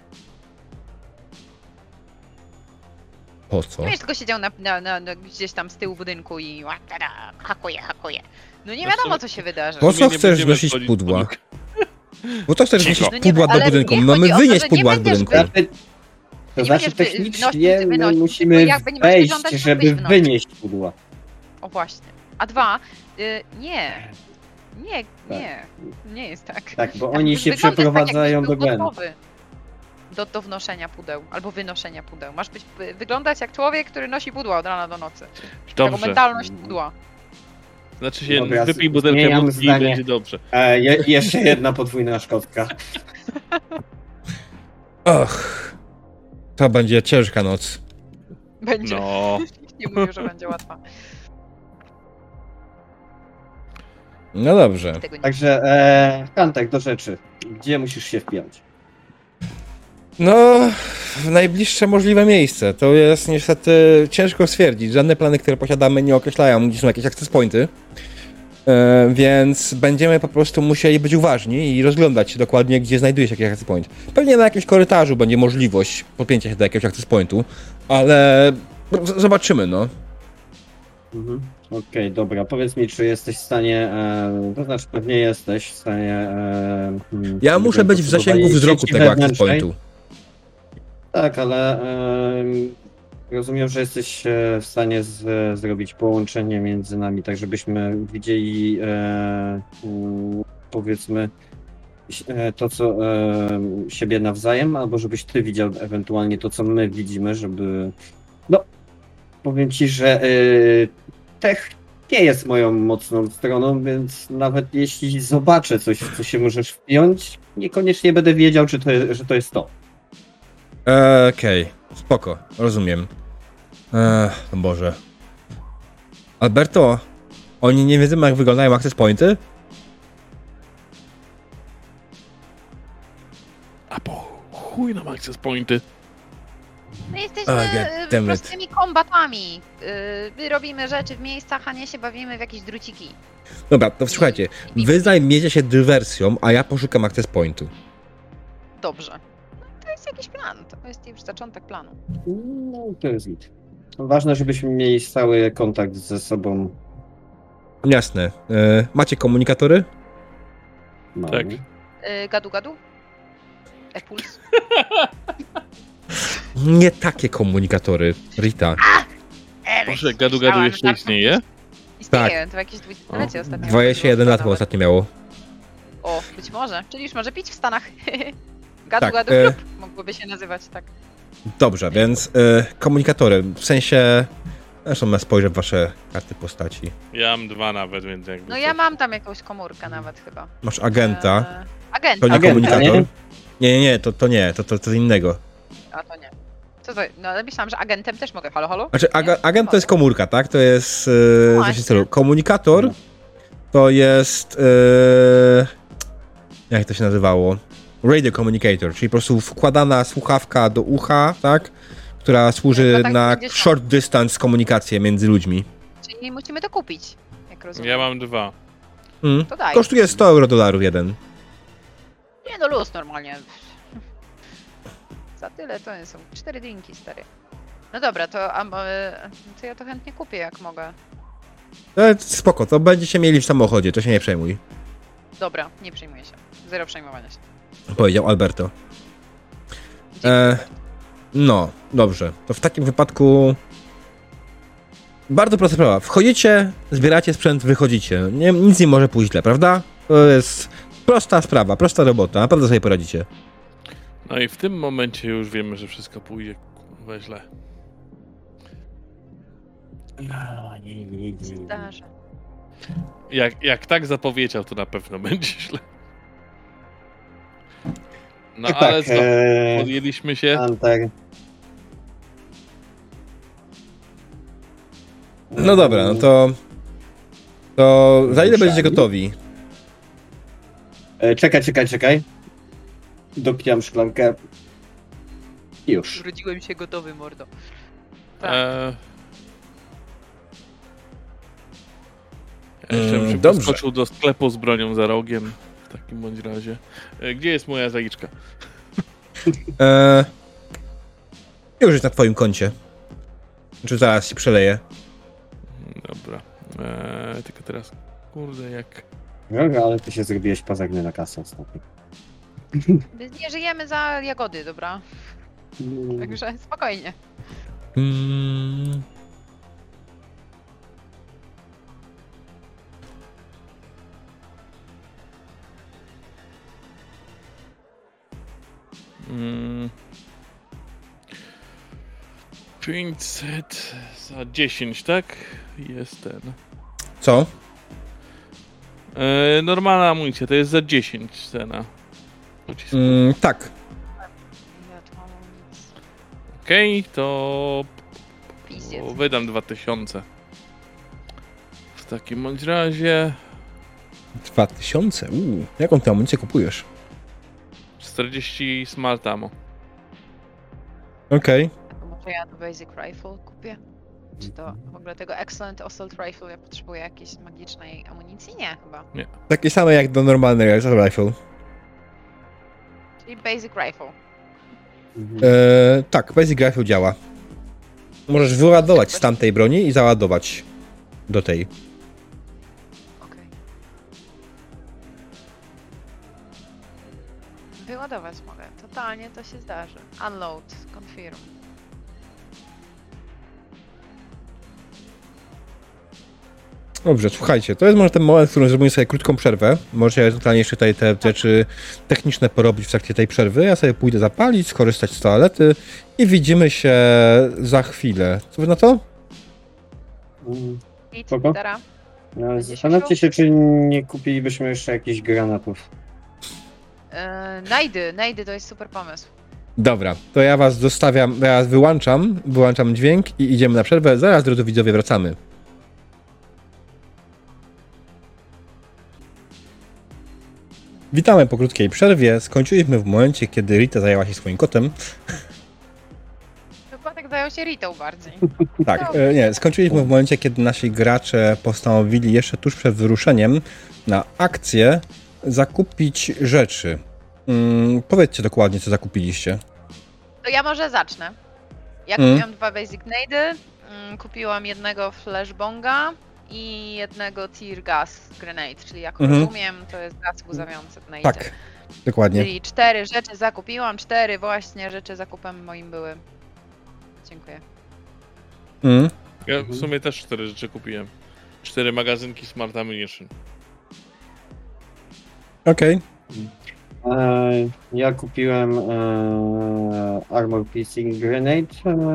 Po co? Nie będziesz tylko siedział gdzieś tam z tyłu budynku i hakuje. No nie No wiadomo, co- co się wydarzy. Po My co nie chcesz będziemy nosić wchodzić pudła? pod- Bo to chcesz Cicho. nosić No nie, pudła do ale budynku. nie My mamy chodzi o to, wynieść że nie pudła z będziesz budynku. To Nie znaczy będziesz technicznie my wynosić, musimy tylko jakby nie masz wejść, wyglądać, to żeby wyjść wnosić. wynieść pudła. O właśnie. A dwa, nie jest tak. Tak, bo Tak, oni musisz się wyglądać przeprowadzają tak, do jakbyś był Gwen. gotowy do wnoszenia pudeł, albo wynoszenia pudeł. Masz wyglądać jak człowiek, który nosi pudła od rana do nocy. Taką Dobrze. mentalność pudła. Znaczy się, Dobra, wypij butelkę zmieniam wódki i zdanie. będzie dobrze. Jeszcze jedna podwójna szkodka. Och, to będzie ciężka noc. Będzie. No. Nie mówię, że będzie łatwa. No dobrze. Tego nie. Także Hunter, do rzeczy. Gdzie musisz się wpiąć? No, w najbliższe możliwe miejsce. To jest niestety ciężko stwierdzić. Żadne plany, które posiadamy, nie określają, gdzie są jakieś access pointy. Więc będziemy po prostu musieli być uważni i rozglądać się dokładnie, gdzie znajduje się jakiś access point. Pewnie na jakimś korytarzu będzie możliwość podpięcia się do jakiegoś access pointu, ale zobaczymy, no. Mhm. Okej, dobra. Powiedz mi, czy jesteś w stanie, to znaczy pewnie jesteś w stanie... Ja muszę być w zasięgu wzroku sieci tego access wewnętrznej. pointu. Tak, ale rozumiem, że jesteś w stanie zrobić połączenie między nami, tak żebyśmy widzieli powiedzmy to, co siebie nawzajem, albo żebyś ty widział ewentualnie to, co my widzimy, żeby... No, powiem ci, że tech nie jest moją mocną stroną, więc nawet jeśli zobaczę coś, w co się możesz wpiąć, niekoniecznie będę wiedział, że to jest to. Okej, spoko, rozumiem. No Boże. Alberto, oni nie wiedzą, jak wyglądają access pointy? A po chuj nam access pointy. My jesteśmy goddammit. prostymi kombatami. My robimy rzeczy w miejscach, a nie się bawimy w jakieś druciki. Dobra, to słuchajcie, wy zajmiecie się dywersją, a ja poszukam access pointu. Dobrze. No, to jest jakiś plan. To jest już zaczątek planu. No, to jest git. Ważne, żebyśmy mieli stały kontakt ze sobą. Jasne. Macie komunikatory? Mamy. Tak. Gadu? E-puls? Nie takie komunikatory, Rita. Boże, gadu jeszcze istnieje? Istnieje, to jakieś 20-lecie ostatnio. 21 lat nawet. chyba ostatnio miało. O, być może. Czyli już może pić w Stanach. Gadu Tak, Gadu Klub mogłoby się nazywać, tak. Dobrze, więc komunikatory, w sensie... Zresztą spojrzę w wasze karty postaci. Ja mam 2 nawet, więc jakby... No ja mam tam jakąś komórkę nawet chyba. Masz agenta, Agenta. to nie Agenta, komunikator. nie? Nie, to nie, to innego. A to nie. Co to? No ale myślałam, że agentem też mogę. Halo, halo? Znaczy, agent to jest komórka, tak? To jest No coś w właśnie. stylu. Komunikator to jest... jak to się nazywało? Radio communicator, czyli po prostu wkładana słuchawka do ucha, tak? Która służy No tak na 50. short distance komunikację między ludźmi. Czyli musimy to kupić, jak rozumiem. Ja mam 2. To daj. Kosztuje $100 jeden. Nie no, luz normalnie. Za tyle to są 4 drinki, stary. No dobra, to ja to chętnie kupię, jak mogę. Spoko, to będziecie mieli w samochodzie, to się nie przejmuj. Dobra, nie przejmuję się. Zero przejmowania się. Powiedział Alberto. Dzięki. No, dobrze. To w takim wypadku... Bardzo prosta sprawa. Wchodzicie, zbieracie sprzęt, wychodzicie. Nic nie może pójść źle, prawda? To jest prosta sprawa, prosta robota. Naprawdę sobie poradzicie. No i w tym momencie już wiemy, że wszystko pójdzie źle. Zdarza. Jak tak zapowiedział, to na pewno będzie źle. No Tak, ale co? Podjęliśmy się. Hunter. No dobra, no to... To za ile będziecie gotowi? Czekaj. Dopijam szklankę. Już. Urodziłem się gotowy, mordo. Tak. Ja jeszcze bym szybko dobrze. skoczył do sklepu z bronią za rogiem. W takim bądź razie. Gdzie jest moja zaliczka? Już jest na twoim koncie. Czy zaraz się przeleję? Dobra. Tylko teraz, kurde, jak... No, ale ty się zrobiłeś pozagny na kasę ostatnio. My nie żyjemy za jagody, dobra? Także spokojnie. Mm. 500 za 10, tak? Jest ten. Co? Normalna amunicja, to jest za 10 cena. Tak. Okej, to Pizdziec. wydam 2000. W takim bądź razie 2000? Jaką ty amunicję kupujesz? 40 smart ammo. Okej. To może ja to Basic Rifle kupię? Czy to w ogóle tego Excellent Assault Rifle ja potrzebuję jakiejś magicznej amunicji? Nie, chyba. Takie same jak do normalnego Assault Rifle. Czyli Basic Rifle. Tak, Basic Rifle działa. Możesz wyładować z tamtej broni i załadować do tej. Okej. Wyładować mogę. Totalnie to się zdarzy. Unload. Confirm. Dobrze, słuchajcie, to jest może ten moment, w którym zrobimy sobie krótką przerwę. Możecie ewentualnie jeszcze tutaj te rzeczy techniczne porobić w trakcie tej przerwy. Ja sobie pójdę zapalić, skorzystać z toalety i widzimy się za chwilę. Co wy na to? Hit, Spoko. Dara. Zastanawiam się, czy nie kupilibyśmy jeszcze jakichś granatów. Najdy to jest super pomysł. Dobra, to ja was zostawiam, ja was wyłączam dźwięk i idziemy na przerwę. Zaraz, drodzy widzowie, wracamy. Witamy po krótkiej przerwie. Skończyliśmy w momencie, kiedy Rita zajęła się swoim kotem. Chyba tak zajął się Ritą bardziej. Tak, nie, skończyliśmy w momencie, kiedy nasi gracze postanowili jeszcze tuż przed wyruszeniem na akcję zakupić rzeczy. Powiedzcie dokładnie, co zakupiliście. To ja może zacznę. Ja kupiłam 2 Basic Nady, kupiłam jednego Flashbonga i jednego Tear Gas Grenade, czyli jak rozumiem, to jest gaz łzawiący w Nady. Tak, dokładnie. Czyli 4 rzeczy zakupiłam, 4 właśnie rzeczy zakupem moim były. Dziękuję. Ja w sumie też 4 rzeczy kupiłem. 4 magazynki Smart Ammunition. Okej. Ja kupiłem Armor Piercing Grenade,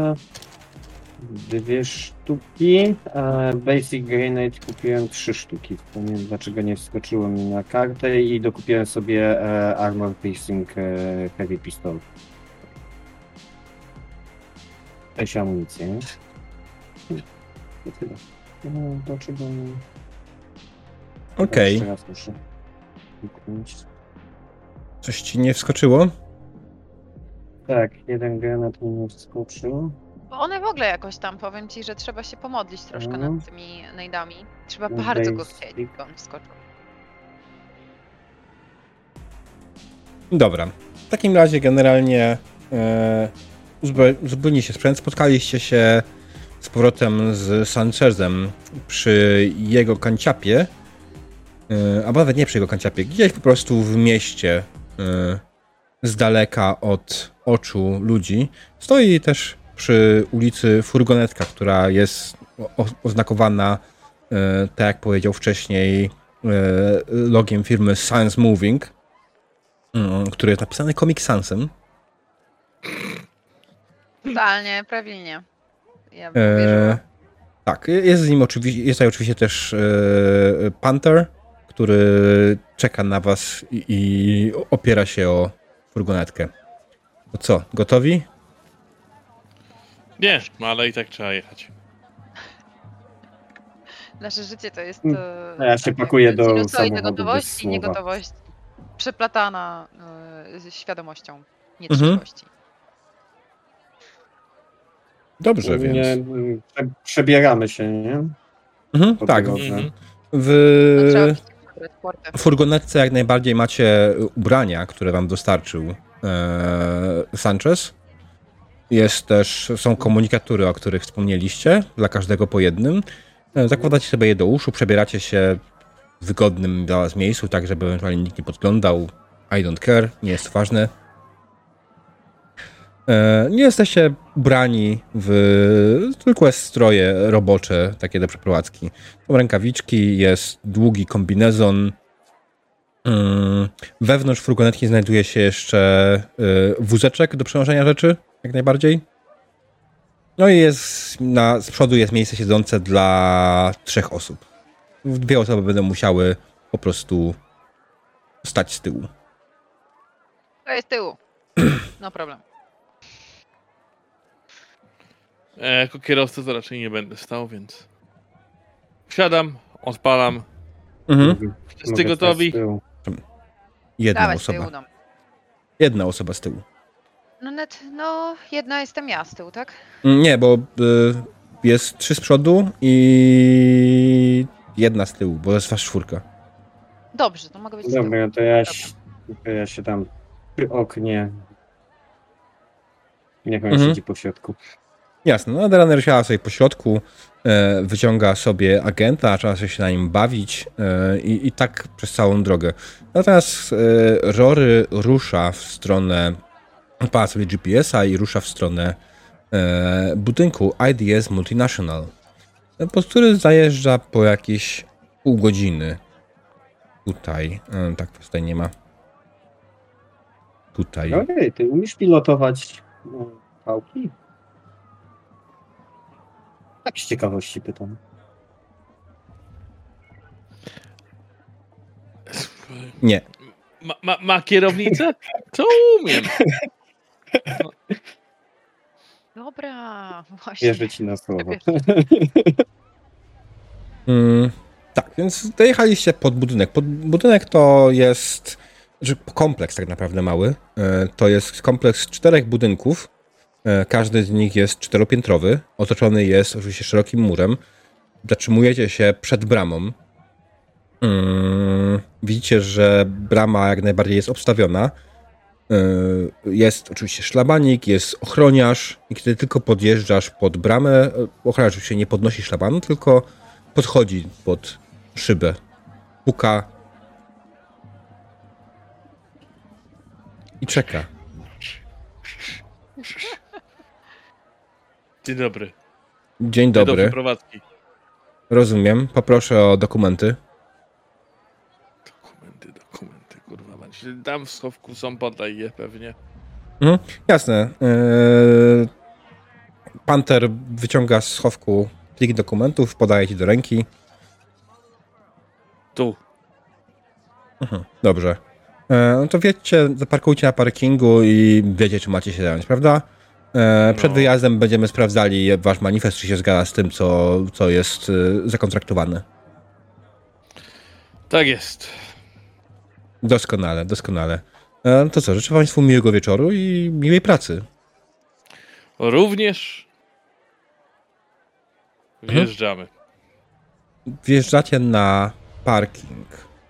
2 sztuki, Basic Grenade kupiłem 3 sztuki. Nie wiem dlaczego nie wskoczyło mi na kartę i dokupiłem sobie Armor Piercing Heavy Pistol. 6 amunicji, nie? To tyle. Dlaczego nie? Okej. Jeszcze raz muszę kliknąć. Coś ci nie wskoczyło? Tak, jeden granat mi nie wskoczył. Bo one w ogóle jakoś tam, powiem ci, że trzeba się pomodlić troszkę Mhm. nad tymi nejdami. Trzeba No bardzo go basic. chcieć, by on wskoczył. Dobra. W takim razie generalnie zupełnie się sprzęt. Spotkaliście się z powrotem z Sanchezem przy jego kanciapie. Albo nawet nie przy jego kanciapie. Gdzieś po prostu w mieście z daleka od oczu ludzi. Stoi też przy ulicy furgonetka, która jest oznakowana, tak jak powiedział wcześniej, logiem firmy Science Moving, który jest napisany Comic Sansem. Totalnie, prawilnie. Ja bym uwierzyła. Tak, jest z nim oczywiście, jest tutaj oczywiście też Panther, który czeka na was i opiera się o furgonetkę. To co, gotowi? Nie, ale i tak trzeba jechać. Nasze życie to jest... A ja się takie pakuję do sinusoidy samochodu gotowość bez i słowa. niegotowość przeplatana świadomością Mhm. nietrzeźwości. Dobrze, Nie, więc. przebieramy się, nie? Po Tak, drodze. Mhm. No, trzeba w być przebrać sporty. furgonetce jak najbardziej macie ubrania, które wam dostarczył Sanchez. Jest też, są komunikatury, o których wspomnieliście, dla każdego po jednym. Zakładacie sobie je do uszu, przebieracie się w wygodnym dla was miejscu, tak żeby ewentualnie nikt nie podglądał. I don't care, nie jest to ważne. Nie jesteście ubrani w zwykłe stroje robocze, takie do przeprowadzki. Są rękawiczki, jest długi kombinezon. Wewnątrz furgonetki znajduje się jeszcze wózeczek do przenoszenia rzeczy, jak najbardziej. No i jest z przodu jest miejsce siedzące dla 3 osób. 2 osoby będą musiały po prostu stać z tyłu. To jest tyłu. No problem. Jako kierowca to raczej nie będę stał, więc... Wsiadam, odpalam. Wszyscy Mogę gotowi? stać z tyłu. Jedna Dawaj z tyłu, osoba. no. Jedna osoba z tyłu. No, jedna jestem ja z tyłu, tak? Nie, bo jest 3 z przodu i 1 z tyłu, bo jest was 4. Dobrze, to mogę być z tyłu. Dobra, to ja się tam przy oknie. Niech on siedzi po środku. Jasne, no Adelaner siada sobie po środku, wyciąga sobie agenta, zaczyna się na nim bawić i tak przez całą drogę. Natomiast Rory rusza w stronę, odpala sobie GPS-a i rusza w stronę budynku IDS Multinational, pod który zajeżdża po jakieś pół godziny. Tutaj, tak, tutaj nie ma. Tutaj. Okej, ty umiesz pilotować pałki? Tak z ciekawości pytam. Nie. Ma kierownicę? To umiem. Dobra, właśnie. Wierzę ci na słowo. Tak, więc dojechaliście pod budynek. Budynek to jest kompleks tak naprawdę mały. To jest kompleks 4 budynków. Każdy z nich jest 4-piętrowy. Otoczony jest oczywiście szerokim murem. Zatrzymujecie się przed bramą. Widzicie, że brama jak najbardziej jest obstawiona. Jest oczywiście szlabanik, jest ochroniarz i kiedy tylko podjeżdżasz pod bramę, ochroniarz oczywiście nie podnosi szlabanu, tylko podchodzi pod szybę. Puka i czeka. Dzień dobry. Dzień Nie do dobry. wyprowadzki. Rozumiem. Poproszę o dokumenty. Dokumenty, kurwa. Mać. Tam w schowku są, podaj je pewnie. Jasne. Panter wyciąga z schowku plik dokumentów, podaje ci do ręki. Tu. Dobrze. No to wiecie, zaparkujcie na parkingu i wiecie, czy macie się zająć, prawda? Przed No. wyjazdem będziemy sprawdzali wasz manifest, czy się zgadza z tym, co jest zakontraktowane. Tak jest. Doskonale, doskonale. To co, życzę Państwu miłego wieczoru i miłej pracy. Również wjeżdżamy. Wjeżdżacie na parking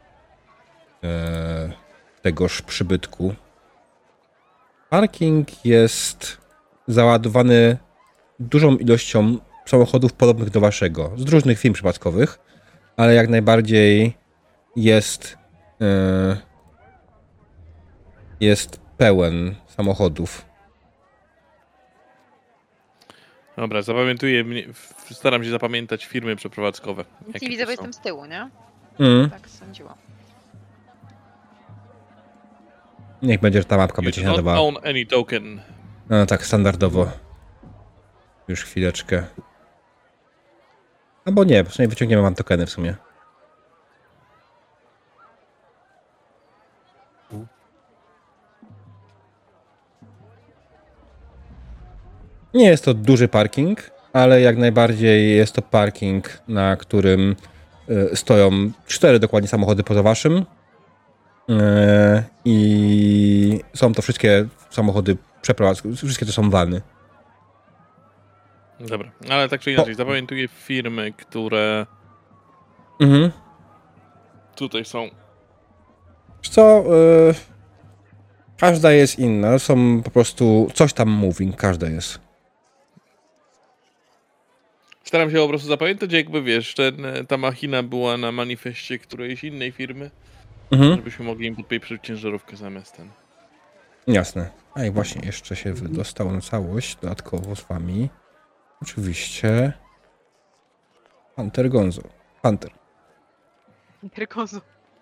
tegoż przybytku. Parking jest załadowany dużą ilością samochodów podobnych do waszego, z różnych firm przypadkowych, ale jak najbardziej jest pełen samochodów. Dobra, zapamiętuję, staram się zapamiętać firmy przeprowadzkowe. Nic Jakie nie widzę, to bo są. jestem z tyłu, nie? Mm. Tak sądziłam. Niech będzie, że ta mapka You będzie się do not nadawała. own any token. No tak, standardowo. Już chwileczkę. Albo nie, przynajmniej wyciągniemy wam tokeny w sumie. Nie jest to duży parking, ale jak najbardziej jest to parking, na którym stoją 4 dokładnie samochody poza waszym. I są to wszystkie samochody przeprowadzkowe, wszystkie to są vany. Dobra, ale tak czy inaczej, zapamiętuję firmy, które Mhm. tutaj są. Wiesz co, każda jest inna, są po prostu, coś tam moving, każda jest. Staram się po prostu zapamiętać, jakby wiesz, ta machina była na manifestie którejś innej firmy, Mhm. żebyśmy mogli im podpieprzyć ciężarówkę zamiast ten. Jasne. A i właśnie jeszcze się wydostał na całość, dodatkowo z wami. Oczywiście Panter Gonzo. Panter. Panter Gonzo.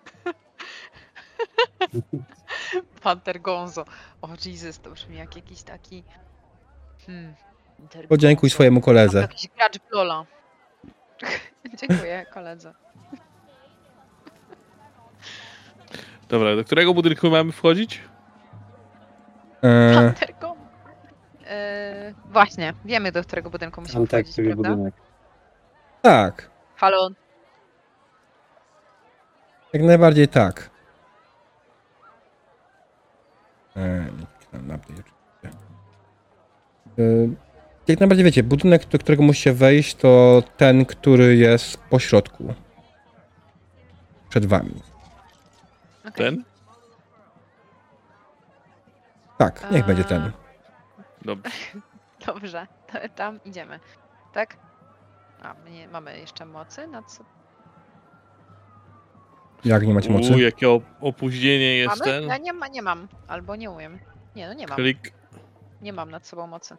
Panter Gonzo. O Jesus, to brzmi jak jakiś taki... Panter Podziękuj Gonzo. swojemu koledze. Jakiś gracz w Lola. Dziękuję koledze. Dobra, do którego budynku mamy wchodzić? Panter Gonzo. Właśnie, wiemy, do którego budynku musimy Antek, wchodzić, który prawda? budynek. Tak, Halo? jak najbardziej tak. Jak najbardziej wiecie, budynek, do którego musicie wejść, to ten, który jest po środku. Przed wami. Okej. Ten? Tak, niech będzie ten. Dobrze. Dobrze, to tam idziemy. Tak? A, my nie mamy jeszcze mocy na co? Jak nie macie mocy? Jakie opóźnienie jest Mamy? ten. Ja nie mam. Albo nie umiem. Nie, no nie mam. Klik. Nie mam nad sobą mocy.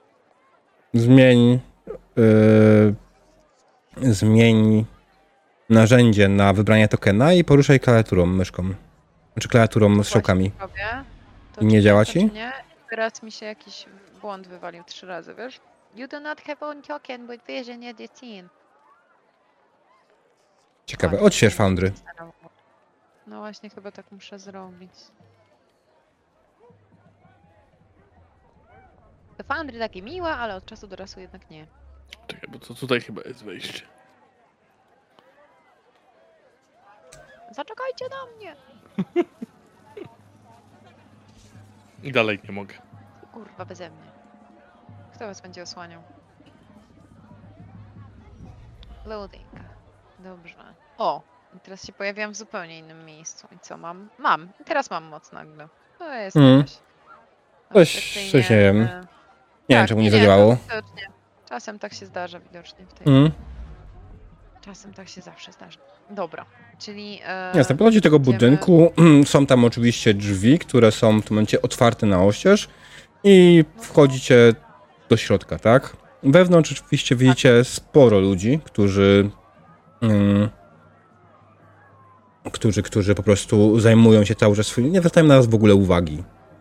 Zmień narzędzie na wybranie tokena i poruszaj klawiaturą, myszką. Znaczy klawiaturą z strzałkami. Właśnie robię. To I nie czy działa to ci? czy nie? Teraz mi się jakiś błąd wywalił 3 razy, wiesz? You do not have one token with vision editing. Ciekawe. Odśwież Foundry. No właśnie, chyba tak muszę zrobić. To Foundry takie miłe, ale od czasu do czasu jednak nie. Czekaj, bo to tutaj chyba jest wejście. Zaczekajcie na mnie! I dalej nie mogę. Kurwa, beze mnie. Kto was będzie osłaniał? Loading. Dobrze. O! I teraz się pojawiłam w zupełnie innym miejscu. I co mam? Mam. I teraz mam moc nagle. To jest jakaś... Coś nie wiem. Nie wiem, czemu nie zadziałało. Widocznie. Czasem tak się zdarza widocznie w tej... Czasem tak się zawsze zdarza. Dobra, czyli... Jasne, podchodzi do tego idziemy- budynku. Są tam oczywiście drzwi, które są w tym momencie otwarte na oścież i wchodzicie do środka, tak? Wewnątrz oczywiście widzicie sporo ludzi, którzy po prostu zajmują się cały czas swoim, nie zwracają na nas w ogóle uwagi.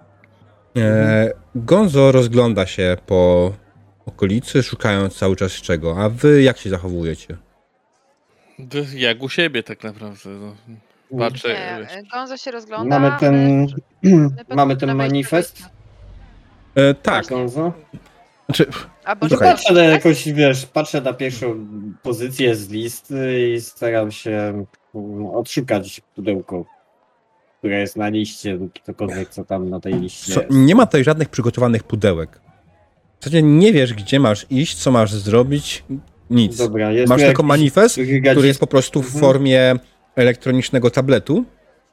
Gonzo rozgląda się po okolicy, szukając cały czas czego. A wy jak się zachowujecie? Jak u siebie tak naprawdę. No. Patrzę. Nie, Gonzo się rozgląda. Mamy ten manifest? Tak. Gonzo? Znaczy, Albo Słuchaj. że Patrzę na jakoś, wiesz, patrzę na pierwszą pozycję z listy i staram się odszukać pudełko, które jest na liście lub cokolwiek, co tam na tej liście jest. nie ma tutaj żadnych przygotowanych pudełek. W zasadzie nie wiesz, gdzie masz iść, co masz zrobić, nic. Dobra, jest Masz tu tylko jakiś manifest, brygadzista- który jest po prostu w formie elektronicznego tabletu.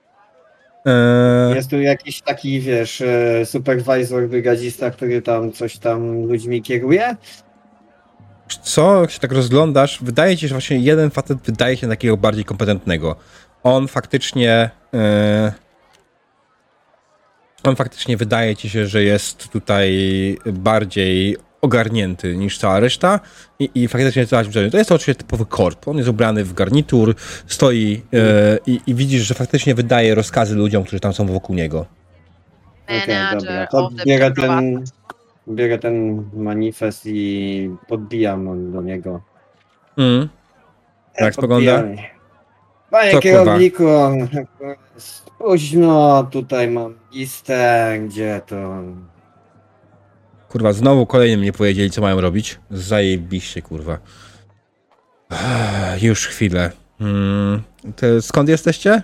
Jest tu jakiś taki, wiesz, supervisor, brygadzista, który tam coś tam ludźmi kieruje? Co? Jak się tak rozglądasz, wydaje ci się, że właśnie jeden facet wydaje się takiego bardziej kompetentnego. On faktycznie wydaje ci się, że jest tutaj bardziej ogarnięty niż cała reszta i faktycznie to jest oczywiście typowy korp. On jest ubrany w garnitur, stoi i widzisz, że faktycznie wydaje rozkazy ludziom, którzy tam są wokół niego. Okej, Manager dobra, to of the bierę ten manifest i podbijam do niego. Jak spogląda? Podbijamy. Panie Co, kierowniku, późno, tutaj mam listę, gdzie to... Kurwa, znowu kolejnym nie powiedzieli, co mają robić. Zajebiście, kurwa. Już chwilę. Skąd jesteście?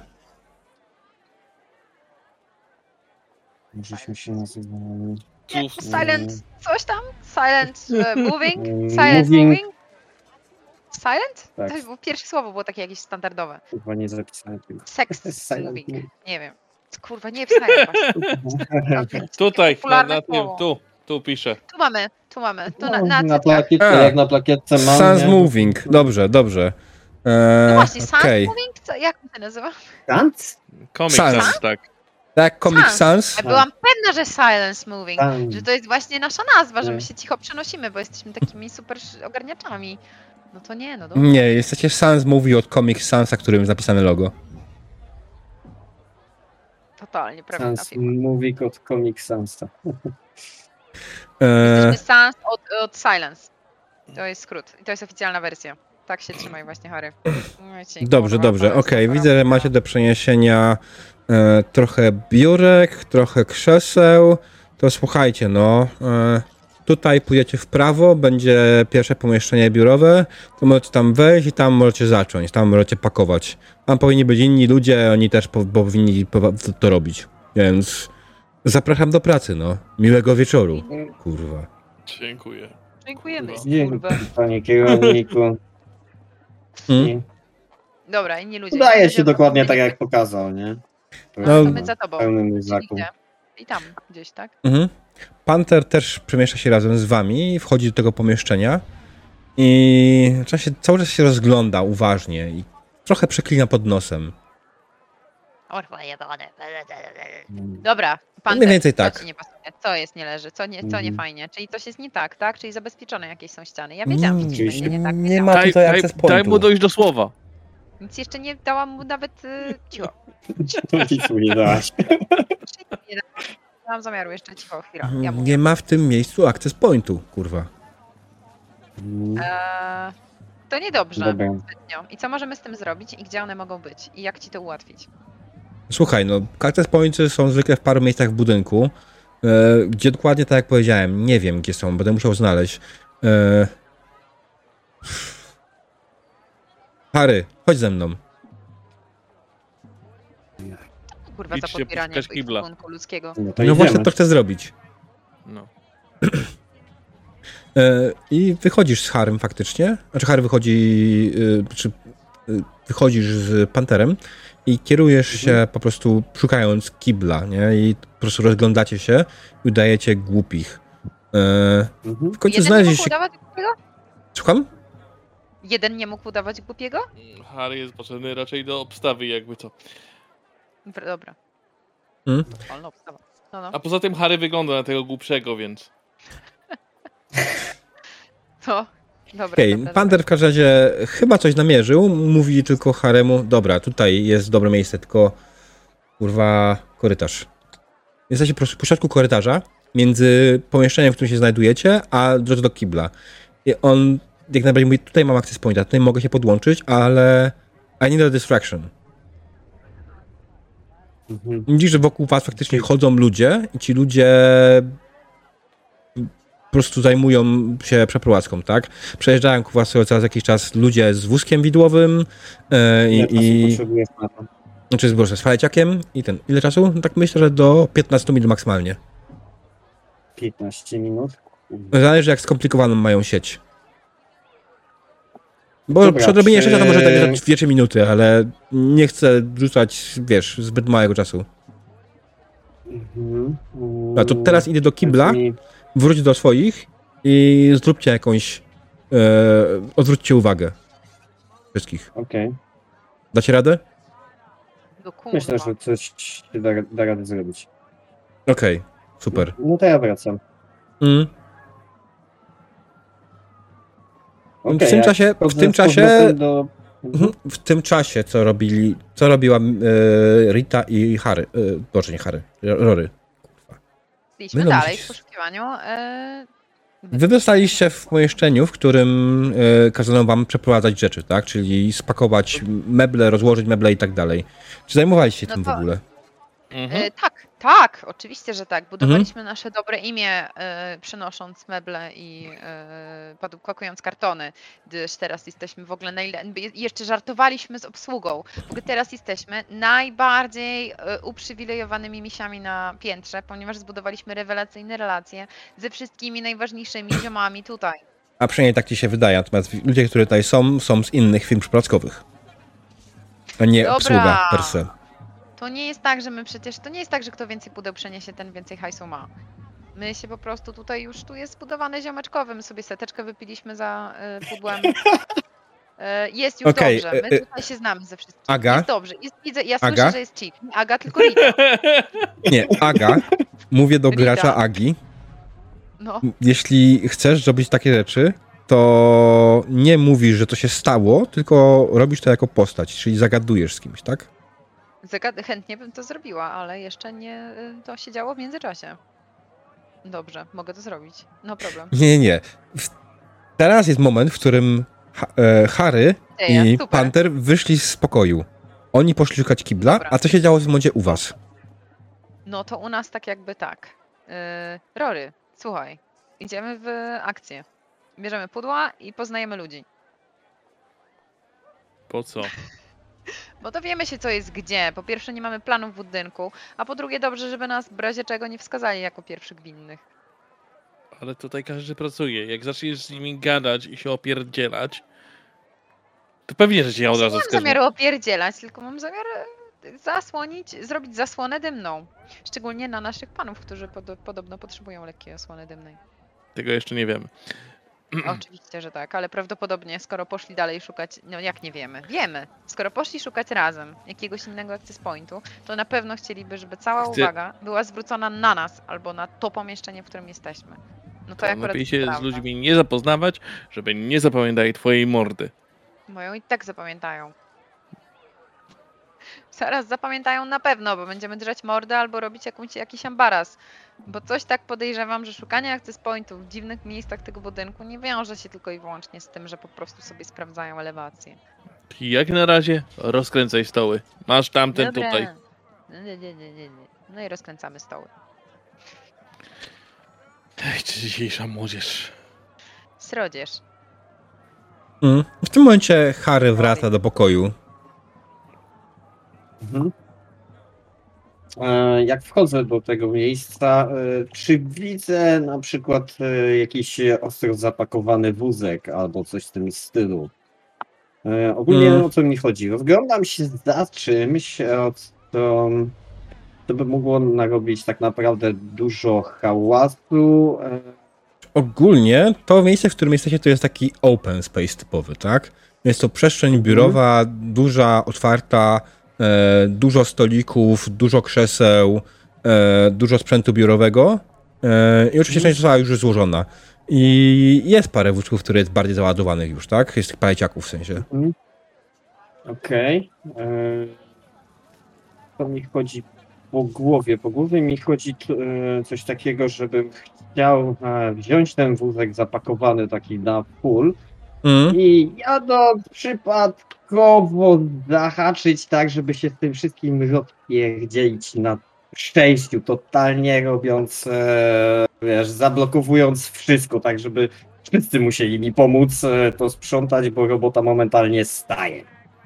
Żeśmy się nazywali... Nie, silent, coś tam? Silent moving? Moving. Silent moving? Silent? Tak. To było pierwsze słowo było takie jakieś standardowe. Chyba nie zapisałem tego. Sex Silent moving. moving. Nie wiem. Kurwa, nie w silent właśnie. Tutaj, Popularne na tym, słowo. tu piszę. Tu mamy. Tu No, na na cytach. plakietce, jak na plakietce mam. Sans nie? Moving. Dobrze. No właśnie, silent Okej. moving? Co, jak to się nazywa? Sans? Comic Sans. Sans, tak. Tak, Comic Sans. Sans. Ja byłam pewna, że silence moving. Sans. Że to jest właśnie nasza nazwa, że my Nie. się cicho przenosimy, bo jesteśmy takimi super ogarniaczami. No to nie, no dobra. Nie, jesteście Sans Movie od Comic Sansa, którym jest napisane logo. Totalnie prawidłowa Sans firma. Movie od Comic Sansa. Jesteśmy sans od silence. To jest skrót. I to jest oficjalna wersja. Tak się trzymaj właśnie, Harry. No ci, Dobrze, kurwa, dobrze. to jest Okej, dobra widzę, że robota. macie do przeniesienia trochę biurek, trochę krzeseł. To słuchajcie, no. Tutaj pójdziecie w prawo, będzie pierwsze pomieszczenie biurowe. To możecie tam wejść i tam możecie zacząć. Tam możecie pakować. Tam powinni być inni ludzie, oni też powinni to robić. Więc zapraszam do pracy, no. Miłego wieczoru. Kurwa. Dziękuję. Dziękujemy, Dzięki, kurwa. panie kierowniku. Hmm? Dobra, inni ludzie. Udaje Inni się ludzie, dokładnie inni tak, ludzie. jak pokazał, nie? No, To my za tobą. Pełnym Czyli luzaku. gdzie? I tam gdzieś, tak? Mhm. Panther też przemieszcza się razem z wami i wchodzi do tego pomieszczenia i cały czas się rozgląda uważnie i trochę przeklina pod nosem. Orwa jebane. Dobra, pan Mniej więcej tak. Co ci nie pasuje? Co jest nie leży? Co nie Mhm. fajnie? Czyli coś jest nie tak, tak? Czyli zabezpieczone jakieś są ściany. Ja wiedziałam, że coś Oczywiście. będzie nie tak. Nie wiedziałam. ma tutaj access daj pointu. mu dojść do słowa. Nic jeszcze nie dałam mu nawet cicho. Nic mu nie dałaś. Nie mam zamiaru jeszcze cicho, chwila. Ja mówię. Nie ma w tym miejscu access pointu, kurwa. To niedobrze Dobra. zbytnio. I co możemy z tym zrobić i gdzie one mogą być? I jak ci to ułatwić? Słuchaj, no access pointy są zwykle w paru miejscach w budynku, gdzie dokładnie tak jak powiedziałem, nie wiem gdzie są, będę musiał znaleźć. Harry, chodź ze mną. Kurwa, za Idźcie podbieranie poszukać kibla. stosunku ludzkiego. No to No idziemy. właśnie to chcę zrobić. No. I wychodzisz z Harrym faktycznie, znaczy Harry wychodzi, wychodzisz z Panterem i kierujesz się po prostu szukając kibla, nie? I po prostu rozglądacie się i udajecie głupich. Mhm. W końcu Jeden nie znaleźliście... mógł udawać głupiego? Słucham? Jeden nie mógł udawać głupiego? Harry jest potrzebny raczej do obstawy, jakby co. Dobra. Hmm? Wolna obstawa. No, no. A poza tym Harry wygląda na tego głupszego, więc. No, dobra. Okej, dobra, Pander w każdym razie chyba coś namierzył, mówi tylko Haremu, dobra, tutaj jest dobre miejsce, tylko kurwa korytarz. Jesteście po środku korytarza, między pomieszczeniem, w którym się znajdujecie, a drodze do kibla. I on jak najbardziej mówi, tutaj mam access pointa, tutaj mogę się podłączyć, ale I need a distraction. Widzisz, że wokół was faktycznie chodzą ludzie i ci ludzie po prostu zajmują się przeprowadzką, tak? Przejeżdżają ku was co jakiś czas ludzie z wózkiem widłowym znaczy z faleciakiem i ten. Ile czasu? No tak myślę, że do 15 minut maksymalnie. 15 minut? Zależy jak skomplikowaną mają sieć. Bo Dobra, przy odrobinie sześcia to może tak 2-3 minuty, ale nie chcę rzucać, wiesz, zbyt małego czasu. A to teraz idę do kibla, wróć do swoich i zróbcie jakąś... odwróćcie uwagę. Wszystkich. Okej. Dacie radę? No kurwa. Myślę, że coś się da radę zrobić. Okej, super. No to ja wracam. W tym czasie, co robiła Rita i Harry, boże nie Harry, Rory. Idźmy dalej w poszukiwaniu. Wy dostaliście w pomieszczeniu, w którym kazano wam przeprowadzać rzeczy, tak? Czyli spakować meble, rozłożyć meble i tak dalej. Czy zajmowaliście się tym w ogóle? Tak, oczywiście, że tak. Budowaliśmy nasze dobre imię, przynosząc meble i pakując kartony, gdyż teraz jesteśmy w ogóle jeszcze żartowaliśmy z obsługą, bo teraz jesteśmy najbardziej uprzywilejowanymi misiami na piętrze, ponieważ zbudowaliśmy rewelacyjne relacje ze wszystkimi najważniejszymi ziomami tutaj. A przynajmniej tak ci się wydaje, natomiast ludzie, którzy tutaj są z innych firm przeprowadzkowych, a nie obsługa per se. To nie jest tak, że to nie jest tak, że kto więcej pudeł przeniesie, ten więcej hajsu ma. My się po prostu tutaj tu jest zbudowane ziomeczkowe, my sobie seteczkę wypiliśmy za pudłem. Jest już dobrze, my tutaj się znamy ze wszystkim. Aga? Jest dobrze, ja słyszę, że jest cheat. Nie Aga, tylko Rita. Nie, Aga, mówię do gracza Agi. No. Jeśli chcesz zrobić takie rzeczy, to nie mówisz, że to się stało, tylko robisz to jako postać, czyli zagadujesz z kimś, tak? Chętnie bym to zrobiła, ale jeszcze nie to się działo w międzyczasie. Dobrze, mogę to zrobić. No problem. Nie. Teraz jest moment, w którym Harry i Panther wyszli z pokoju. Oni poszli szukać kibla, dobra. A co się działo w momencie u was? No to u nas tak jakby tak. Rory, słuchaj, idziemy w akcję. Bierzemy pudła i poznajemy ludzi. Po co? Bo dowiemy się, co jest gdzie. Po pierwsze, nie mamy planów w budynku, a po drugie, dobrze, żeby nas w razie czego nie wskazali jako pierwszych winnych. Ale tutaj każdy pracuje. Jak zaczniesz z nimi gadać i się opierdzielać, to pewnie, że cię od razu wskażą. Nie mam zamiaru opierdzielać, tylko mam zamiar zrobić zasłonę dymną. Szczególnie na naszych panów, którzy podobno potrzebują lekkiej osłony dymnej. Tego jeszcze nie wiemy. Oczywiście, że tak, ale prawdopodobnie skoro poszli dalej szukać, no jak nie wiemy? Wiemy. Skoro poszli szukać razem jakiegoś innego access pointu, to na pewno chcieliby, żeby cała uwaga była zwrócona na nas albo na to pomieszczenie, w którym jesteśmy. No to akurat lepiej się z ludźmi nie zapoznawać, żeby nie zapamiętali twojej mordy. Moją i tak zapamiętają. Zaraz zapamiętają na pewno, bo będziemy drzeć mordę albo robić jakiś ambaras. Bo coś tak podejrzewam, że szukanie access pointów w dziwnych miejscach tego budynku nie wiąże się tylko i wyłącznie z tym, że po prostu sobie sprawdzają elewację. Jak na razie rozkręcaj stoły. Masz tamten Dobra. tutaj. Nie. No i rozkręcamy stoły. Ej, czy dzisiejsza młodzież. Srodzież. W tym momencie Harry wraca do pokoju. Jak wchodzę do tego miejsca, czy widzę na przykład jakiś ostro zapakowany wózek albo coś w tym stylu? Ogólnie o co mi chodzi? Rozglądam się za czymś, to by mogło narobić tak naprawdę dużo hałasu. Ogólnie to miejsce, w którym jesteście, to jest taki open space typowy, tak? Jest to przestrzeń biurowa, duża, otwarta, dużo stolików, dużo krzeseł, dużo sprzętu biurowego i oczywiście część została już złożona. I jest parę wózków, które jest bardziej załadowanych już, tak? Jest tych paleciaków w sensie. Okej. To mi chodzi po głowie. Po głowie mi chodzi coś takiego, żebym chciał wziąć ten wózek zapakowany taki na full i jadąc przypadkowo zahaczyć tak, żeby się z tym wszystkim rozpierdzielić na przejściu, totalnie robiąc, wiesz, zablokowując wszystko, tak żeby wszyscy musieli mi pomóc to sprzątać, bo robota momentalnie staje.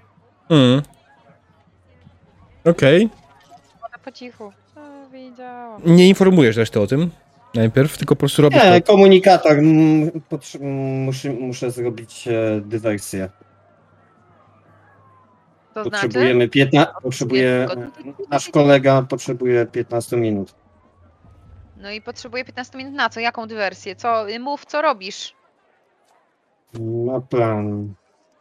Okej. Ona po cichu. Wiedziałam. Nie informujesz resztę o tym najpierw, tylko po prostu robisz Nie, to. komunikator. Muszę zrobić dywersję. To znaczy? Potrzebujemy nasz kolega potrzebuje 15 minut. No i potrzebuję 15 minut na co? Jaką dywersję? Co? Mów, co robisz? Ma plan.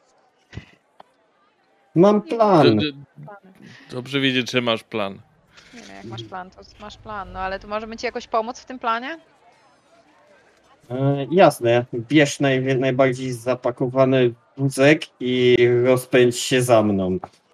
Mam plan. Dobrze wiedzieć, że masz plan. Nie wiem, jak masz plan, to masz plan. No ale to możemy ci jakoś pomóc w tym planie? Jasne. Bierz najbardziej zapakowany wózek i rozpędź się za mną.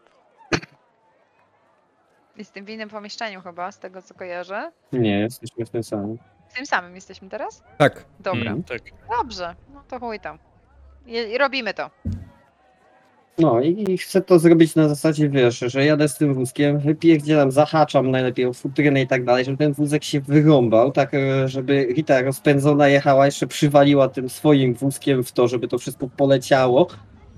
Jestem w innym pomieszczeniu chyba, z tego co kojarzę. Nie, jesteśmy w tym samym. W tym samym jesteśmy teraz? Tak. Dobra. Tak. Dobrze, no to chuj tam. I robimy to. No i chcę to zrobić na zasadzie, wiesz, że jadę z tym wózkiem, wypierdzielam, zahaczam najlepiej o futrynę i tak dalej, żeby ten wózek się wyrąbał, tak żeby Rita rozpędzona jechała, jeszcze przywaliła tym swoim wózkiem w to, żeby to wszystko poleciało.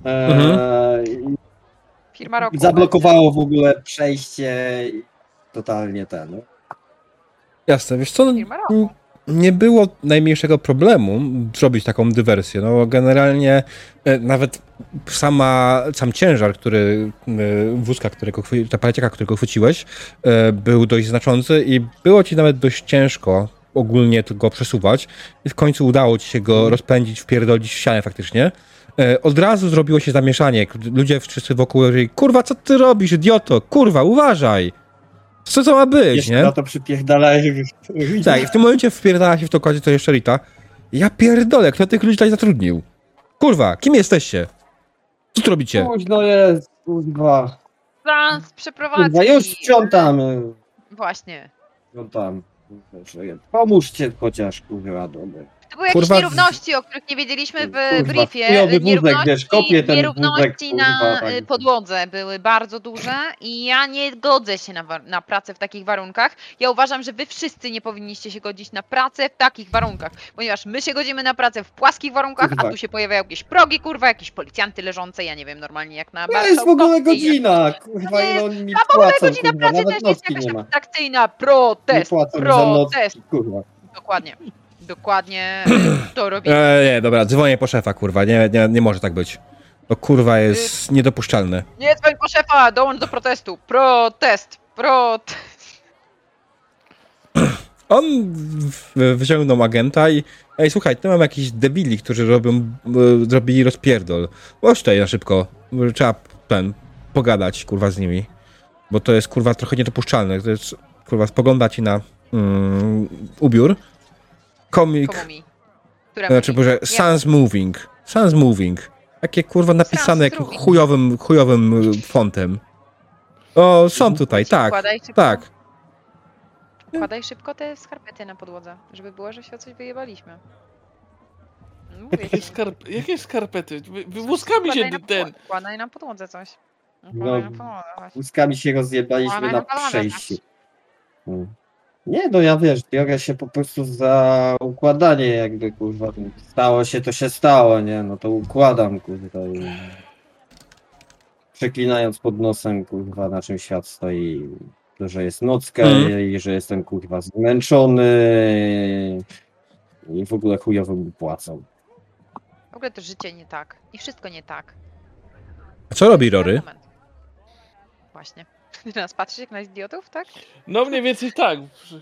Firma roku. Zablokowało w ogóle przejście i totalnie ten. Jasne, wiesz co, Firma roku. nie było najmniejszego problemu zrobić taką dywersję. No generalnie nawet sam ciężar, wózka, ta paleciaka, którego chwyciłeś, był dość znaczący i było ci nawet dość ciężko ogólnie go przesuwać i w końcu udało ci się go rozpędzić, wpierdolić w ścianę faktycznie. Od razu zrobiło się zamieszanie. Ludzie wszyscy wokół mówili, kurwa, co ty robisz, idioto? Kurwa, uważaj! Co to ma być, jeszcze nie? na to przypierdalają. Tak, i w tym momencie wpierdala się w to kładzie to jeszcze Rita. Ja pierdolę, kto tych ludzi tutaj zatrudnił? Kurwa, kim jesteście? Co tu robicie? Późno jest, kurwa. Plan z przeprowadzki. Kurwa, już sprzątam. Właśnie. Sprzątam. Pomóżcie chociaż, kurwa, dobra. To były jakieś nierówności, o których nie wiedzieliśmy w Kurwa, briefie. chujowy wózek, wiesz, kopię ten Nierówności wózek, na kurwa, tak. podłodze były bardzo duże i ja nie godzę się na pracę w takich warunkach. Ja uważam, że wy wszyscy nie powinniście się godzić na pracę w takich warunkach, ponieważ my się godzimy na pracę w płaskich warunkach, Kurwa. a tu się pojawiają jakieś progi, kurwa, jakieś policjanty leżące, ja nie wiem, normalnie jak na To jest w ogóle Marszałkowskiej. godzina, kurwa, ile oni mi A w ogóle płacą, godzina kurwa, pracy nawet też nie jest nocki jakaś nie ma. abstrakcyjna. Nie Protest, płacą za protest. nocki, kurwa. Dokładnie to robimy. Nie, dobra, dzwonię po szefa, kurwa, nie może tak być. To kurwa jest niedopuszczalne. Nie dzwoń po szefa, dołącz do protestu. Protest. On wyciągnął agenta i ej, słuchaj, tu mam jakichś debili, którzy zrobili rozpierdol. Chodź tutaj na szybko, trzeba pogadać, kurwa, z nimi. Bo to jest, kurwa, trochę niedopuszczalne. To jest, kurwa, spogląda ci na ubiór. Komik. Znaczy, boże, Sans Moving. Takie, kurwa, napisane jakim chujowym fontem. O, są tutaj, tak. Tak. Układaj szybko te skarpety na podłodze, żeby było, że się o coś wyjebaliśmy. Mówię ci. Jakie skarpety? Wózkami się ten... Układaj na podłodze coś. No, łuskami się rozjebaliśmy na przejściu. Nie, no ja wiesz, biorę się po prostu za układanie jakby, kurwa, stało się, to się stało, nie, no to układam, kurwa, i przeklinając pod nosem, kurwa, na czym świat stoi, to, że jest nocka i że jestem, kurwa, zmęczony i w ogóle chujowo mi płacą. W ogóle to życie nie tak i wszystko nie tak. A co robi Rory? Właśnie. Teraz patrzysz jak na idiotów, tak? No mniej więcej tak.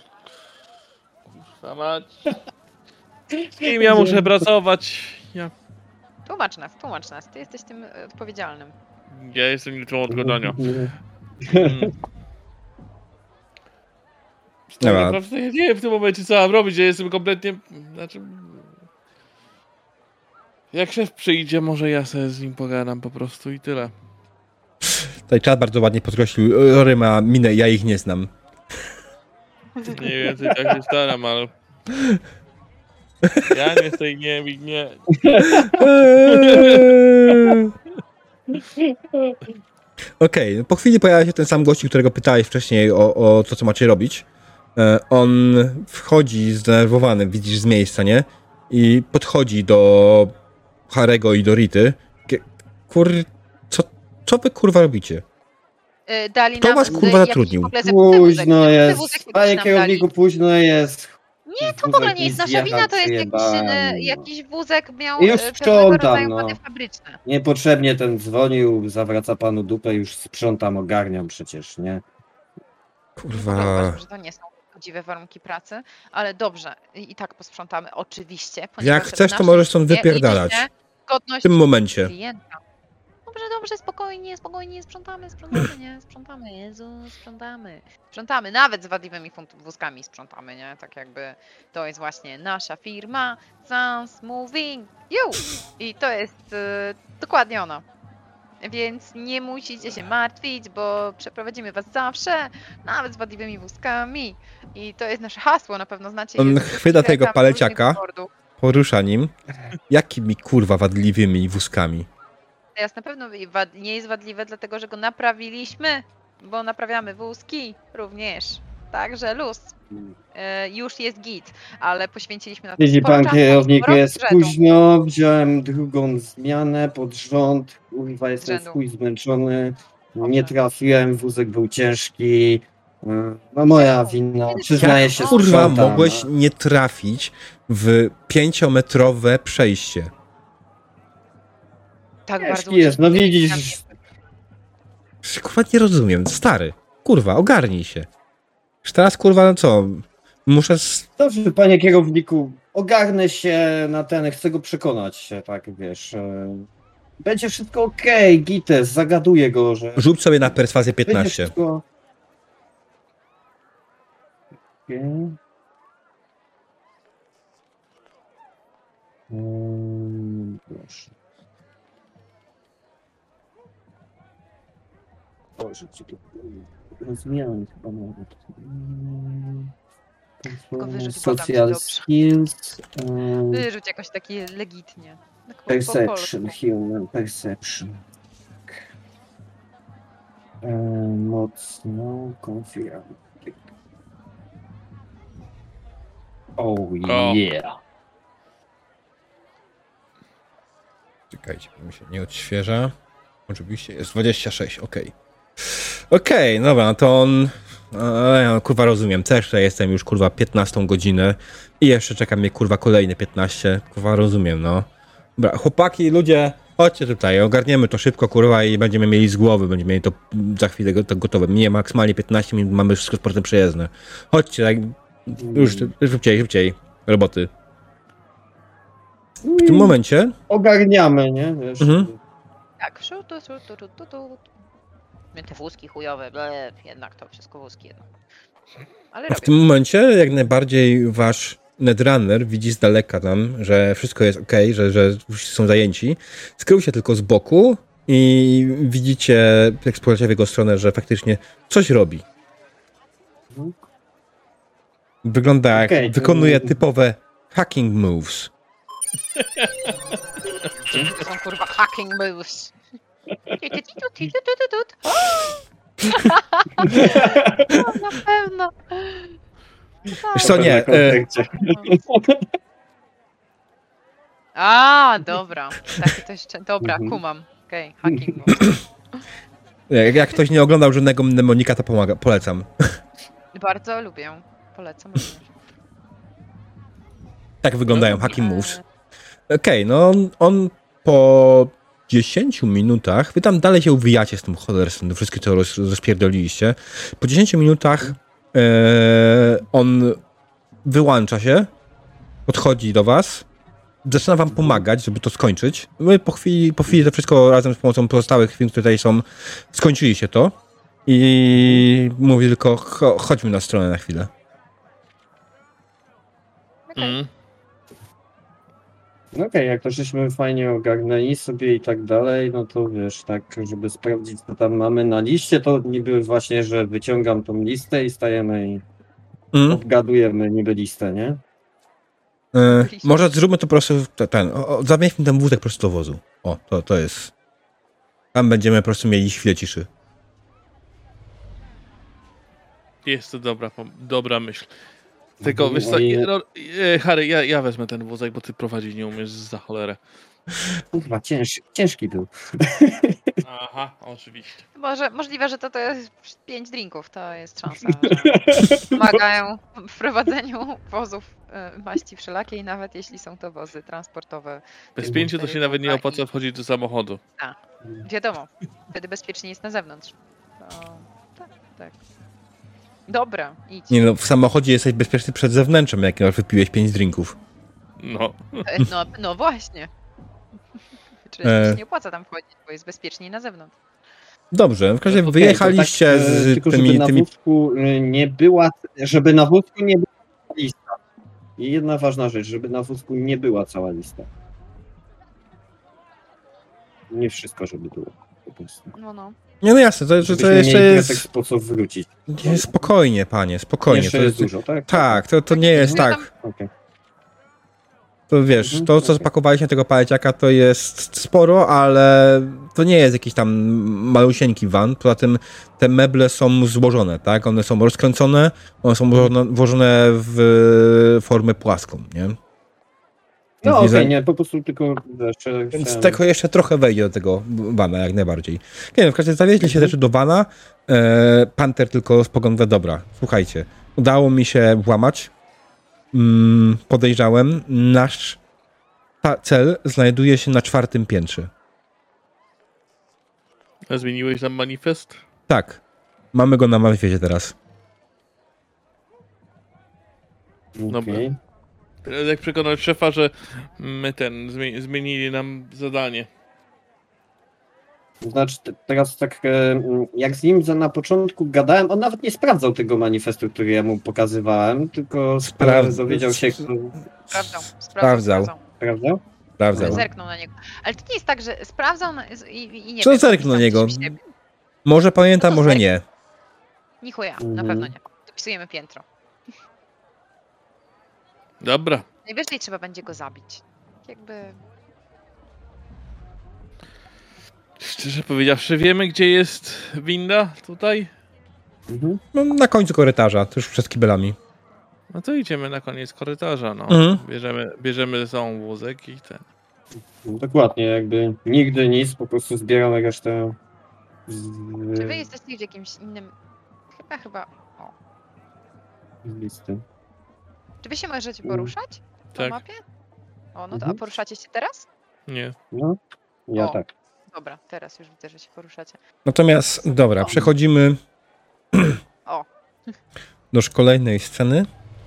Kurwa mać. Z kim ja muszę pracować? Tłumacz nas. Ty jesteś tym odpowiedzialnym. Ja jestem liczą od gadania. Tak naprawdę ja nie wiem w tym momencie co mam robić, ja jestem kompletnie... Znaczy... Jak szef przyjdzie, może ja sobie z nim pogadam po prostu i tyle. Tutaj czat bardzo ładnie podkreślił, Rory ma minę, ja ich nie znam. Mniej więcej tak się staram, ale... Ja niestety nie. Okej, po chwili pojawia się ten sam gościu, którego pytałeś wcześniej o to, co macie robić. On wchodzi zdenerwowany, widzisz z miejsca, nie? I podchodzi do Harego i do Rity. Co wy kurwa robicie? Dali Kto nam was, kurwa, jakiś zatrudnił? w ogóle zepsuty wózek. Późno Zepsuty jest. wózek jakiś Panie nam kierowniku, dali. późno jest. Nie, to w ogóle nie jest nasza wina, to jest Zjebany. jakiś wózek miał Już pewnego sprzątam, rodzaju no. wady fabryczne. Niepotrzebnie ten dzwonił, zawraca panu dupę, już sprzątam, ogarniam przecież, nie? Kurwa. Uważam, że to nie są godziwe warunki pracy, ale dobrze, i tak posprzątamy, oczywiście. Jak ponieważ chcesz, to nasze możesz stąd życie wypierdalać. liczy godność W tym momencie. klienta. Dobrze, spokojnie, sprzątamy, Jezu, sprzątamy, nawet z wadliwymi wózkami sprzątamy, nie? Tak jakby to jest właśnie nasza firma, Sans Moving You i to jest dokładnie ona. Więc nie musicie się martwić, bo przeprowadzimy was zawsze, nawet z wadliwymi wózkami. I to jest nasze hasło, na pewno znacie. On je z chwyta tego t-shirtami, paleciaka. różnych billboardów. Porusza nim. Jakimi kurwa wadliwymi wózkami? Teraz na pewno nie jest wadliwe, dlatego że go naprawiliśmy, bo naprawiamy wózki również. Także luz. Już jest git, ale poświęciliśmy na to Widzi sporo pan czasu, kierownik, sporo jest budżetu. późno, wziąłem drugą zmianę pod rząd, kurwa jestem w rzędu. chuj zmęczony, nie trafiłem, wózek był ciężki, no moja wina, przyznaję się, Kurwa, sprzątam. mogłeś nie trafić w 5-metrowe przejście. Tak Ciężki bardzo jest, no uciekli. widzisz, Kurwa, nie rozumiem. Stary. Kurwa, ogarnij się. Już teraz, kurwa, no co? Muszę... dobrze panie kierowniku, ogarnę się na ten, chcę go przekonać, tak wiesz, będzie wszystko okej, gites, zagaduję go, że... Rzuć sobie na perswazję Będzie 15. wszystko... Okej. Proszę. Boże, co to rozmiałem chyba nawet. Tylko wyrzuć Social dobrze. skills. Wyrzuć jakoś takie legitnie. Tak po Perception, polsku. human perception. Mocno confirm. Oh O. yeah. Czekajcie, bo mi się nie odświeża. Oczywiście jest 26, okej. Okej, dobra, no to on... Ja, kurwa, rozumiem. Też tutaj jestem już, kurwa, 15 godzinę i jeszcze czeka mnie, kurwa, kolejne 15. Kurwa, rozumiem, no. Dobra, chłopaki, ludzie, chodźcie tutaj, ogarniemy to szybko, kurwa, i będziemy mieli z głowy, będziemy mieli to za chwilę to gotowe. Minie maksymalnie 15 minut, mamy wszystko z portem przejezdne. Chodźcie, tak, już szybciej, roboty. W tym momencie... Ogarniamy, nie? Wiesz, Tak, tu. Te wózki chujowe, jednak to wszystko wózki jednak. Ale W robię. tym momencie jak najbardziej wasz Netrunner widzi z daleka tam, że wszystko jest okej, że są zajęci. Skrył się tylko z boku i widzicie, jak spojrzycie w jego stronę, że faktycznie coś robi. Wygląda jak Okej, to- wykonuje typowe hacking moves. To są kurwa hacking moves. Na pewno. Wiesz co, nie, A, dobra. Takie to jeszcze. Dobra, Mhm. kumam. Okej, hacking moves. jak ktoś nie oglądał żadnego mnemonika, to polecam. Bardzo lubię. Polecam również. Tak wyglądają hacking moves. Okej, no on po 10 minutach, wy tam dalej się uwijacie z tym cholerstwem, wszystkie to rozpierdoliliście. Po 10 minutach on wyłącza się, podchodzi do was, zaczyna wam pomagać, żeby to skończyć. My po chwili to wszystko razem z pomocą pozostałych firm, które tutaj są, skończyliście to i mówi tylko chodźmy na stronę na chwilę. No okej, jak to żeśmy fajnie ogarnęli sobie i tak dalej, no to wiesz, tak, żeby sprawdzić, co tam mamy na liście, to niby właśnie, że wyciągam tą listę i stajemy i obgadujemy niby listę, nie? Może zróbmy to po prostu zawieźmy ten wózek po prostu do wozu. O, to jest. Tam będziemy po prostu mieli chwilę ciszy. Jest to dobra myśl. Tylko wiesz co, Harry, ja wezmę ten wózek, bo ty prowadzić nie umiesz za cholerę. Chyba ciężki był. Aha, oczywiście. Możliwe, że to jest 5 drinków, to jest szansa, że pomagają w prowadzeniu wozów maści wszelakiej, nawet jeśli są to wozy transportowe. Bez 5 to się nawet nie opłaca wchodzić do samochodu. Wiadomo, wtedy bezpiecznie jest na zewnątrz. Tak. Dobra, idź. Nie no, w samochodzie jesteś bezpieczny przed zewnętrzem, jak już wypiłeś 5 drinków. No. No właśnie. Czyli się nie opłaca tam wchodzić, bo jest bezpieczniej na zewnątrz. Dobrze, w każdym razie wyjechaliście tak, z tylko tymi... żeby na wózku nie była cała lista. I jedna ważna rzecz, żeby na wózku nie była cała lista. Nie wszystko, żeby było. Po prostu. No. Nie, no jasne, to jeszcze jest... sposób wrócić. Nie, spokojnie, panie, spokojnie. Jeszcze to jest dużo, tak? Tak, to nie jest tak. Okay. To wiesz, to co spakowaliśmy tego paleciaka to jest sporo, ale to nie jest jakiś tam malusieńki van. Poza tym te meble są złożone, tak? One są rozkręcone, one są włożone w formę płaską, nie? No okej, nie, po prostu tylko jeszcze... Więc z tego jeszcze trochę wejdzie do tego vana, jak najbardziej. Nie wiem, w każdym razie zawieźli się też do vana. Panther tylko spogląda, dobra, słuchajcie, udało mi się włamać. Podejrzałem, nasz cel znajduje się na 4. piętrze. A zmieniłeś nam manifest? Tak. Mamy go na manifestie teraz. Dobra. Jak przekonać szefa, że my zmienili nam zadanie. Znaczy, teraz tak, jak z nim na początku gadałem, on nawet nie sprawdzał tego manifestu, który ja mu pokazywałem, tylko dowiedział się... Sprawdzał. Sprawdzał. Zerknął na niego. Ale to nie jest tak, że sprawdzał i nie co wiem. zerknął na niego? Może pamiętam, No może nie. Ni chuja, na pewno nie. Dopisujemy piętro. Dobra. Najwyżej trzeba będzie go zabić. Jakby... Szczerze powiedziawszy, wiemy, gdzie jest winda tutaj? No, na końcu korytarza, tuż przed kibelami. No to idziemy na koniec korytarza, no. Bierzemy ze sobą wózek i ten. No, dokładnie, jakby nigdy nic, po prostu zbieramy resztę... Czy wy jesteście w jakimś innym... Chyba... O. listy. Czy wy się możecie poruszać na Tak. mapie? O, no to a poruszacie się teraz? Nie. No, ja tak. Dobra, teraz już widzę, że się poruszacie. Natomiast, dobra, przechodzimy do kolejnej sceny.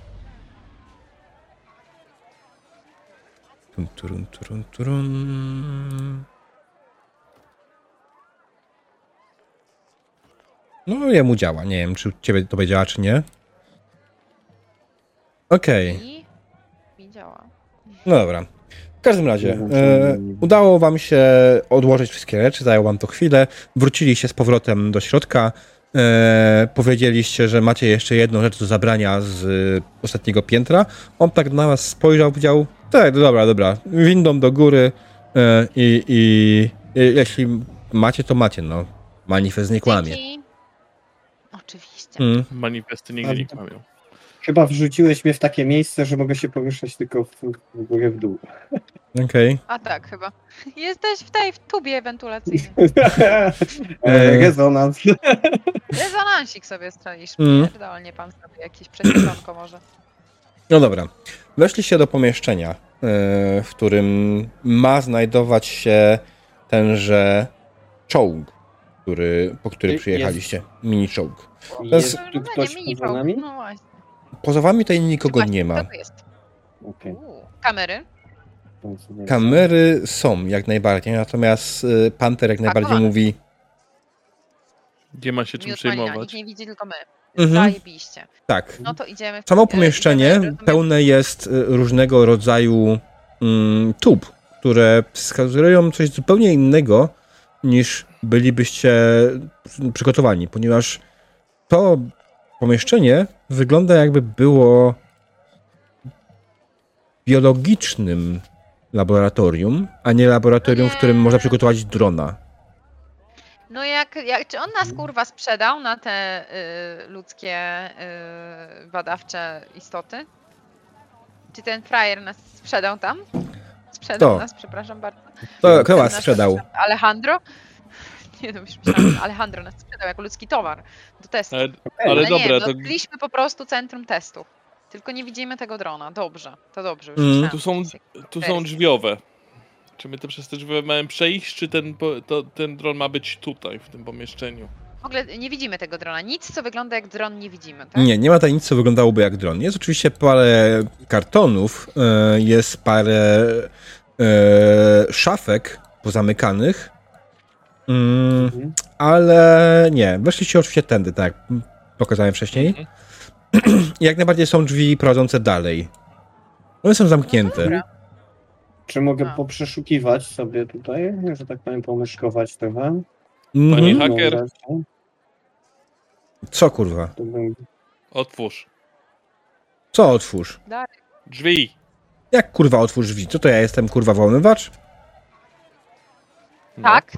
No, jemu działa. Nie wiem, czy u ciebie to działa, czy nie. Okej. Mi działa. No dobra. W każdym razie, udało wam się odłożyć wszystkie rzeczy, zajęło wam to chwilę, wróciliście z powrotem do środka, powiedzieliście, że macie jeszcze jedną rzecz do zabrania z ostatniego piętra. On tak na was spojrzał, powiedział, tak, dobra, windą do góry i jeśli macie, to macie, no. Manifest nie kłamie. Dzięki. Oczywiście. Manifesty nigdy nie kłamią. Chyba wrzuciłeś mnie w takie miejsce, że mogę się poruszać tylko w górę w dół. Okej. A tak, chyba. Jesteś w tubie wentylacyjnej. Rezonans. Rezonansik sobie strzelisz. Pierdolnie pan sobie jakieś przesypanko może. No dobra. Weszliście do pomieszczenia, w którym ma znajdować się tenże czołg, po który przyjechaliście. Mini czołg. Jest tu ktoś poza nami? No właśnie. Poza wami tutaj nikogo nie ma. To jest. Okay. Kamery? Kamery są jak najbardziej, natomiast Panther jak najbardziej mówi... Gdzie ma się czym przejmować? Nikt nie widzi, tylko my. Zajebiście. Tak. No to idziemy. Samo pomieszczenie pełne jest różnego rodzaju tub, które wskazują coś zupełnie innego niż bylibyście przygotowani, ponieważ to pomieszczenie wygląda jakby było biologicznym laboratorium, a nie laboratorium, w którym można przygotować drona. No czy on nas kurwa sprzedał na te ludzkie badawcze istoty? Czy ten frajer nas sprzedał tam? Sprzedał nas, przepraszam bardzo. To kto was sprzedał? Alejandro? Nie no, już myślałam, że Alejandro nas sprzedał jako ludzki towar do testu. Ale dobra, nie, to... odkryliśmy po prostu centrum testów. Tylko nie widzimy tego drona. Dobrze, to dobrze. Już Tu są drzwiowe. Czy my to przez te drzwi mamy przejść, czy ten dron ma być tutaj, w tym pomieszczeniu? W ogóle nie widzimy tego drona. Nic, co wygląda jak dron, nie widzimy, tak? Nie ma tutaj nic, co wyglądałoby jak dron. Jest oczywiście parę kartonów, jest parę szafek pozamykanych, ale nie. Weszliście oczywiście tędy, tak jak pokazałem wcześniej. Jak najbardziej są drzwi prowadzące dalej. One są zamknięte. Dobra. Czy mogę poprzeszukiwać sobie tutaj, że tak powiem, pomyszkować trochę? Panie Mhm. haker, Co kurwa? To bym... otwórz. Co otwórz? Drzwi. Jak kurwa otwórz drzwi? Co to ja jestem kurwa włamywacz? No. Tak.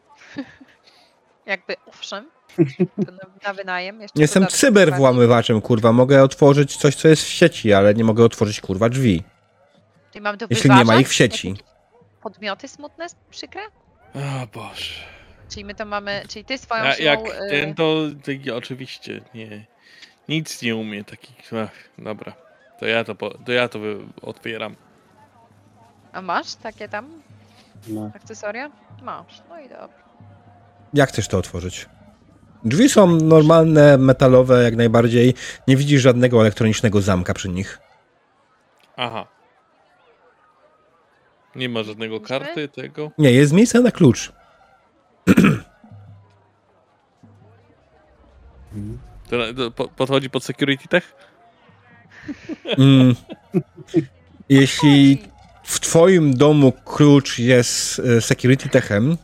Jakby owszem. To na wynajem. Jeszcze Jestem dodatkowo cyberwłamywaczem, kurwa. Mogę otworzyć coś, co jest w sieci, ale nie mogę otworzyć kurwa drzwi. Czyli mam to Jeśli nie ma wyważać? ich w sieci. Jakieś podmioty smutne, przykre? O Boże. Czyli my to mamy, czyli ty swoją A siłą... jak ten, to oczywiście nie. Nic nie umie takich. Ach, dobra. To ja to otwieram. A masz takie tam No. akcesoria? Masz, no i dobra. Jak chcesz to otworzyć? Drzwi są normalne, metalowe, jak najbardziej. Nie widzisz żadnego elektronicznego zamka przy nich. Aha. Nie ma żadnego karty tego. Nie, jest miejsce na klucz. To podchodzi pod security tech? Jeśli w twoim domu klucz jest security techem,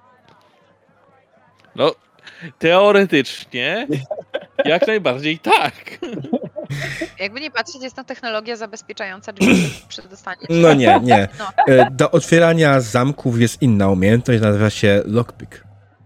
No, teoretycznie jak najbardziej tak. Jakby nie patrzeć, jest to technologia zabezpieczająca drzwi przed przedostanie. no nie. No. Do otwierania zamków jest inna umiejętność, nazywa się lockpick.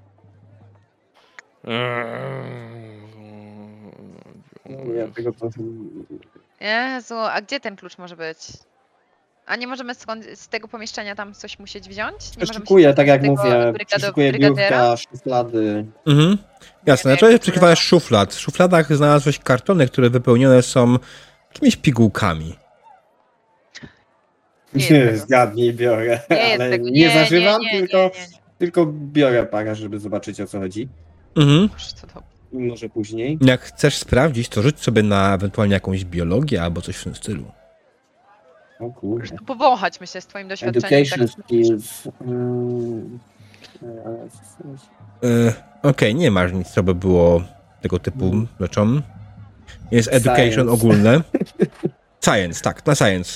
Ja tego to... Jezu, a gdzie ten klucz może być? A nie możemy z tego pomieszczenia tam coś musieć wziąć? Nie możemy Przeszukuję, się tak jak tego mówię, przeszukuję biurka, szuflady. Mhm. Jasne, Nie znaczy wiem, przeszukiwałeś szuflad. W szufladach znalazłeś kartony, które wypełnione są jakimiś pigułkami. Nie jest tego. Zgadnij, biorę. Nie jest Ale tego. nie zażywam, tylko, nie. tylko biorę parę, żeby zobaczyć, o co chodzi. Mhm. Boże, to dobrze. I może później. Jak chcesz sprawdzić, to rzuć sobie na ewentualnie jakąś biologię albo coś w tym stylu. O kurde. To powąchać, myślę, z twoim doświadczeniem. Education tak. skills. Okej, nie masz nic, co by było tego typu rzeczą. Jest education Science. ogólne. Science, tak, na science.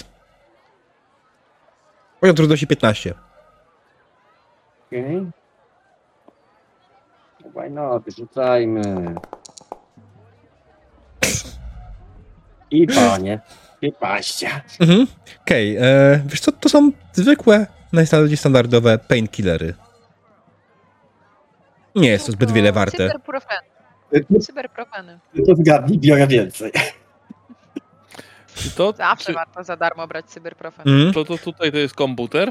Poziom trudności 15. Okej. Why not? Rzucajmy. I panie. 15. Mhm. Okej, wiesz co, to są zwykłe, najbardziej standardowe painkillery. Nie jest to zbyt wiele warte. Cyberprofeny. To zgadnij, biorę więcej. Zawsze warto za darmo brać cyberprofen. Mhm. To tutaj to jest komputer?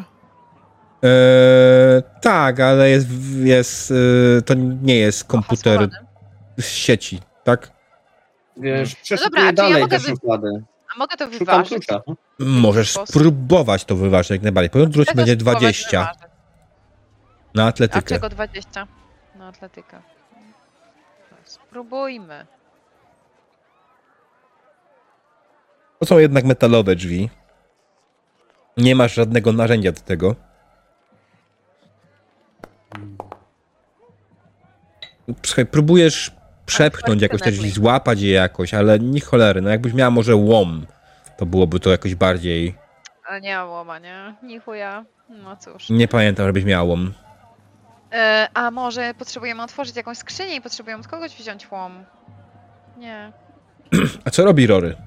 Tak, ale to nie jest komputer Hasłowany. z sieci, tak? Wiesz, No dobra, przeszukuję a czy ja dalej mogę te szuflady. A mogę to Szukam wyważyć? klucza. Możesz sposób? spróbować to wyważyć jak najbardziej. Poziom trudności Czego będzie spróbować 20 wyważyć? na A atletykę. czego 20? Na atletykę. Spróbujmy. To są jednak metalowe drzwi. Nie masz żadnego narzędzia do tego. Słuchaj, próbujesz przepchnąć jakoś te drzwi, złapać je jakoś, ale nie cholery. No jakbyś miała może łom, to byłoby to jakoś bardziej... Ale nie ma łoma, nie? Ni chuja. No cóż. Nie pamiętam, żebyś miał łom. A może potrzebujemy otworzyć jakąś skrzynię i potrzebujemy od kogoś wziąć łom? Nie. A co robi Rory?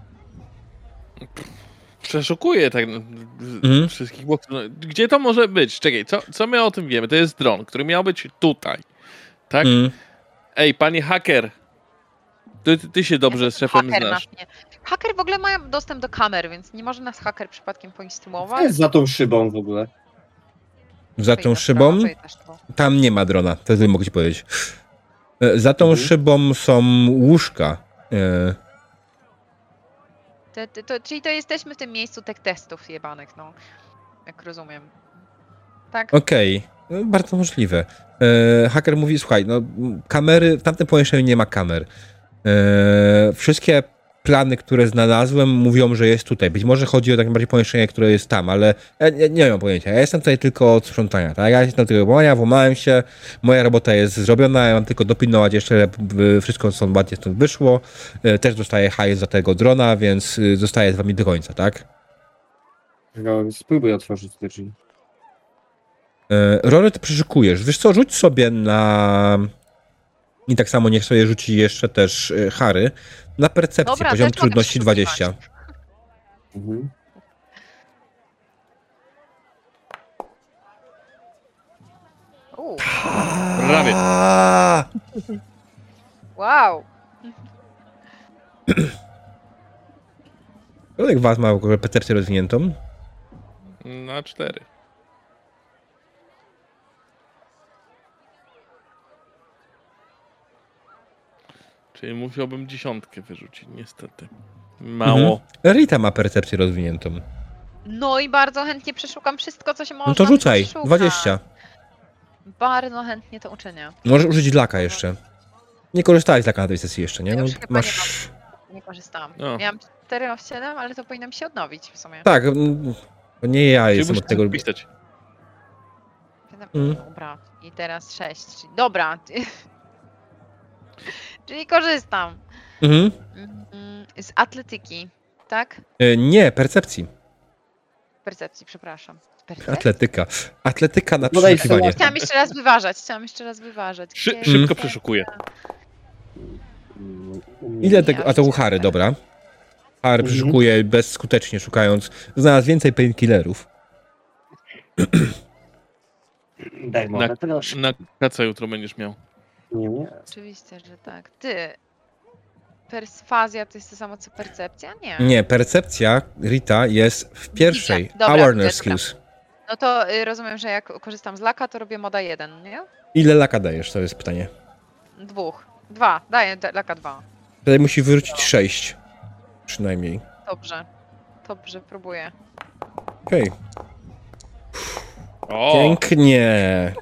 Przeszukuję tak wszystkich boksów. No, gdzie to może być? Czekaj, co my o tym wiemy? To jest dron, który miał być tutaj. Tak? Ej, panie haker. Ty się dobrze z szefem Haker znasz. nas nie. Haker w ogóle ma dostęp do kamer, więc nie może nas haker przypadkiem Co poinstruować. jest za tą szybą w ogóle? Za tą szybą tam nie ma drona, to tyle mogę ci powiedzieć. Za tą szybą są łóżka. Czyli to jesteśmy w tym miejscu tych testów jebanych, no. Jak rozumiem. Tak? Okej, no, bardzo możliwe. Haker mówi, słuchaj, no kamery, w tamtym pomieszczeniu nie ma kamer. Wszystkie plany, które znalazłem, mówią, że jest tutaj. Być może chodzi o tak najbardziej pomieszczenie, które jest tam, ale ja nie mam pojęcia. Ja jestem tutaj tylko od sprzątania, tak? Ja jestem tylko włamałem się, moja robota jest zrobiona, ja mam tylko dopilnować jeszcze wszystko, co ładnie stąd wyszło. Też dostaję hajs za tego drona, więc zostaję z wami do końca, tak? No, spróbuj otworzyć te drzwi. Rory, ty przeszukujesz. Wiesz co, rzuć sobie na... I tak samo niech sobie rzuci jeszcze też Harry. Na percepcję, Dobra, poziom też mogę trudności przeszukiwać. 20. Mhm. Prawie. Wow. Kolik was ma w ogóle percepcję rozwiniętą? Na 4. Czyli musiałbym 10 wyrzucić, niestety. Mało. Rita ma percepcję rozwiniętą. No i bardzo chętnie przeszukam wszystko, co się można No to rzucaj, przeszukać. 20. Bardzo chętnie to uczynię. Możesz użyć laka jeszcze. Nie korzystałeś z laka na tej sesji jeszcze, nie? Ja No, już chyba nie korzystałam. No. Miałam 4 of 7, ale to powinnam się odnowić w sumie. Tak, bo nie ja Czyli jestem musisz od tego... pisać. Dobra, i teraz 6. Dobra. Czyli korzystam. Mhm. Z atletyki, tak? Nie, percepcji. Percepcji, przepraszam. Percepcji? Atletyka. Atletyka na Bodaj przeszukiwanie. Chciałam jeszcze raz wyważać. Szybko przeszukuję. Ile tego... A to u Harry, dobra. Harry przeszukuje bezskutecznie, szukając. Znalazł więcej painkillerów. Daj może, proszę. Na kaca jutro będziesz miał. Nie. Oczywiście, że tak. Ty. Perswazja to jest to samo co percepcja? Nie. Nie, percepcja Rita jest w pierwszej. Dobra, Awareness zgadzam. skills. No to rozumiem, że jak korzystam z laka, to robię moda 1, nie? Ile laka dajesz? To jest pytanie. 2. 2. Daję laka 2. Tutaj musi wyrzucić 6. Przynajmniej. Dobrze. Dobrze, próbuję. Okej. O! Pięknie.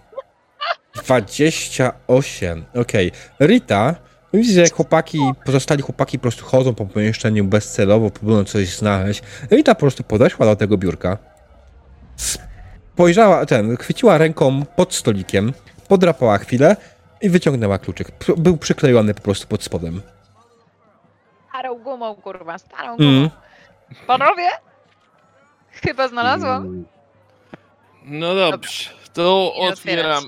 28. Okej. Rita, widzisz, że jak pozostali chłopaki po prostu chodzą po pomieszczeniu bezcelowo, próbują coś znaleźć. Rita po prostu podeszła do tego biurka. Spojrzała, chwyciła ręką pod stolikiem, podrapała chwilę i wyciągnęła kluczyk. Był przyklejony po prostu pod spodem. Starą gumą, kurwa, starą gumą. Panowie? Chyba znalazłam. No dobrze, to Nie otwieram.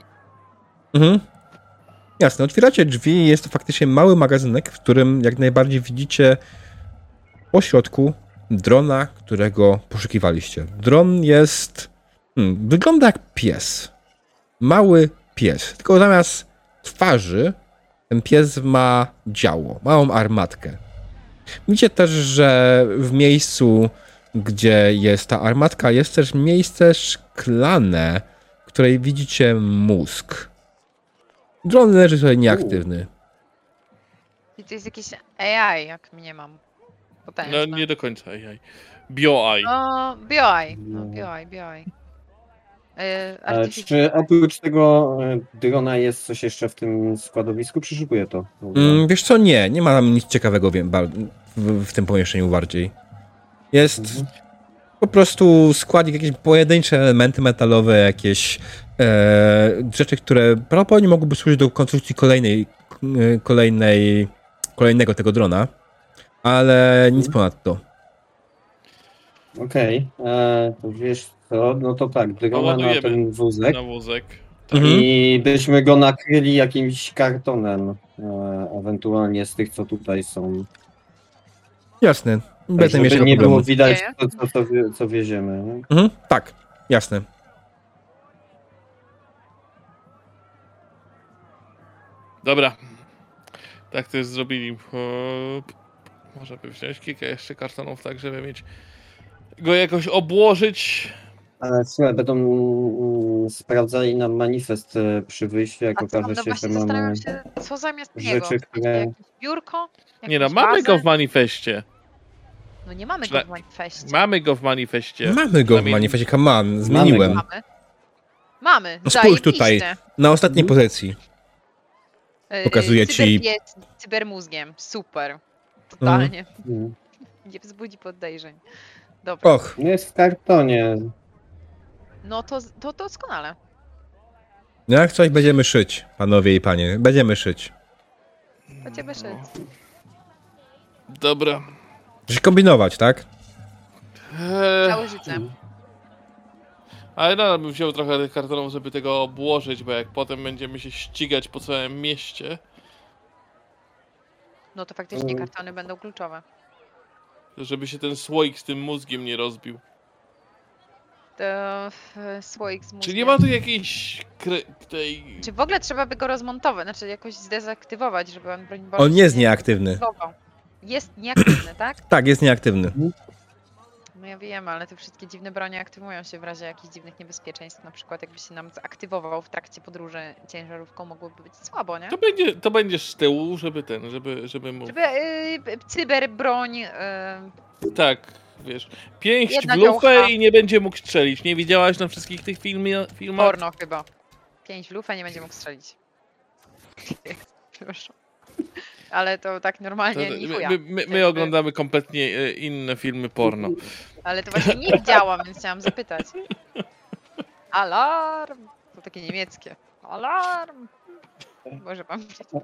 Jasne, otwieracie drzwi i jest to faktycznie mały magazynek, w którym jak najbardziej widzicie po środku drona, którego poszukiwaliście. Dron jest... wygląda jak pies. Mały pies. Tylko zamiast twarzy ten pies ma działo, małą armatkę. Widzicie też, że w miejscu, gdzie jest ta armatka, jest też miejsce szklane, w której widzicie mózg. Dron leży sobie nieaktywny. I to jest jakieś AI, jak mnie mam. Potężne. No nie do końca AI. Bio-AI. No, BioI. No, BioI. Czy oprócz tego drona jest coś jeszcze w tym składowisku? Przeszukuję to. Wiesz co, nie ma tam nic ciekawego w tym pomieszczeniu bardziej. Jest po prostu składnik, jakieś pojedyncze elementy metalowe, jakieś rzeczy, które prawdopodobnie mogłyby służyć do konstrukcji kolejnego tego drona, ale nic ponadto. Okej, to wiesz co, no to tak, drona na Ładujemy ten wózek na wózek. i byśmy go nakryli jakimś kartonem, ewentualnie z tych, co tutaj są. Jasne. Tak, Bez żeby najmniejszego nie było problemu. widać, Nie. co wieziemy. Nie? Tak, jasne. Dobra. Tak też zrobili. Może by wziąć kilka jeszcze kartonów, tak żeby mieć go jakoś obłożyć. Ale słuchaj, będą sprawdzali nam manifest przy wyjściu, jak A co, okaże no się, że właśnie mamy zastanawiam się, co zamiast niego? rzeczy, które... Jakieś biurko? Nie no, Jakąś mamy bazę? go w manifestie. No nie mamy Przynajmniej- go w manifestie. Mamy go w manifestie. Mamy go w Przynajmniej- manifestie, come on, zmieniłem. go. Mamy. No spójrz tutaj. Zajebiście. Na ostatniej pozycji. Pokazuję ci- Cyberpies, cybermózgiem. Super. Totalnie. Mm. Nie wzbudzi podejrzeń. Dobra. Och, No jest w kartonie. No to doskonale. jak coś będziemy szyć, panowie i panie. Będziemy szyć. Będziemy szyć. Dobra. Coś kombinować, tak? Całe życie. Ale nadal bym wziął trochę tych kartonów, żeby tego obłożyć, bo jak potem będziemy się ścigać po całym mieście, No to faktycznie kartony będą kluczowe. to żeby się ten słoik z tym mózgiem nie rozbił. To słoik z mózgiem. Czy nie ma tu jakiejś tej... Czy w ogóle trzeba by go rozmontować, znaczy jakoś zdezaktywować, żeby on broń Boże On się jest nie nieaktywny. aktywował. Jest nieaktywny, tak? Tak, jest nieaktywny. No ja wiem, ale te wszystkie dziwne bronie aktywują się w razie jakichś dziwnych niebezpieczeństw. Na przykład jakby się nam zaktywował w trakcie podróży ciężarówką, mogłoby być słabo, nie? To będziesz z tyłu, żeby mu... Żeby cyberbroń... Tak, wiesz, pięść Jedna w lufę działka. i nie będzie mógł strzelić. Nie widziałaś na wszystkich tych filmach? porno chyba. 5 w lufę nie będzie mógł strzelić. Proszę. Ale to tak normalnie nie chuja. My oglądamy kompletnie inne filmy porno. Ale to właśnie nie widziałam, więc chciałam zapytać. Alarm! To takie niemieckie. Alarm! Może pan...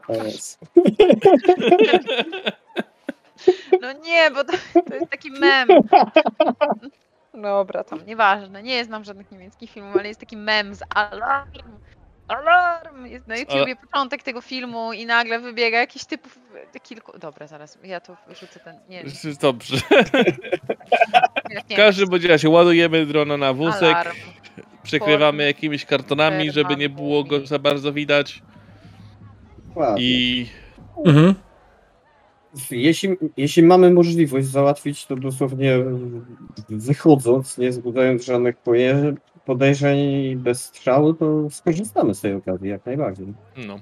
No nie, bo to jest taki mem. Dobra, tam nieważne. Nie znam żadnych niemieckich filmów, ale jest taki mem z alarm. Alarm! Jest na YouTubie początek tego filmu i nagle wybiega jakiś typów kilku... Dobra, zaraz, ja tu wyrzucę ten... Nie, Dobrze. W nie, każdym bądź razie ładujemy drona na wózek, alarm. przykrywamy jakimiś kartonami, Porno. żeby nie było go za bardzo widać. I Mhm. Jeśli mamy możliwość załatwić to dosłownie wychodząc, nie zbudzając żadnych podejrzeń i bez strzału, to skorzystamy z tej okazji jak najbardziej. no.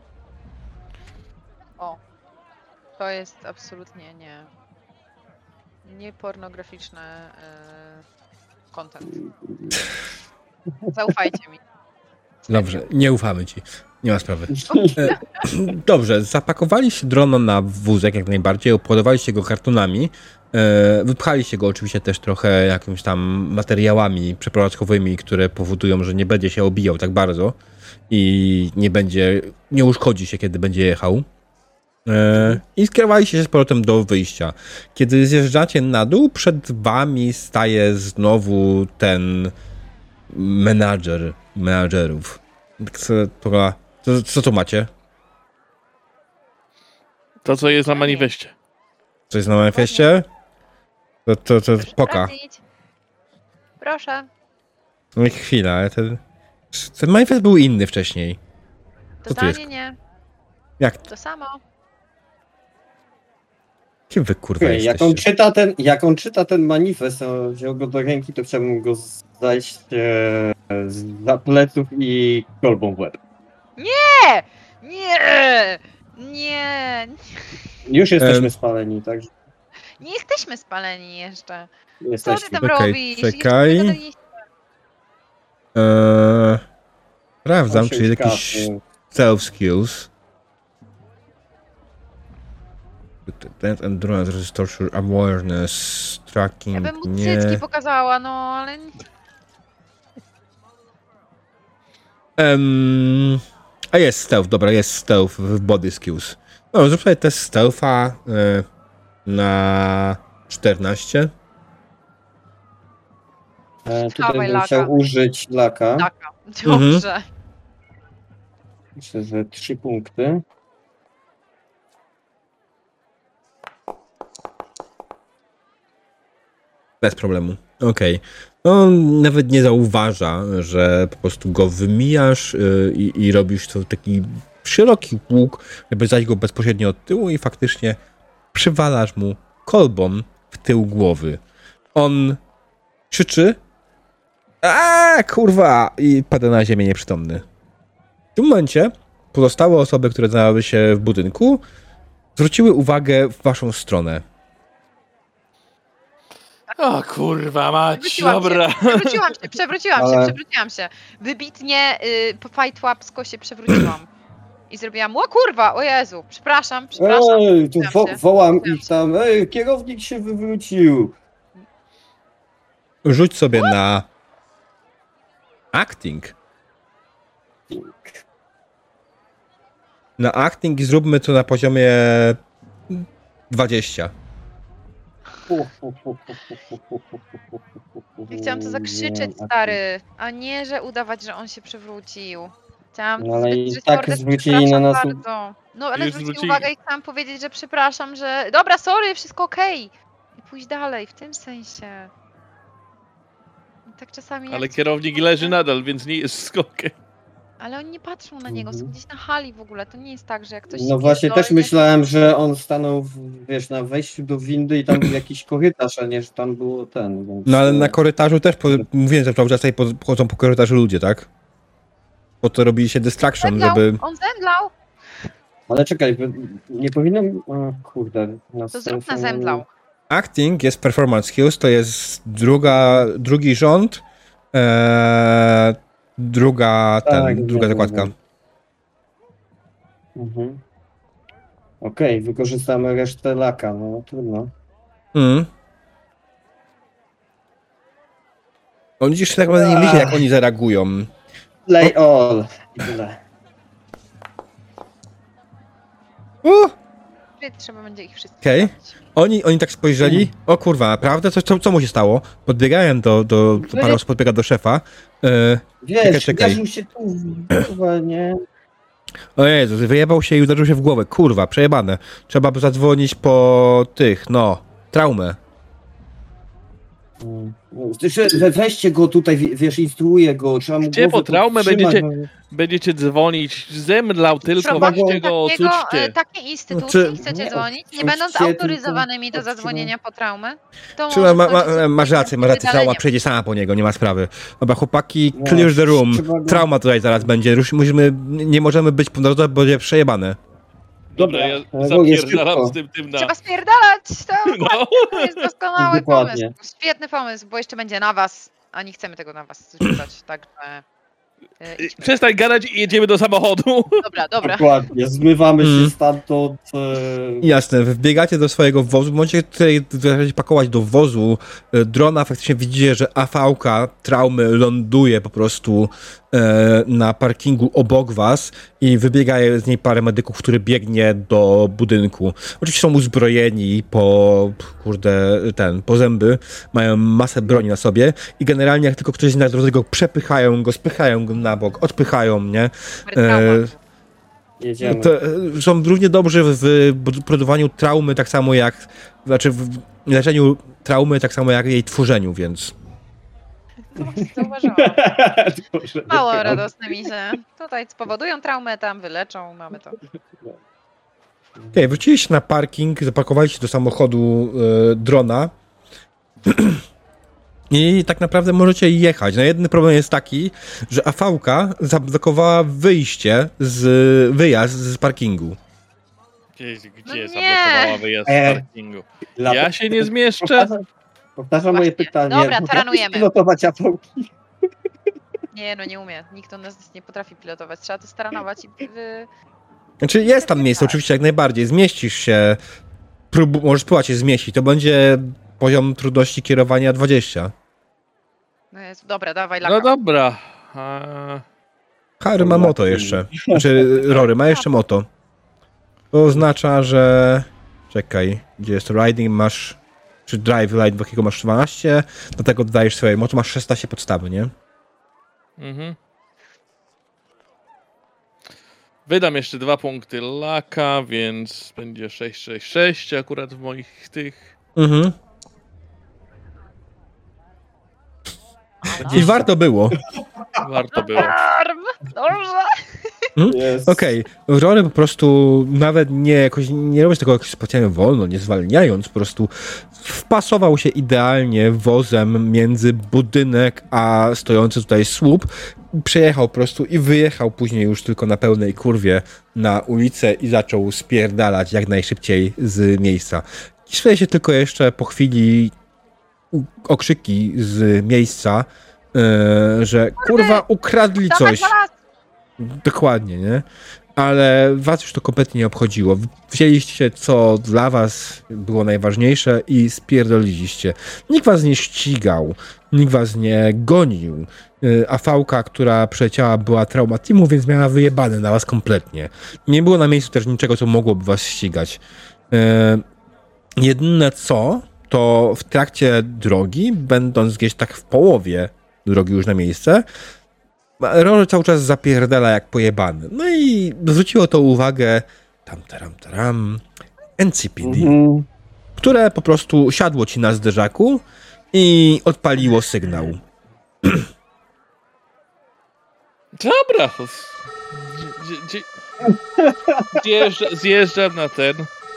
O. To jest absolutnie nie pornograficzny content. Zaufajcie mi. Dobrze, nie ufamy ci. Nie ma sprawy. Dobrze, zapakowaliście drona na wózek jak najbardziej, obładowaliście go kartonami, wypchaliście go oczywiście też trochę jakimiś tam materiałami przeprowadzkowymi, które powodują, że nie będzie się obijał tak bardzo i nie uszkodzi się, kiedy będzie jechał. I skierowaliście się z powrotem do wyjścia. Kiedy zjeżdżacie na dół, przed wami staje znowu ten menadżerów. Co tu macie? To, co jest na manifestie. Co jest na manifestie? To poka. Sprawdzić. Proszę. No i chwila, ale ten manifest był inny wcześniej. Co tu jest? Totalnie nie. Jak? To samo. Kim wy kurwa Jak jesteście? jak on czyta ten manifest, a wziął go do ręki, to chciałbym go zajść za pleców i kolbą w łeb. Nie! Nie! Nie! Już jesteśmy spaleni, także Nie jesteśmy spaleni jeszcze. Co ty jesteśmy. tam Okej, robisz? czekaj. Jeszcze nie dodaliście. Sprawdzam, czy jest jakiś self skills. Endurance, torture, awareness, Ja tracking, bym mu nie. cycki pokazała, no ale... A jest stealth, dobra, jest stealth w body skills. No, zrób sobie test stealtha na 14. Tutaj bym laka. chciał użyć laka. Taka. Dobrze. Myślę, że 3 punkty. Bez problemu. Okej. On nawet nie zauważa, że po prostu go wymijasz i robisz to taki szeroki łuk, żeby zajść go bezpośrednio od tyłu i faktycznie przywalasz mu kolbą w tył głowy. On krzyczy kurwa! I pada na ziemię nieprzytomny. W tym momencie pozostałe osoby, które znalazły się w budynku, zwróciły uwagę w waszą stronę. O kurwa mać, dobra. Przewróciłam się. Wybitnie po fight łapsko się przewróciłam. I zrobiłam, o kurwa, o Jezu, przepraszam. Ej, tu wołam ich tam, kierownik się wywrócił. Rzuć sobie na acting. Na acting i zróbmy to na poziomie 20. Ja chciałam to zakrzyczeć, stary, a nie, że udawać, że on się przewrócił. Chciałam No, ale i że tak sorry, zwrócili na nas... bardzo. No ale Już zwrócili zwrócili. uwagę i chciałam powiedzieć, że przepraszam, że... Dobra, sorry, wszystko okej. I pójść dalej, w tym sensie. I tak czasami... Ale jak kierownik coś- leży nadal, więc nie jest skokiem. Ale oni nie patrzą na niego, są gdzieś na hali w ogóle, to nie jest tak, że jak ktoś... No się właśnie też pierdolnie- myślałem, że on stanął, wiesz, na wejściu do windy i tam był jakiś korytarz, a nie, że tam było ten. Więc... No ale na korytarzu też, mówiłem, że cały czas tutaj chodzą po korytarzu ludzie, tak? Po to robili się distraction, Zemdlał, żeby... on zemdlał, Ale czekaj, nie powinienem... O, kurde. to zrób na zemdlał. Acting jest performance skills, to jest drugi rząd, druga wiem. zakładka. Mhm. Okej, wykorzystamy resztę laka, no trudno. On widzisz, tak naprawdę nie myśli, jak oni zareagują. Play all. I tyle. Trzeba będzie ich wszystkich Okej. zabić. Oni tak spojrzeli, o kurwa, naprawdę? Co mu się stało? Podbiegają parę osób podbiega do szefa. Wiesz, czekaj. uderzył się tu, kurwa, nie? O Jezus, wyjebał się i uderzył się w głowę. Kurwa, przejebane. Trzeba by zadzwonić po traumę. Weźcie go tutaj, wiesz, instruuję go, trzeba mu Gdzie głowę po traumę podtrzymać, będziecie dzwonić? Zemdlał tylko, Zobaczcie, weźcie go, ocućcie. takiej instytucji Znaczy- chcecie Nie, dzwonić, nie ocućcie, będąc tylko autoryzowanymi do ocućcie. zadzwonienia po traumę? To Trzeba, może skończyć masz rację, trauma wydaleniem. przejdzie sama po niego, nie ma sprawy. Dobra, chłopaki, No, clear the room. trzeba go- Trauma tutaj zaraz będzie. Nie możemy być po drodze, bo będzie przejebane. Dobra, ja no, jest zapierdalam szybko. z tym na... Trzeba spierdalać! No. To jest doskonały Dokładnie. pomysł. Świetny pomysł, bo jeszcze będzie na was, a nie chcemy tego na was rzucać, także... idźmy. Przestań gadać i jedziemy do samochodu. Dobra. Dokładnie, zmywamy się stamtąd. Jasne, wbiegacie do swojego wozu. W momencie, kiedy zaczęcie pakować do wozu drona, faktycznie widzicie, że AV-ka traumy ląduje po prostu na parkingu obok was i wybiega z niej parę medyków, który biegnie do budynku. Oczywiście są uzbrojeni po zęby, mają masę broni na sobie i generalnie jak tylko ktoś jest na drodze, go przepychają go, spychają go na bok, odpychają, nie? Jedziemy. To, są równie dobrzy w produkowaniu traumy, tak samo jak, w leczeniu traumy, tak samo jak jej tworzeniu, więc... Zauważyłam. Mało radosne misie. Tutaj spowodują traumę, tam wyleczą, mamy to. Okej, wróciliście na parking, zapakowaliście do samochodu drona i tak naprawdę możecie jechać. No jedyny problem jest taki, że AV-ka zablokowała wyjazd z parkingu. Gdzie nie. zablokowała wyjazd z parkingu? Ja się nie zmieszczę. Powtarzam moje Właśnie. pytanie. Dobra, Potrafisz taranujemy. pilotować AV-ki? Nie, no nie umie. Nikt od nas nie potrafi pilotować. Trzeba to staranować i... Znaczy jest tam miejsce, oczywiście jak najbardziej. Zmieścisz się, możesz spróbować się zmieścić. To będzie poziom trudności kierowania 20. No jest, dobra, dawaj laka. No dobra. Harry ma moto jeszcze. Znaczy Rory ma jeszcze moto. To oznacza, że... Czekaj, gdzie jest riding? Masz czy Drive Light, jakiego masz 12, do tego dodajesz swoje moto, masz 16 podstawy, nie? Mhm. Wydam jeszcze 2 punkty laka, więc będzie 666 akurat w moich tych. Mhm. I warto było. Warto było. Dobrze. Jest. Okej, Rory po prostu nawet nie robiąc tego jakoś specjalnie wolno, nie zwalniając, po prostu wpasował się idealnie wozem między budynek a stojący tutaj słup. Przejechał po prostu i wyjechał później już tylko na pełnej kurwie na ulicę i zaczął spierdalać jak najszybciej z miejsca. I słyszy się tylko jeszcze po chwili okrzyki z miejsca, że kurwa ukradli coś. Dokładnie, nie? Ale was już to kompletnie nie obchodziło. Wzięliście, co dla was było najważniejsze i spierdoliliście. Nikt was nie ścigał, nikt was nie gonił. A Fałka, która przeciała, była trauma teamu, więc miała wyjebane na was kompletnie. Nie było na miejscu też niczego, co mogłoby was ścigać. Jedyne co, to w trakcie drogi, będąc gdzieś tak w połowie drogi już na miejsce, Rory cały czas zapierdala jak pojebany. No i zwróciło to uwagę NCPD, które po prostu siadło ci na zderzaku i odpaliło sygnał. Dobra. Zjeżdżam na ten.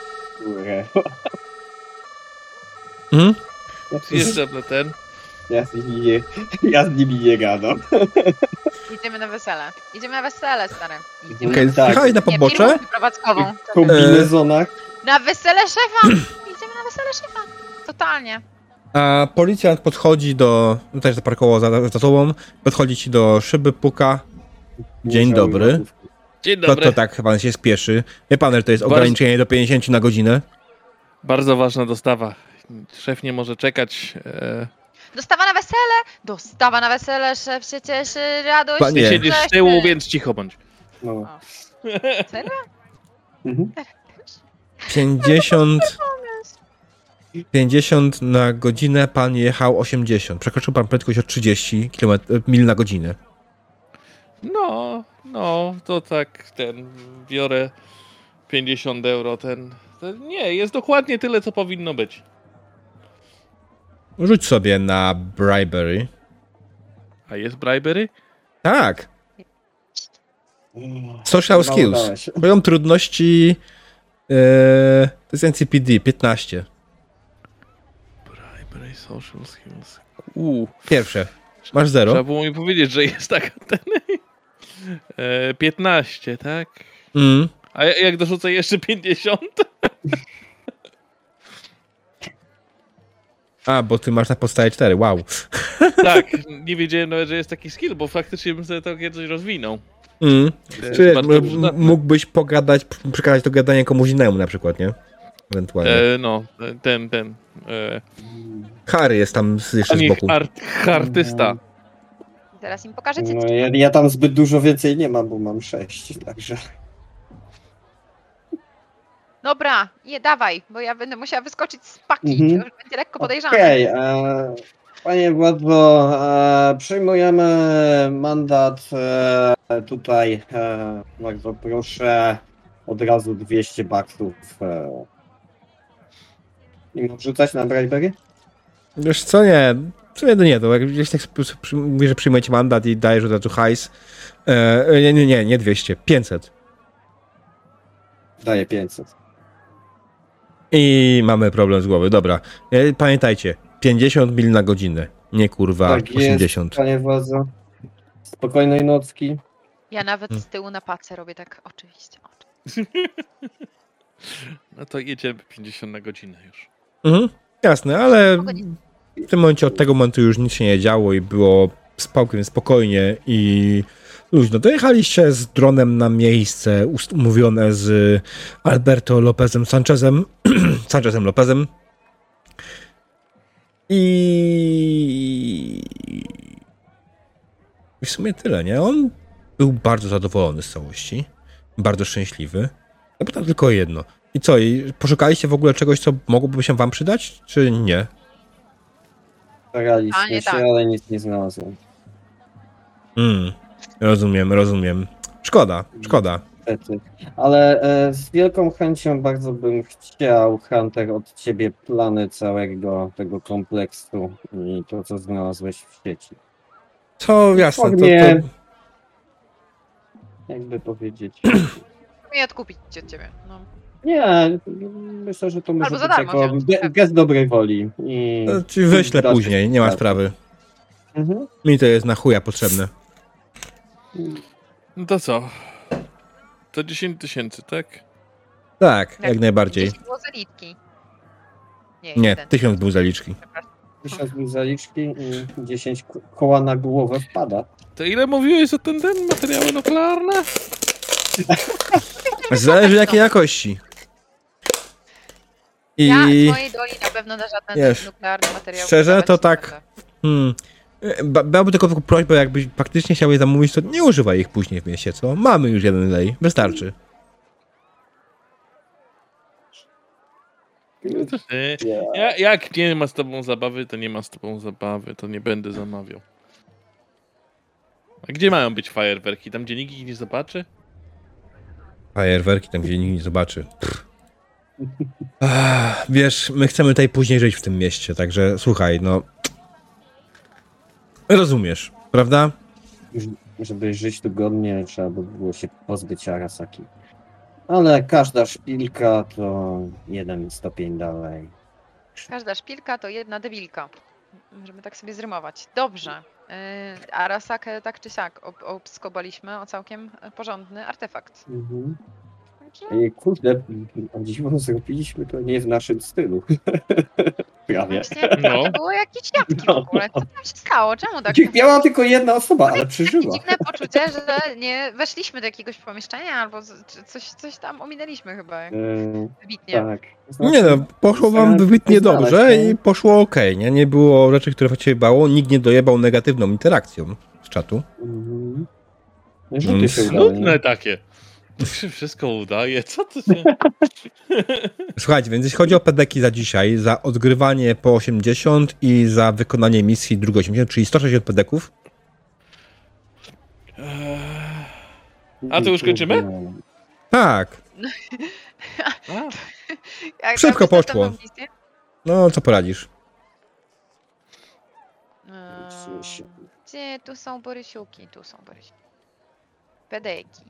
Zjeżdżam na ten. Ja z nimi nie gadam. Idziemy na wesele. Idziemy na wesele, stary. Idziemy Okej, na wesele. zjechałeś na Nie, pobocze. firmą przeprowadzkową. W kombinezonach. Na wesele szefa! Idziemy na wesele szefa. Totalnie. A policjant podchodzi też zaparkował za tobą, podchodzi ci do szyby, puka. Dzień dobry. Dzień To dobry. tak, chyba się spieszy. Wie pan, że to jest ograniczenie do 50 na godzinę? Bardzo ważna dostawa. Szef nie może czekać. Dostawa na wesele! Dostawa na wesele, szef się cieszy, radość. Panie. Ty siedzisz z tyłu, więc cicho bądź. No. Serio? Mhm. 50 na godzinę, pan jechał 80. Przekroczył pan prędkość o 30 mil na godzinę. No, to tak, biorę 50 euro, nie, jest dokładnie tyle, co powinno być. Rzuć sobie na bribery. A jest bribery? Tak. Social skills. Udałeś. Poziom trudności to jest NCPD 15. Bribery, social skills. Pierwsze. Masz 0. Trzeba było mi powiedzieć, że jest taka 15, tak? A jak dorzucę jeszcze 50? A, bo ty masz na podstawie 4, wow. Tak, nie wiedziałem nawet, że jest taki skill, bo faktycznie bym sobie to kiedyś rozwinął. Czy bardzo przydatne. mógłbyś przekazać to gadanie komuś innemu na przykład, nie? Ewentualnie. Harry jest tam jeszcze z boku. Artysta. Teraz im pokażecie. No, ja tam zbyt dużo więcej nie mam, bo mam 6, także... Dobra, dawaj, bo ja będę musiała wyskoczyć z paki. To już będzie lekko podejrzane. Okej, panie władzo, przyjmujemy mandat tutaj. Bardzo proszę, od razu 200 baksów. Nie mam rzucać na bribery? Wiesz co, nie. W sumie to nie, to jak gdzieś tak mówisz, że przyjmujecie mandat i dajesz od razu hajs. Nie 200, 500. Daję 500. I mamy problem z głowy. Dobra. Pamiętajcie, 50 mil na godzinę. Nie kurwa, Tak 80. jest, panie władzo. Spokojnej nocki. Ja nawet z tyłu na pace robię tak, oczywiście. No to jedziemy 50 na godzinę już. Jasne, ale w tym momencie od tego momentu już nic się nie działo i było całkiem spokojnie i luźno. Dojechaliście z dronem na miejsce umówione z Alberto Lopezem Sanchezem. Sanchezem Lopezem. I w sumie tyle, nie? On był bardzo zadowolony z całości. Bardzo szczęśliwy. No bo tam tylko jedno. I co, i poszukaliście w ogóle czegoś, co mogłoby się wam przydać, czy nie? Staraliśmy się, ale nic nie znalazłem. Rozumiem. Szkoda. Niestety. Ale z wielką chęcią bardzo bym chciał, Hunter, od ciebie plany całego tego kompleksu i to, co znalazłeś w sieci. To jasne, to... Jakby powiedzieć... I odkupić cię od ciebie. No. Nie, myślę, że to może być jako gest dobrej woli. To ci wyślę później, nie ma sprawy. Mi to jest na chuja potrzebne. No to co? To 10 000, tak? Tak, jak najbardziej. 10 było zalitki. Nie, 1000 był zaliczki. 1000 był zaliczki i 10 koła na głowę wpada. To ile mówiłeś o ten materiały nuklearne? Zależy jakiej jakości. Ja z mojej doli na pewno na żaden nuklearny materiał. Szczerze, to tak... Miałbym tylko prośbę, jakbyś faktycznie chciał je zamówić, to nie używaj ich później w mieście, co? Mamy już jeden lej, wystarczy. Jak nie ma z tobą zabawy, to nie ma z tobą zabawy, to nie będę zamawiał. A gdzie mają być fajerwerki? Tam, gdzie nikt ich nie zobaczy? Fajerwerki tam, gdzie nikt nie zobaczy. Wiesz, my chcemy tutaj później żyć w tym mieście, także słuchaj, no... Rozumiesz, prawda? Żeby żyć tu godnie, trzeba by było się pozbyć Arasaki. Ale każda szpilka to jeden stopień dalej. Każda szpilka to jedna debilka. Możemy tak sobie zrymować. Dobrze. Arasakę tak czy siak obskobaliśmy o całkiem porządny artefakt. I kurde, o dziwo zrobiliśmy to nie w naszym stylu. Prawie. Właśnie, to było jakieś jabłki w ogóle. Co tam się stało? Czemu tak? Miała tylko jedna osoba, ale przeżyła. Dziwne poczucie, że nie weszliśmy do jakiegoś pomieszczenia albo coś tam ominęliśmy chyba. Wybitnie. Tak. Nie no, poszło wam wybitnie dobrze i poszło okej, nie? Nie było rzeczy, które cię bało, nikt nie dojebał negatywną interakcją z czatu. Nudne takie. To się wszystko udaje, co to się... Słuchajcie, więc jeśli chodzi o pedeki za dzisiaj, za odgrywanie po 80 i za wykonanie misji drugiej 80, czyli 160 pedeków. A to już kończymy? Tak. Szybko poszło. No, co poradzisz? Gdzie tu są Borysiuki? Tu są Borysiuki. Pedeki.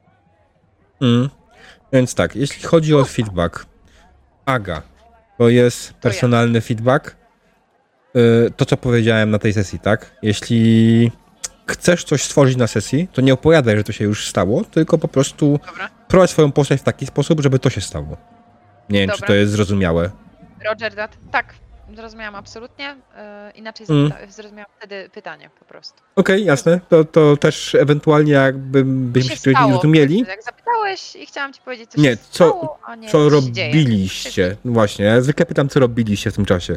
Więc tak, jeśli chodzi o feedback, Aga, to jest personalny feedback. To, co powiedziałem na tej sesji, tak? Jeśli chcesz coś stworzyć na sesji, to nie opowiadaj, że to się już stało, tylko po prostu prowadź swoją postać w taki sposób, żeby to się stało. Nie wiem, czy to jest zrozumiałe. Roger that. Tak, zrozumiałam absolutnie. Inaczej zrozumiałam wtedy pytanie po prostu. Okej, jasne. To też ewentualnie jakbyśmy się nie zrozumieli. Jak zapytałeś i chciałam ci powiedzieć, co się stało, a nie co robiliście. Właśnie, ja zwykle pytam, co robiliście w tym czasie.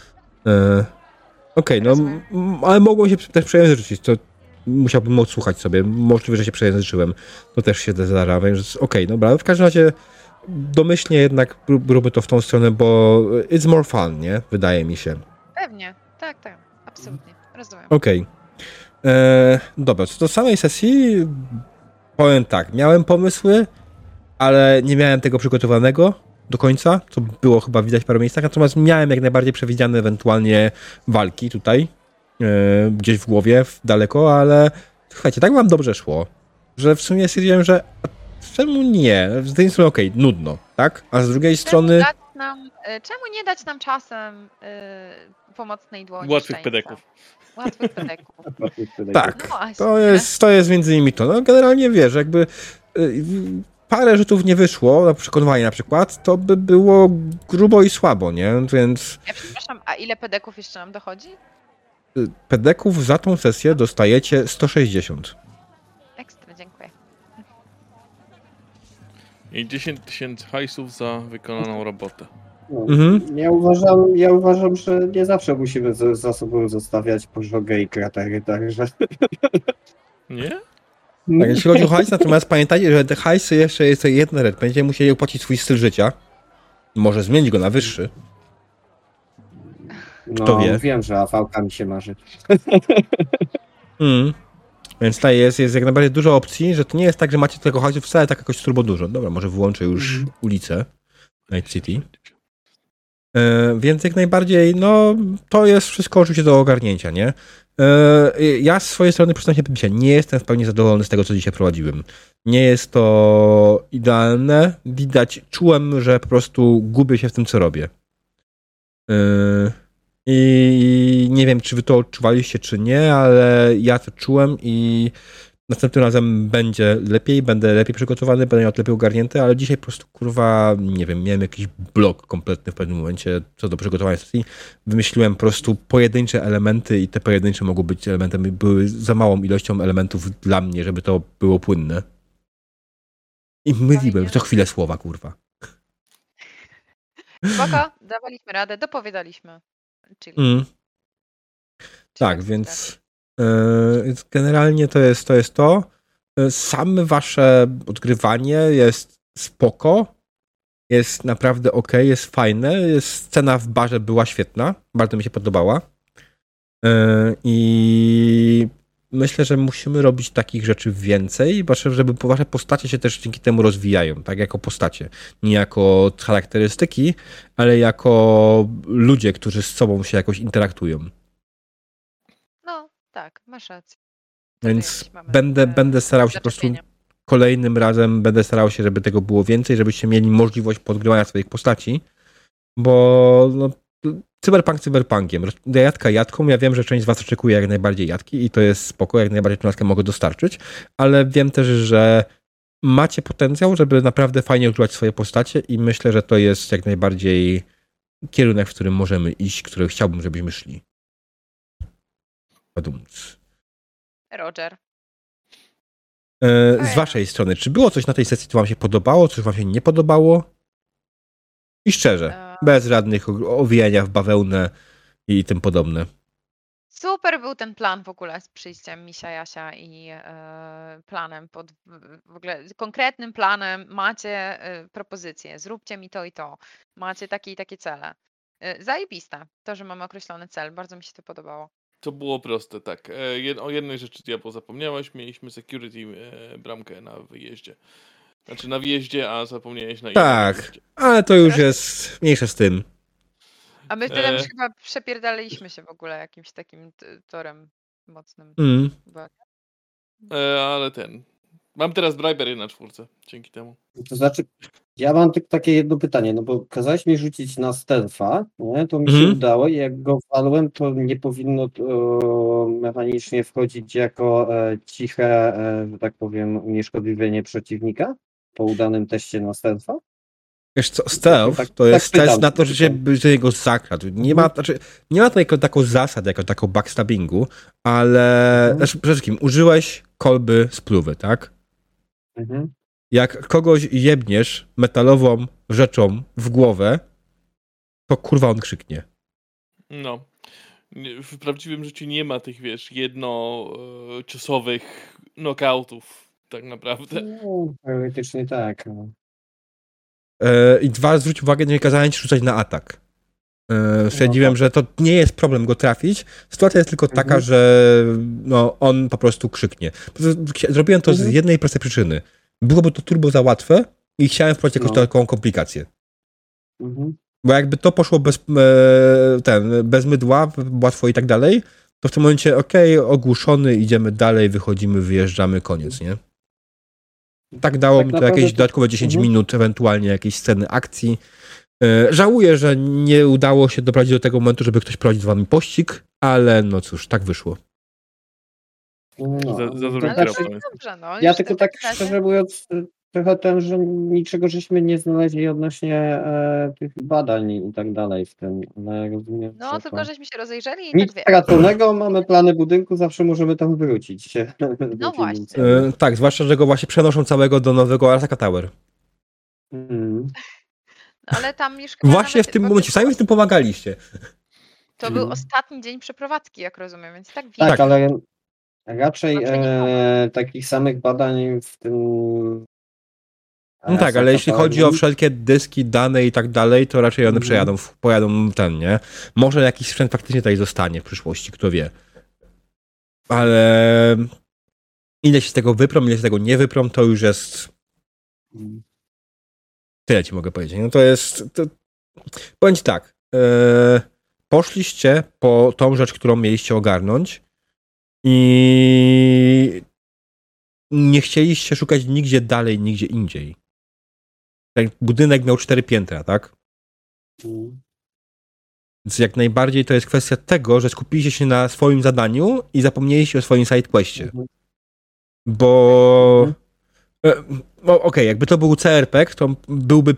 Okej, no, ale mogło się też przejęzyczyć, to musiałbym odsłuchać sobie. Możliwe, że się przejęzyczyłem. To też się zdarza, więc okej, dobra. W każdym razie domyślnie jednak róbmy to w tą stronę, bo it's more fun, nie? Wydaje mi się. Pewnie, tak, absolutnie. Rozumiem. Okej. Dobra, co do samej sesji, powiem tak, miałem pomysły, ale nie miałem tego przygotowanego do końca, co było chyba widać w paru miejscach, natomiast miałem jak najbardziej przewidziane ewentualnie walki tutaj, gdzieś w głowie, daleko, ale słuchajcie, tak wam dobrze szło, że w sumie stwierdziłem, że czemu nie? Z jednej strony okej, nudno, tak? A z drugiej strony... Czemu nie dać nam czasem pomocnej dłoni? Łatwych pedeków. Łatwych pedeków. Tak, no to jest między innymi to. No generalnie wiesz, jakby parę rzutów nie wyszło, na przekonywanie na przykład, to by było grubo i słabo, nie? Więc... Ja przepraszam, a ile pedeków jeszcze nam dochodzi? Pedeków za tą sesję dostajecie 160. Ekstra, dziękuję. I 10 000 hajsów za wykonaną robotę. No, ja uważam, że nie zawsze musimy za sobą zostawiać pożogę i kratery, także... Nie? Tak, jeśli chodzi o hajs, natomiast pamiętajcie, że te hajsy jeszcze jest jeden red. Będziecie musieli opłacić swój styl życia. Może zmienić go na wyższy. No, wie? wiem, że AV-ka mi się marzy. Więc tutaj jest jak najbardziej dużo opcji, że to nie jest tak, że macie tego hajsu wcale tak jakoś turbo dużo. Dobra, może wyłączę już ulicę Night City. Więc jak najbardziej, no to jest wszystko oczywiście do ogarnięcia, nie? Ja z swojej strony przyznam się, dzisiaj nie jestem w pełni zadowolony z tego, co dzisiaj prowadziłem. Nie jest to idealne. Widać, czułem, że po prostu gubię się w tym, co robię. I nie wiem, czy wy to odczuwaliście, czy nie, ale ja to czułem i następnym razem będzie lepiej, będę lepiej przygotowany, będę miał lepiej ogarnięty, ale dzisiaj po prostu, kurwa, nie wiem, miałem jakiś blok kompletny w pewnym momencie co do przygotowania sesji. Wymyśliłem po prostu pojedyncze elementy i te pojedyncze mogły być elementami, były za małą ilością elementów dla mnie, żeby to było płynne. I myliłem co chwilę słowa, kurwa. Spoko, dawaliśmy radę, dopowiadaliśmy. Czyli tak, więc generalnie to jest to. Same wasze odgrywanie jest spoko. Jest naprawdę okej, jest fajne. Scena w barze była świetna. Bardzo mi się podobała. I myślę, że musimy robić takich rzeczy więcej, żeby wasze postacie się też dzięki temu rozwijają, tak jako postacie. Nie jako charakterystyki, ale jako ludzie, którzy z sobą się jakoś interaktują. No, tak, masz rację. Więc będę starał się po prostu kolejnym razem, będę starał się, żeby tego było więcej, żebyście mieli możliwość podgrywania swoich postaci, bo no, cyberpunk cyberpunkiem. Jadka jadką, ja wiem, że część z was oczekuje jak najbardziej jadki i to jest spoko, jak najbardziej tę mogę dostarczyć, ale wiem też, że macie potencjał, żeby naprawdę fajnie odgrywać swoje postacie i myślę, że to jest jak najbardziej kierunek, w którym możemy iść, który chciałbym, żebyśmy szli. Roger. Z waszej strony, czy było coś na tej sesji, co wam się podobało, coś wam się nie podobało? I szczerze, bez żadnych owijania w bawełnę i tym podobne. Super był ten plan w ogóle z przyjściem Misia, Jasia i planem, w ogóle konkretnym planem. Macie propozycje, zróbcie mi to i to. Macie takie i takie cele. Zajebiste to, że mamy określony cel. Bardzo mi się to podobało. To było proste, tak. O jednej rzeczy diabeł zapomniałeś. Mieliśmy security bramkę na wyjeździe. Znaczy na wjeździe, a zapomniałeś na tak, ale to już jest mniejsze z tym. A my wtedy już chyba przepierdaliliśmy się w ogóle jakimś takim torem mocnym. Ale mam teraz bribery na 4, dzięki temu. To znaczy, ja mam tylko takie jedno pytanie, no bo kazałeś mi rzucić na stealtha, nie? To mi się udało i jak go walłem, to nie powinno mechanicznie wchodzić jako ciche, że tak powiem, unieszkodliwienie przeciwnika po udanym teście na stealtha? Wiesz co, stealth to jest test na to, że się jego zakradł. Nie ma to jako taką zasadę, jako taką backstabbingu, ale przede wszystkim użyłeś kolby spluwy, tak? Jak kogoś jebniesz metalową rzeczą w głowę, to kurwa on krzyknie. No. W prawdziwym życiu nie ma tych, wiesz, jednociosowych knockoutów, tak naprawdę. No, teoretycznie tak. No. I zwróć uwagę, że nie kazałem ci rzucać na atak. Stwierdziłem, że to nie jest problem go trafić. Sytuacja jest tylko taka, że no, on po prostu krzyknie. Zrobiłem to z jednej prostej przyczyny. Byłoby to turbo za łatwe i chciałem wprowadzić jakąś taką komplikację. Bo jakby to poszło bez mydła, łatwo i tak dalej, to w tym momencie ogłuszony, idziemy dalej, wychodzimy, wyjeżdżamy, koniec, nie? Tak dało mi to jakieś dodatkowe 10 minut, ewentualnie jakieś sceny akcji. Żałuję, że nie udało się doprowadzić do tego momentu, żeby ktoś prowadził z wami pościg, ale no cóż, tak wyszło. Ja tylko tak szczerze mówiąc, trochę że niczego żeśmy nie znaleźli odnośnie tych badań i tak dalej w tym. Ale rozumiem, no, tylko żeśmy się rozejrzeli i nic tak straconego, mamy plany budynku, zawsze możemy tam wrócić. No właśnie. Tak, zwłaszcza, że go właśnie przenoszą całego do nowego Arasaka Tower. Ale tam już właśnie w tym momencie, sami w tym pomagaliście. To był ostatni dzień przeprowadzki, jak rozumiem, więc tak wiem. Tak, ale raczej takich samych badań w tym No tak, ale jeśli chodzi o wszelkie dyski, dane i tak dalej, to raczej one pojadą nie? Może jakiś sprzęt faktycznie tutaj zostanie w przyszłości, kto wie. Ale ile się z tego wyprą, ile się z tego nie wyprą, to już jest... Tyle ci mogę powiedzieć. No to jest... Powiem ci tak. Poszliście po tą rzecz, którą mieliście ogarnąć i nie chcieliście szukać nigdzie dalej, nigdzie indziej. Ten budynek miał 4 piętra, tak? Więc jak najbardziej to jest kwestia tego, że skupiliście się na swoim zadaniu i zapomnieliście o swoim sidequestie. Bo... Okej, jakby to był CRPG, to byłby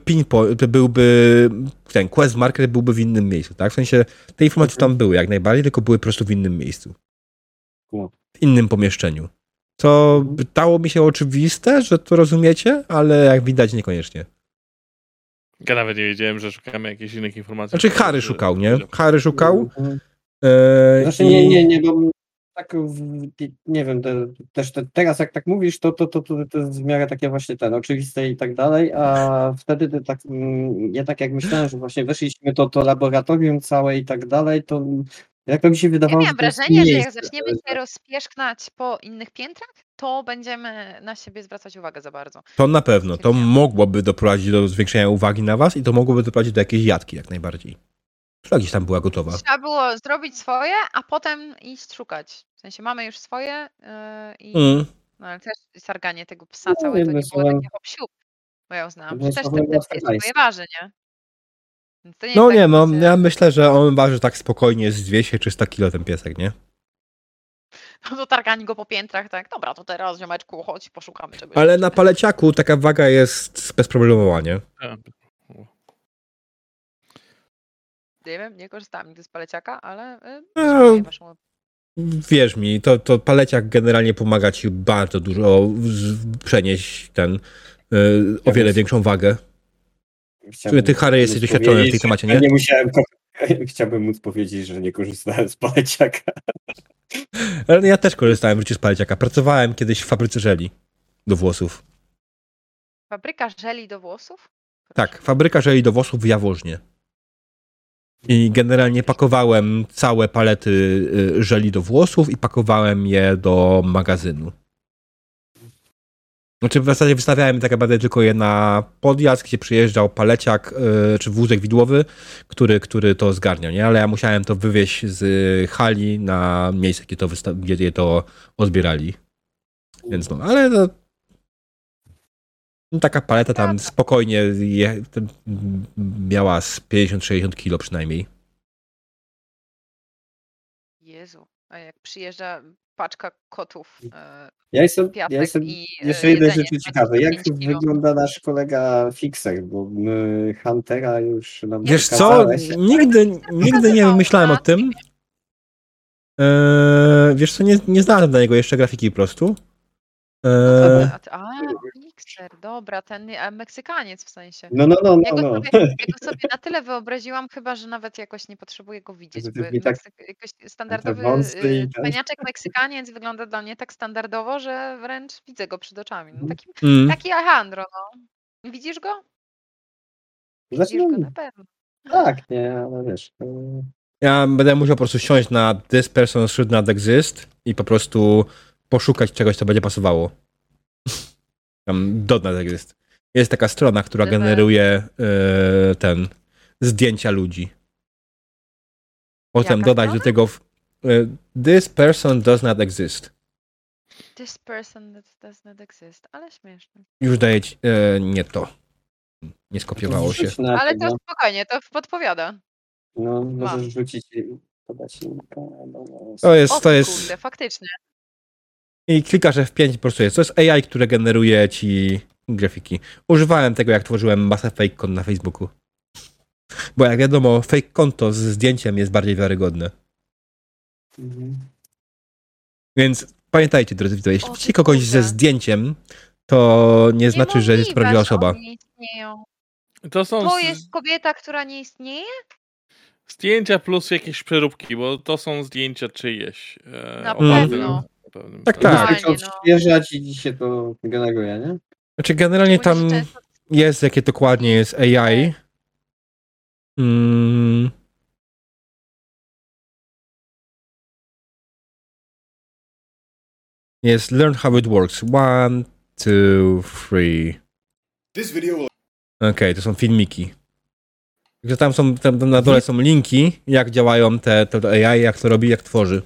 ten quest marker byłby w innym miejscu, tak? W sensie te informacje tam były jak najbardziej, tylko były po prostu w innym miejscu. W innym pomieszczeniu. To dało mi się oczywiste, że to rozumiecie, ale jak widać niekoniecznie. Ja nawet nie wiedziałem, że szukamy jakichś innych informacji. Znaczy Harry szukał, nie? Harry szukał. Znaczy nie, bo tak, nie wiem, teraz jak tak mówisz, to jest w miarę takie właśnie oczywiste i tak dalej, a wtedy tak, ja tak jak myślałem, że właśnie weszliśmy to laboratorium całe i tak dalej, to jak to mi się wydawało, Ja miałam wrażenie, że jak zaczniemy się rozpierzchnać po innych piętrach, to będziemy na siebie zwracać uwagę za bardzo. To na pewno. To mogłoby doprowadzić do zwiększenia uwagi na was i to mogłoby doprowadzić do jakiejś jatki jak najbardziej. Która gdzieś tam była gotowa. Trzeba było zrobić swoje, a potem iść szukać. W sensie mamy już swoje no ale też sarganie tego psa całe to nie było takie hop-siup, bo ja uznałam, że też ten pies swoje waży, nie? Więc to nie no jest nie, tak, ja myślę, że on waży tak spokojnie z 200-300 kilo ten piesek, nie? No to targani go po piętrach, tak? Dobra, to teraz ziomeczku, chodź, poszukamy czegoś. Ale na paleciaku taka waga jest bezproblemowa, nie? Nie wiem, nie korzystałam nigdy z paleciaka, ale wierz mi, to paleciak generalnie pomaga ci bardzo dużo przenieść o wiele większą wagę. Ty, Harry, jesteś doświadczony w tej temacie, nie? Nie musiałem, chciałbym móc powiedzieć, że nie korzystałem z paleciaka. Ale ja też korzystałem w życiu z paleciaka. Pracowałem kiedyś w fabryce żeli do włosów. Fabryka żeli do włosów? Tak, fabryka żeli do włosów w Jaworznie. I generalnie pakowałem całe palety żeli do włosów i pakowałem je do magazynu. Znaczy w zasadzie wystawiałem tak naprawdę tylko je na podjazd, gdzie przyjeżdżał paleciak czy wózek widłowy, który to zgarniał, nie? Ale ja musiałem to wywieźć z hali na miejsce, gdzie je to odbierali. Więc no, ale taka paleta tam spokojnie miała z 50-60 kilo przynajmniej. Jezu, a jak przyjeżdża paczka kotów, Ja jestem i jeszcze jednej rzeczy ciekawy. Jak wygląda nasz kolega Fixer, bo my Huntera już nam Wiesz co? Nigdy nie myślałem o tym. Wiesz co, nie znalazłem dla niego jeszcze grafiki po prostu. Fixer, dobra, ten Meksykaniec w sensie. No. Ja go sobie na tyle wyobraziłam, chyba że nawet jakoś nie potrzebuję go widzieć. Bo jakoś standardowy paniaczek Meksykaniec wygląda dla mnie tak standardowo, że wręcz widzę go przed oczami. No, taki Alejandro, no. Widzisz go? Widzisz go na pewno. Tak, nie, ale wiesz. Ja będę musiał po prostu siąść na This Person Should Not Exist i po prostu poszukać czegoś, co będzie pasowało. Tam Not Exist. Jest taka strona, która generuje zdjęcia ludzi. Potem dodać do tego This person does not exist. This person does not exist, ale śmieszne. Już daję ci, nie to. Nie skopiowało się. Ale to spokojnie, to podpowiada. No, możesz rzucić i podać linka. To jest... Kurde, faktycznie. I klikasz F5 po prostu jest. To jest AI, które generuje ci grafiki. Używałem tego, jak tworzyłem masę fake kont na Facebooku. Bo jak wiadomo, fake konto z zdjęciem jest bardziej wiarygodne. Więc pamiętajcie, drodzy widzowie, jeśli widzicie kogoś ze zdjęciem, to nie znaczy, że jest prawdziwa osoba. To jest kobieta, która nie istnieje? Zdjęcia plus jakieś przeróbki, bo to są zdjęcia czyjeś. Na pewno. Tak. Odświeżać i się to generuje, nie? Znaczy generalnie tam... Często jest, jakie dokładnie jest AI. Jest learn how it works. 1, 2, 3. Okej, to są filmiki. Tam na dole są linki, jak działają te AI, jak to robi, jak tworzy.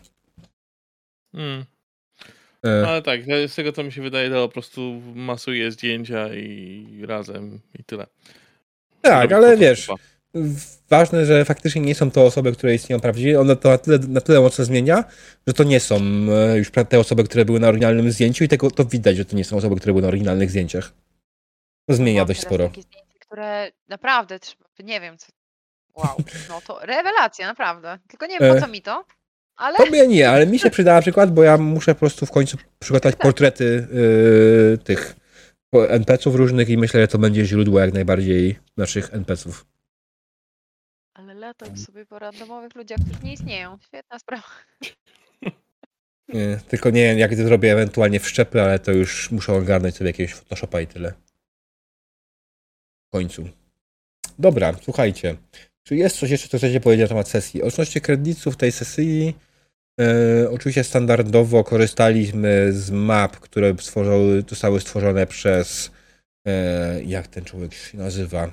Ale tak, z tego co mi się wydaje, to po prostu masuje zdjęcia i razem i tyle. Tak, ale wiesz, ważne, że faktycznie nie są to osoby, które istnieją prawdziwie. One to na tyle mocno zmienia, że to nie są już te osoby, które były na oryginalnym zdjęciu i to widać, że to nie są osoby, które były na oryginalnych zdjęciach. To zmienia dość sporo. Takie zdjęcie, które naprawdę trzeba, nie wiem co. Wow, no to rewelacja, naprawdę. Tylko nie wiem po co mi to, ale... Tobie nie, ale mi się przyda na przykład, bo ja muszę po prostu w końcu przygotować portrety tych NPC-ów różnych i myślę, że to będzie źródło jak najbardziej naszych NPC-ów. Ale latam sobie po randomowych ludziach, którzy nie istnieją. Świetna sprawa. Nie, tylko nie wiem, jak to zrobię ewentualnie wszczepy, ale to już muszę ogarnąć sobie jakiegoś Photoshopa i tyle. W końcu. Dobra, słuchajcie. Czy jest coś jeszcze, co chcecie powiedzieć na temat sesji? Odnośnie kredytów tej sesji, oczywiście standardowo korzystaliśmy z map, które zostały stworzone przez jak ten człowiek się nazywa?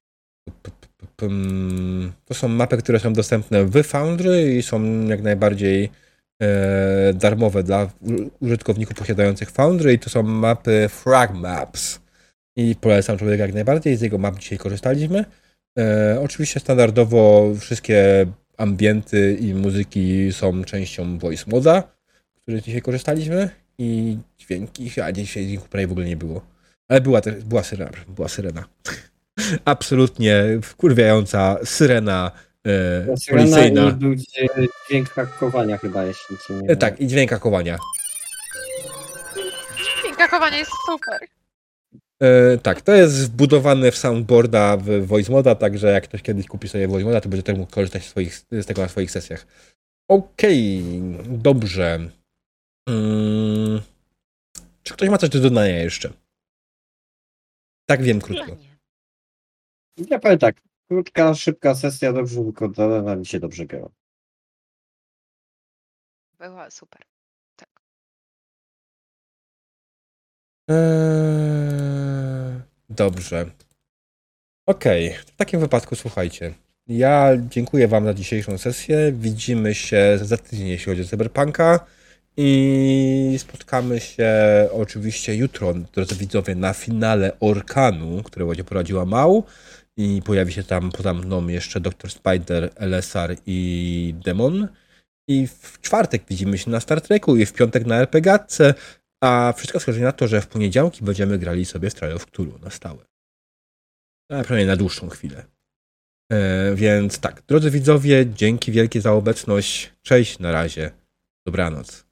To są mapy, które są dostępne w Foundry i są jak najbardziej darmowe dla użytkowników posiadających Foundry i to są mapy Frag Maps. I polecam człowiek jak najbardziej, z jego map dzisiaj korzystaliśmy. Oczywiście standardowo wszystkie ambienty i muzyki są częścią voice moda, który dzisiaj korzystaliśmy i dźwięki, a dzisiaj dźwięku prawie w ogóle nie było. Ale była syrena. Absolutnie wkurwiająca syrena policyjna. I był dźwięk hakowania chyba, jeśli się nie Tak, i dźwięk hakowania. Dźwięk hakowania jest super. Tak, to jest wbudowane w soundboarda w voice moda, także jak ktoś kiedyś kupi sobie voice moda, to będzie też mógł korzystać z tego na swoich sesjach. Okej, dobrze. Czy ktoś ma coś do dodania jeszcze? Tak, wiem, krótko. Ja powiem tak, krótka, szybka sesja, dobrze wykonana, mi się dobrze grało. Była super. Tak. Dobrze. Okej, w takim wypadku słuchajcie. Ja dziękuję wam za dzisiejszą sesję. Widzimy się za tydzień, jeśli chodzi o Cyberpunka. I spotkamy się oczywiście jutro, drodzy widzowie, na finale Orkanu, które będzie prowadziła Mał. I pojawi się tam poza mną jeszcze Dr. Spider, LSR i Demon. I w czwartek widzimy się na Star Treku i w piątek na RPGatce. A wszystko wskazuje na to, że w poniedziałki będziemy grali sobie w Trial of Cthulhu na stałe. A przynajmniej na dłuższą chwilę. Więc tak, drodzy widzowie, dzięki wielkie za obecność. Cześć, na razie. Dobranoc.